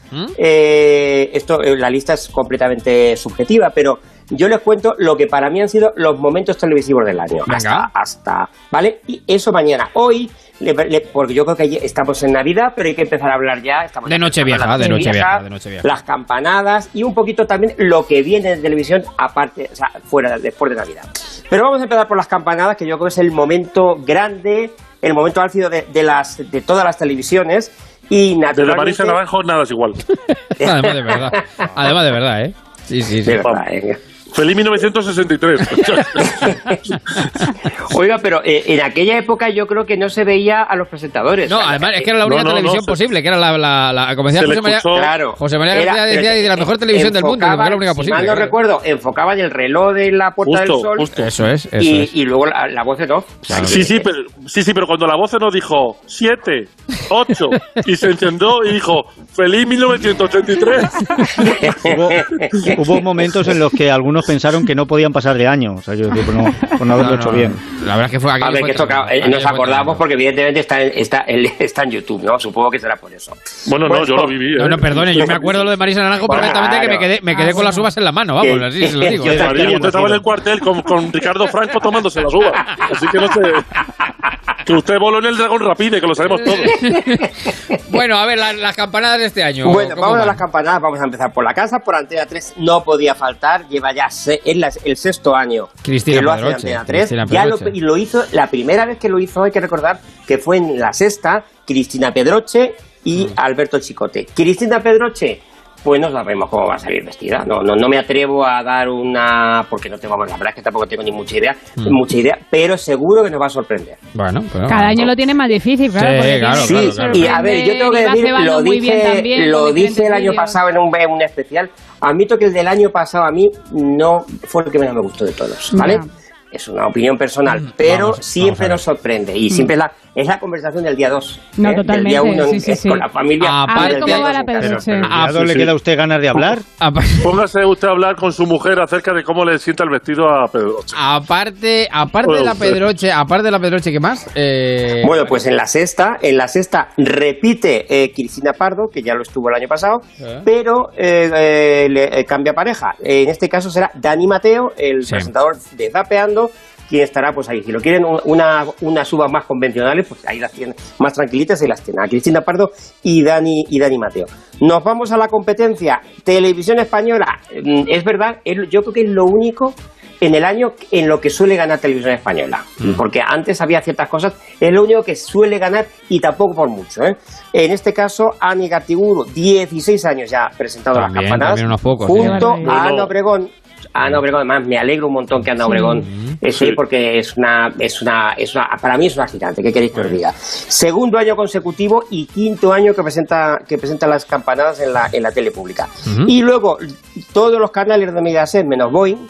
Speaker 23: la lista es completamente subjetiva, pero yo les cuento lo que para mí han sido los momentos televisivos del año. Hasta, ¿vale? Y eso mañana. Hoy, porque yo creo que estamos en Navidad, pero hay que empezar a hablar ya. Estamos
Speaker 2: de Nochevieja.
Speaker 23: Las campanadas y un poquito también lo que viene de televisión aparte, o sea, después de Navidad. Pero vamos a empezar por las campanadas, que yo creo que es el momento grande, el momento álgido de todas las televisiones. Y naturalmente...
Speaker 25: Desde Marisa Naranjo nada es igual.
Speaker 2: Además de verdad, ¿eh? Sí.
Speaker 23: De verdad,
Speaker 25: Feliz 1963.
Speaker 23: Oiga, pero en aquella época yo creo que no se veía a los presentadores.
Speaker 2: No, además es que era la única televisión posible, que era como decía José María García, decía de la mejor televisión del mundo, que era la única posible.
Speaker 23: Si mal no recuerdo, enfocaban el reloj de la Puerta del Sol.
Speaker 2: Eso es.
Speaker 23: Y luego la voz en off.
Speaker 25: Sí, pero cuando la voz en off dijo 7, 8 y se encendió y dijo Feliz 1983.
Speaker 24: Hubo momentos en los que algunos pensaron que no podían pasar de año, o sea, yo digo, por no haberlo hecho bien.
Speaker 2: La verdad es que fue aquí.
Speaker 23: A ver, que nos acordamos porque evidentemente está en YouTube, ¿no? Supongo que será por eso.
Speaker 25: Bueno, yo lo viví.
Speaker 2: No, perdone, yo me acuerdo lo de Marisa Naranjo perfectamente, que me quedé con las uvas en la mano, vamos, así se lo digo.
Speaker 25: Usted estaba en el cuartel con Ricardo Franco tomándose las uvas, así que no sé... Que usted voló en el Dragón Rapide, que lo sabemos todos.
Speaker 2: Bueno, a ver, las campanadas de este año.
Speaker 23: Bueno, vamos a las campanadas, vamos a empezar por la casa, por Antena 3, no podía faltar, lleva ya el 6º año
Speaker 2: Cristina
Speaker 23: que lo
Speaker 2: Pedroche,
Speaker 23: hace Antena 3, y lo hizo, la primera vez que lo hizo, hay que recordar que fue en la sexta, Cristina Pedroche y Alberto Chicote. Cristina Pedroche, pues no sabemos cómo va a salir vestida. No me atrevo a dar porque no tengo, la verdad es que tampoco tengo ni mucha idea, pero seguro que nos va a sorprender.
Speaker 2: Bueno,
Speaker 8: cada año lo tiene más difícil, claro.
Speaker 23: Claro. Y a ver, yo tengo que decir, lo dije el año pasado en un especial. Admito que el del año pasado a mí no fue el que menos me gustó de todos, ¿vale? Es una opinión personal, pero siempre nos sorprende y siempre es la conversación del día 2.
Speaker 8: No, totalmente.
Speaker 23: Del día 1
Speaker 8: sí.
Speaker 23: con la familia.
Speaker 8: A ver cómo va la Pedroche.
Speaker 24: ¿A dónde le queda a usted ganas de hablar?
Speaker 25: Póngase usted a hablar con su mujer acerca de cómo le sienta el vestido a Pedroche.
Speaker 2: Aparte de la Pedroche, ¿qué más?
Speaker 23: Bueno, pues en la sexta repite Cristina Pardo, que ya lo estuvo el año pasado, pero le cambia pareja. En este caso será Dani Mateo, el presentador de Zapeando, quien estará pues ahí. Si lo quieren unas uvas más convencionales, pues ahí las tienen, más tranquilitas, ahí las tienen. A Cristina Pardo y Dani Mateo. Nos vamos a la competencia. Televisión Española, es verdad, yo creo que es lo único en el año en lo que suele ganar Televisión Española, porque antes había ciertas cosas, es lo único que suele ganar y tampoco por mucho, ¿eh? En este caso, Ani Gartiburu, 16 años ya presentado las campanadas, junto a Ana Obregón. Ana Obregón, además me alegro un montón que Ana Obregón esté, porque es una, para mí es una gigante, ¿qué queréis que os diga? Segundo año consecutivo y quinto año que presenta las campanadas en la tele pública. Y luego todos los canales de Mediaset menos Boeing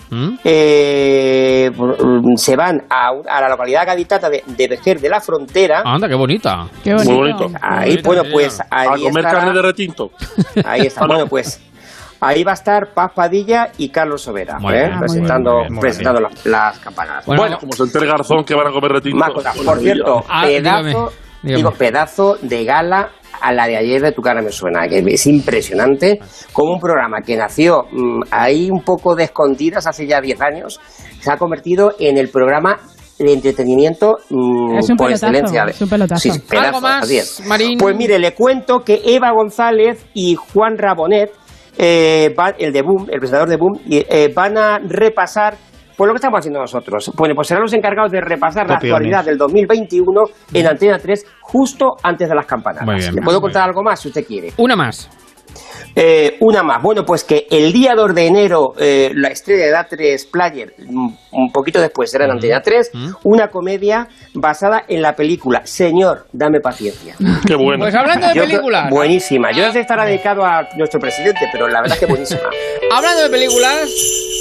Speaker 23: se van a la localidad gaditana de Vejer de la Frontera.
Speaker 2: Anda, qué bonita.
Speaker 23: Muy bonito. Ahí, bueno, pues ahí
Speaker 25: a comer carne de retinto.
Speaker 23: Ahí está, bueno, pues ahí va a estar Paz Padilla y Carlos Sobera, presentando las campanadas.
Speaker 25: Bueno, como se entere Garzón que van a comer retinto.
Speaker 23: Más cosas. Por cierto, pedazo de gala a la de ayer de Tu cara me suena, que es impresionante, como un programa que nació ahí un poco de escondidas hace ya 10 años, se ha convertido en el programa de entretenimiento por excelencia.
Speaker 8: Es un pelotazo.
Speaker 23: Sí,
Speaker 2: ¿Algo más, Marín?
Speaker 23: Pues mire, le cuento que Eva González y Juan Rabonet, el de Boom, el presentador de Boom, van a repasar Pues lo que estamos haciendo nosotros. Bueno, pues serán los encargados de repasar la
Speaker 24: Copiones.
Speaker 23: actualidad del 2021 en Antena 3 justo antes de las campanadas.
Speaker 2: Muy bien.
Speaker 23: ¿Le puedo contar
Speaker 2: Muy bien.
Speaker 23: algo más si usted quiere?
Speaker 2: Una más.
Speaker 23: Una más. Bueno, pues que el día 2 de enero la estrella de A3 Player, un poquito después será en Antena 3, una comedia basada en la película Señor, dame paciencia.
Speaker 25: Qué bueno.
Speaker 2: Pues hablando de películas.
Speaker 23: Buenísima. Yo no sé si estará dedicado a nuestro presidente, pero la verdad es que buenísima.
Speaker 2: Hablando de películas.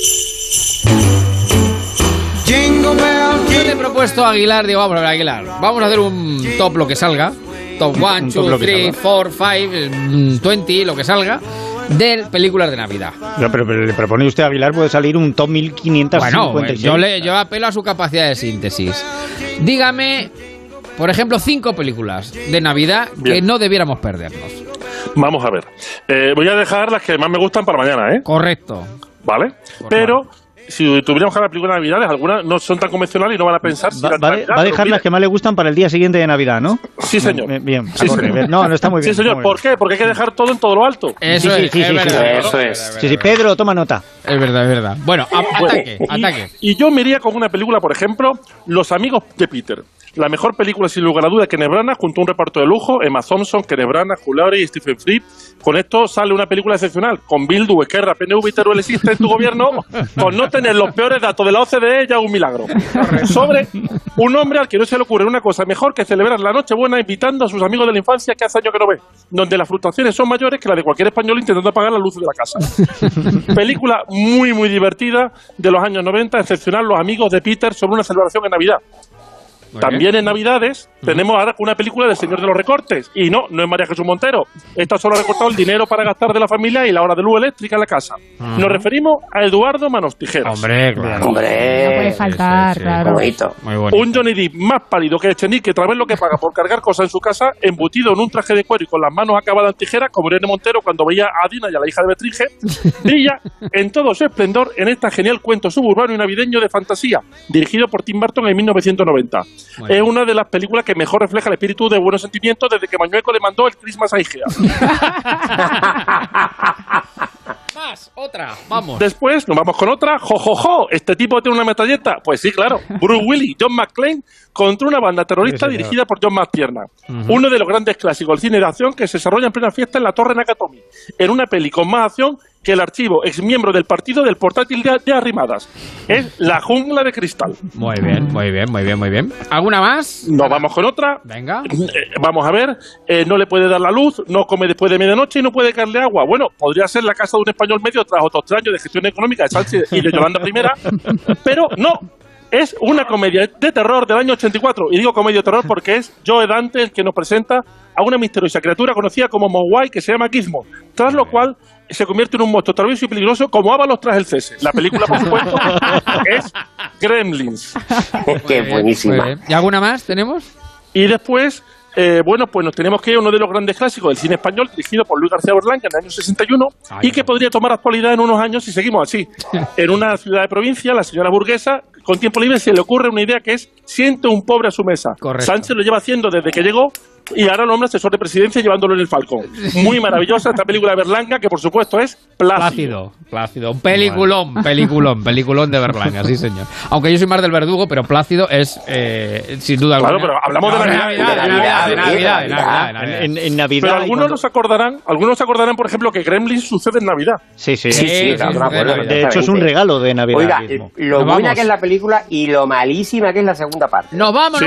Speaker 2: Yo te he propuesto a Aguilar, digo, vamos a ver, Aguilar. Vamos a hacer un top lo que salga. Top 1, 2, 3, 4, 5, 20, lo que salga, de películas de Navidad.
Speaker 24: No, pero le propone usted a Aguilar, puede salir un top 1556.
Speaker 2: Bueno, yo apelo a su capacidad de síntesis. Dígame, por ejemplo, 5 películas de Navidad que no debiéramos perdernos.
Speaker 25: Vamos a ver. Voy a dejar las que más me gustan para mañana, ¿eh?
Speaker 2: Correcto.
Speaker 25: ¿Vale? Pero si tuviéramos que hablar de películas de Navidades, algunas no son tan convencionales y no van a pensar si
Speaker 24: Va a dejar las que más le gustan para el día siguiente de Navidad, ¿no?
Speaker 25: Sí, señor.
Speaker 24: Bien.
Speaker 25: Sí, señor.
Speaker 24: No está muy bien.
Speaker 25: Sí, señor. ¿Por qué? Porque hay que dejar todo en todo lo alto.
Speaker 2: Eso es verdad.
Speaker 23: Eso es.
Speaker 24: Sí, Pedro, toma nota.
Speaker 2: Es verdad. Bueno, ataque.
Speaker 25: Y yo me iría con una película, por ejemplo, Los amigos de Peter. La mejor película, sin lugar a duda, Kenneth Branagh, junto a un reparto de lujo, Emma Thompson, Kenneth Branagh, Hugh Laurie y Stephen Fry. Con esto sale una película excepcional, con Bildu, Esquerra, PNV y Teruel existe en tu gobierno, con no tener los peores datos de la OCDE, ya un milagro. Sobre un hombre al que no se le ocurre una cosa mejor que celebrar la Nochebuena invitando a sus amigos de la infancia que hace años que no ve, donde las fluctuaciones son mayores que las de cualquier español intentando apagar la luz de la casa. Película muy, muy divertida de los años 90, excepcional, Los amigos de Peter, sobre una celebración en Navidad. También en Navidades tenemos ahora una película del Señor de los Recortes. Y no es María Jesús Montero. Esta solo ha recortado el dinero para gastar de la familia y la hora de luz eléctrica en la casa. Nos referimos a Eduardo Manos Tijeras.
Speaker 2: Hombre, claro.
Speaker 23: Hombre,
Speaker 8: No puede faltar, claro.
Speaker 23: Bonito.
Speaker 2: Muy bonito.
Speaker 25: Un Johnny Depp más pálido que Echenique, que tras vez lo que paga por cargar cosas en su casa, embutido en un traje de cuero y con las manos acabadas en tijeras, como Irene Montero cuando veía a Dina y a la hija de Betringe, brilla en todo su esplendor en este genial cuento suburbano y navideño de fantasía, dirigido por Tim Burton en 1990. Es una de las películas que mejor refleja el espíritu de buenos sentimientos desde que Mañueco le mandó el Christmas a Igea.
Speaker 2: Más, otra, vamos.
Speaker 25: Después nos vamos con otra. ¡Jo! ¿Este tipo tiene una metralleta? Pues sí, claro. Bruce Willis, John McClane contra una banda terrorista dirigida por John McTiernan. Uno de los grandes clásicos del cine de acción que se desarrolla en plena fiesta en la Torre Nakatomi. En una peli con más acción que el archivo exmiembro del partido del portátil de Arrimadas. Es La jungla de cristal.
Speaker 2: Muy bien. ¿Alguna más?
Speaker 25: Nos vamos con otra.
Speaker 2: Venga.
Speaker 25: Vamos a ver. No le puede dar la luz, no come después de medianoche y no puede darle agua. Bueno, podría ser La casa de un español medio tras otros 3 años de gestión económica de Sánchez y de Yolanda I, pero no. Es una comedia de terror del año 84. Y digo comedia de terror porque es Joe Dante el que nos presenta a una misteriosa criatura conocida como Mogwai que se llama Gizmo. Tras lo cual se convierte en un monstruo travieso y peligroso como Ábalos tras el cese. La película, por supuesto, es Gremlins.
Speaker 23: Qué buenísima.
Speaker 2: ¿Y alguna más tenemos?
Speaker 25: Y después, pues nos tenemos que ir a uno de los grandes clásicos del cine español, dirigido por Luis García Berlanga en el año 61, y que podría tomar actualidad en unos años si seguimos así. En una ciudad de provincia, la señora burguesa, con tiempo libre, se le ocurre una idea que es: siente un pobre a su mesa.
Speaker 2: Correcto.
Speaker 25: Sánchez lo lleva haciendo desde que llegó, y ahora lo nombra asesor de presidencia llevándolo en el Falcón. Muy maravillosa esta película de Berlanga, que por supuesto es Plácido.
Speaker 2: Un peliculón de Berlanga, sí señor. Aunque yo soy más del Verdugo, pero Plácido es sin duda alguna.
Speaker 25: Claro, pero hablamos de
Speaker 2: Navidad.
Speaker 24: En Navidad.
Speaker 25: Pero algunos nos acordarán, por ejemplo, que Gremlins sucede en Navidad.
Speaker 24: Sí,
Speaker 23: claro, me acuerdo,
Speaker 24: de hecho, es un regalo de Navidad.
Speaker 23: Oiga,
Speaker 24: mismo.
Speaker 23: lo buena que es la película y lo malísima que es la segunda parte.
Speaker 2: Nos vamos.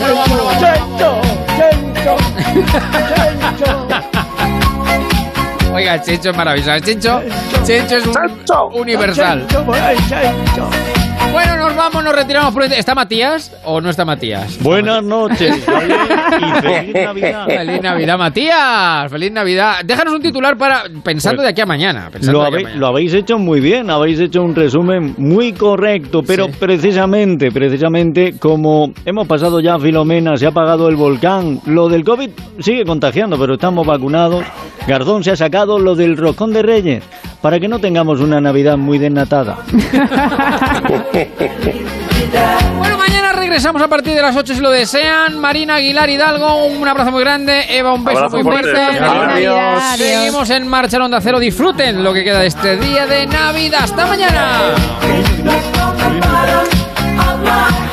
Speaker 2: Oiga, Chencho es maravilloso. Chencho es un universal. Bueno, nos vamos, nos retiramos. ¿Está Matías o no está Matías?
Speaker 24: Buenas noches y feliz Navidad.
Speaker 2: Feliz Navidad, Matías. Feliz Navidad. Déjanos un titular para pensando de aquí a mañana.
Speaker 24: Lo habéis hecho muy bien, habéis hecho un resumen muy correcto, pero precisamente como hemos pasado ya Filomena, se ha apagado el volcán, lo del COVID sigue contagiando, pero estamos vacunados. Garzón se ha sacado lo del roscón de Reyes para que no tengamos una Navidad muy desnatada.
Speaker 2: Bueno, mañana Regresamos a partir de las 8 si lo desean. Marina Aguilar Hidalgo, un abrazo muy grande. Eva, un beso muy fuerte.
Speaker 8: Adiós.
Speaker 2: Seguimos en marcha en Onda Cero. Disfruten lo que queda de este día de Navidad. ¡Hasta mañana!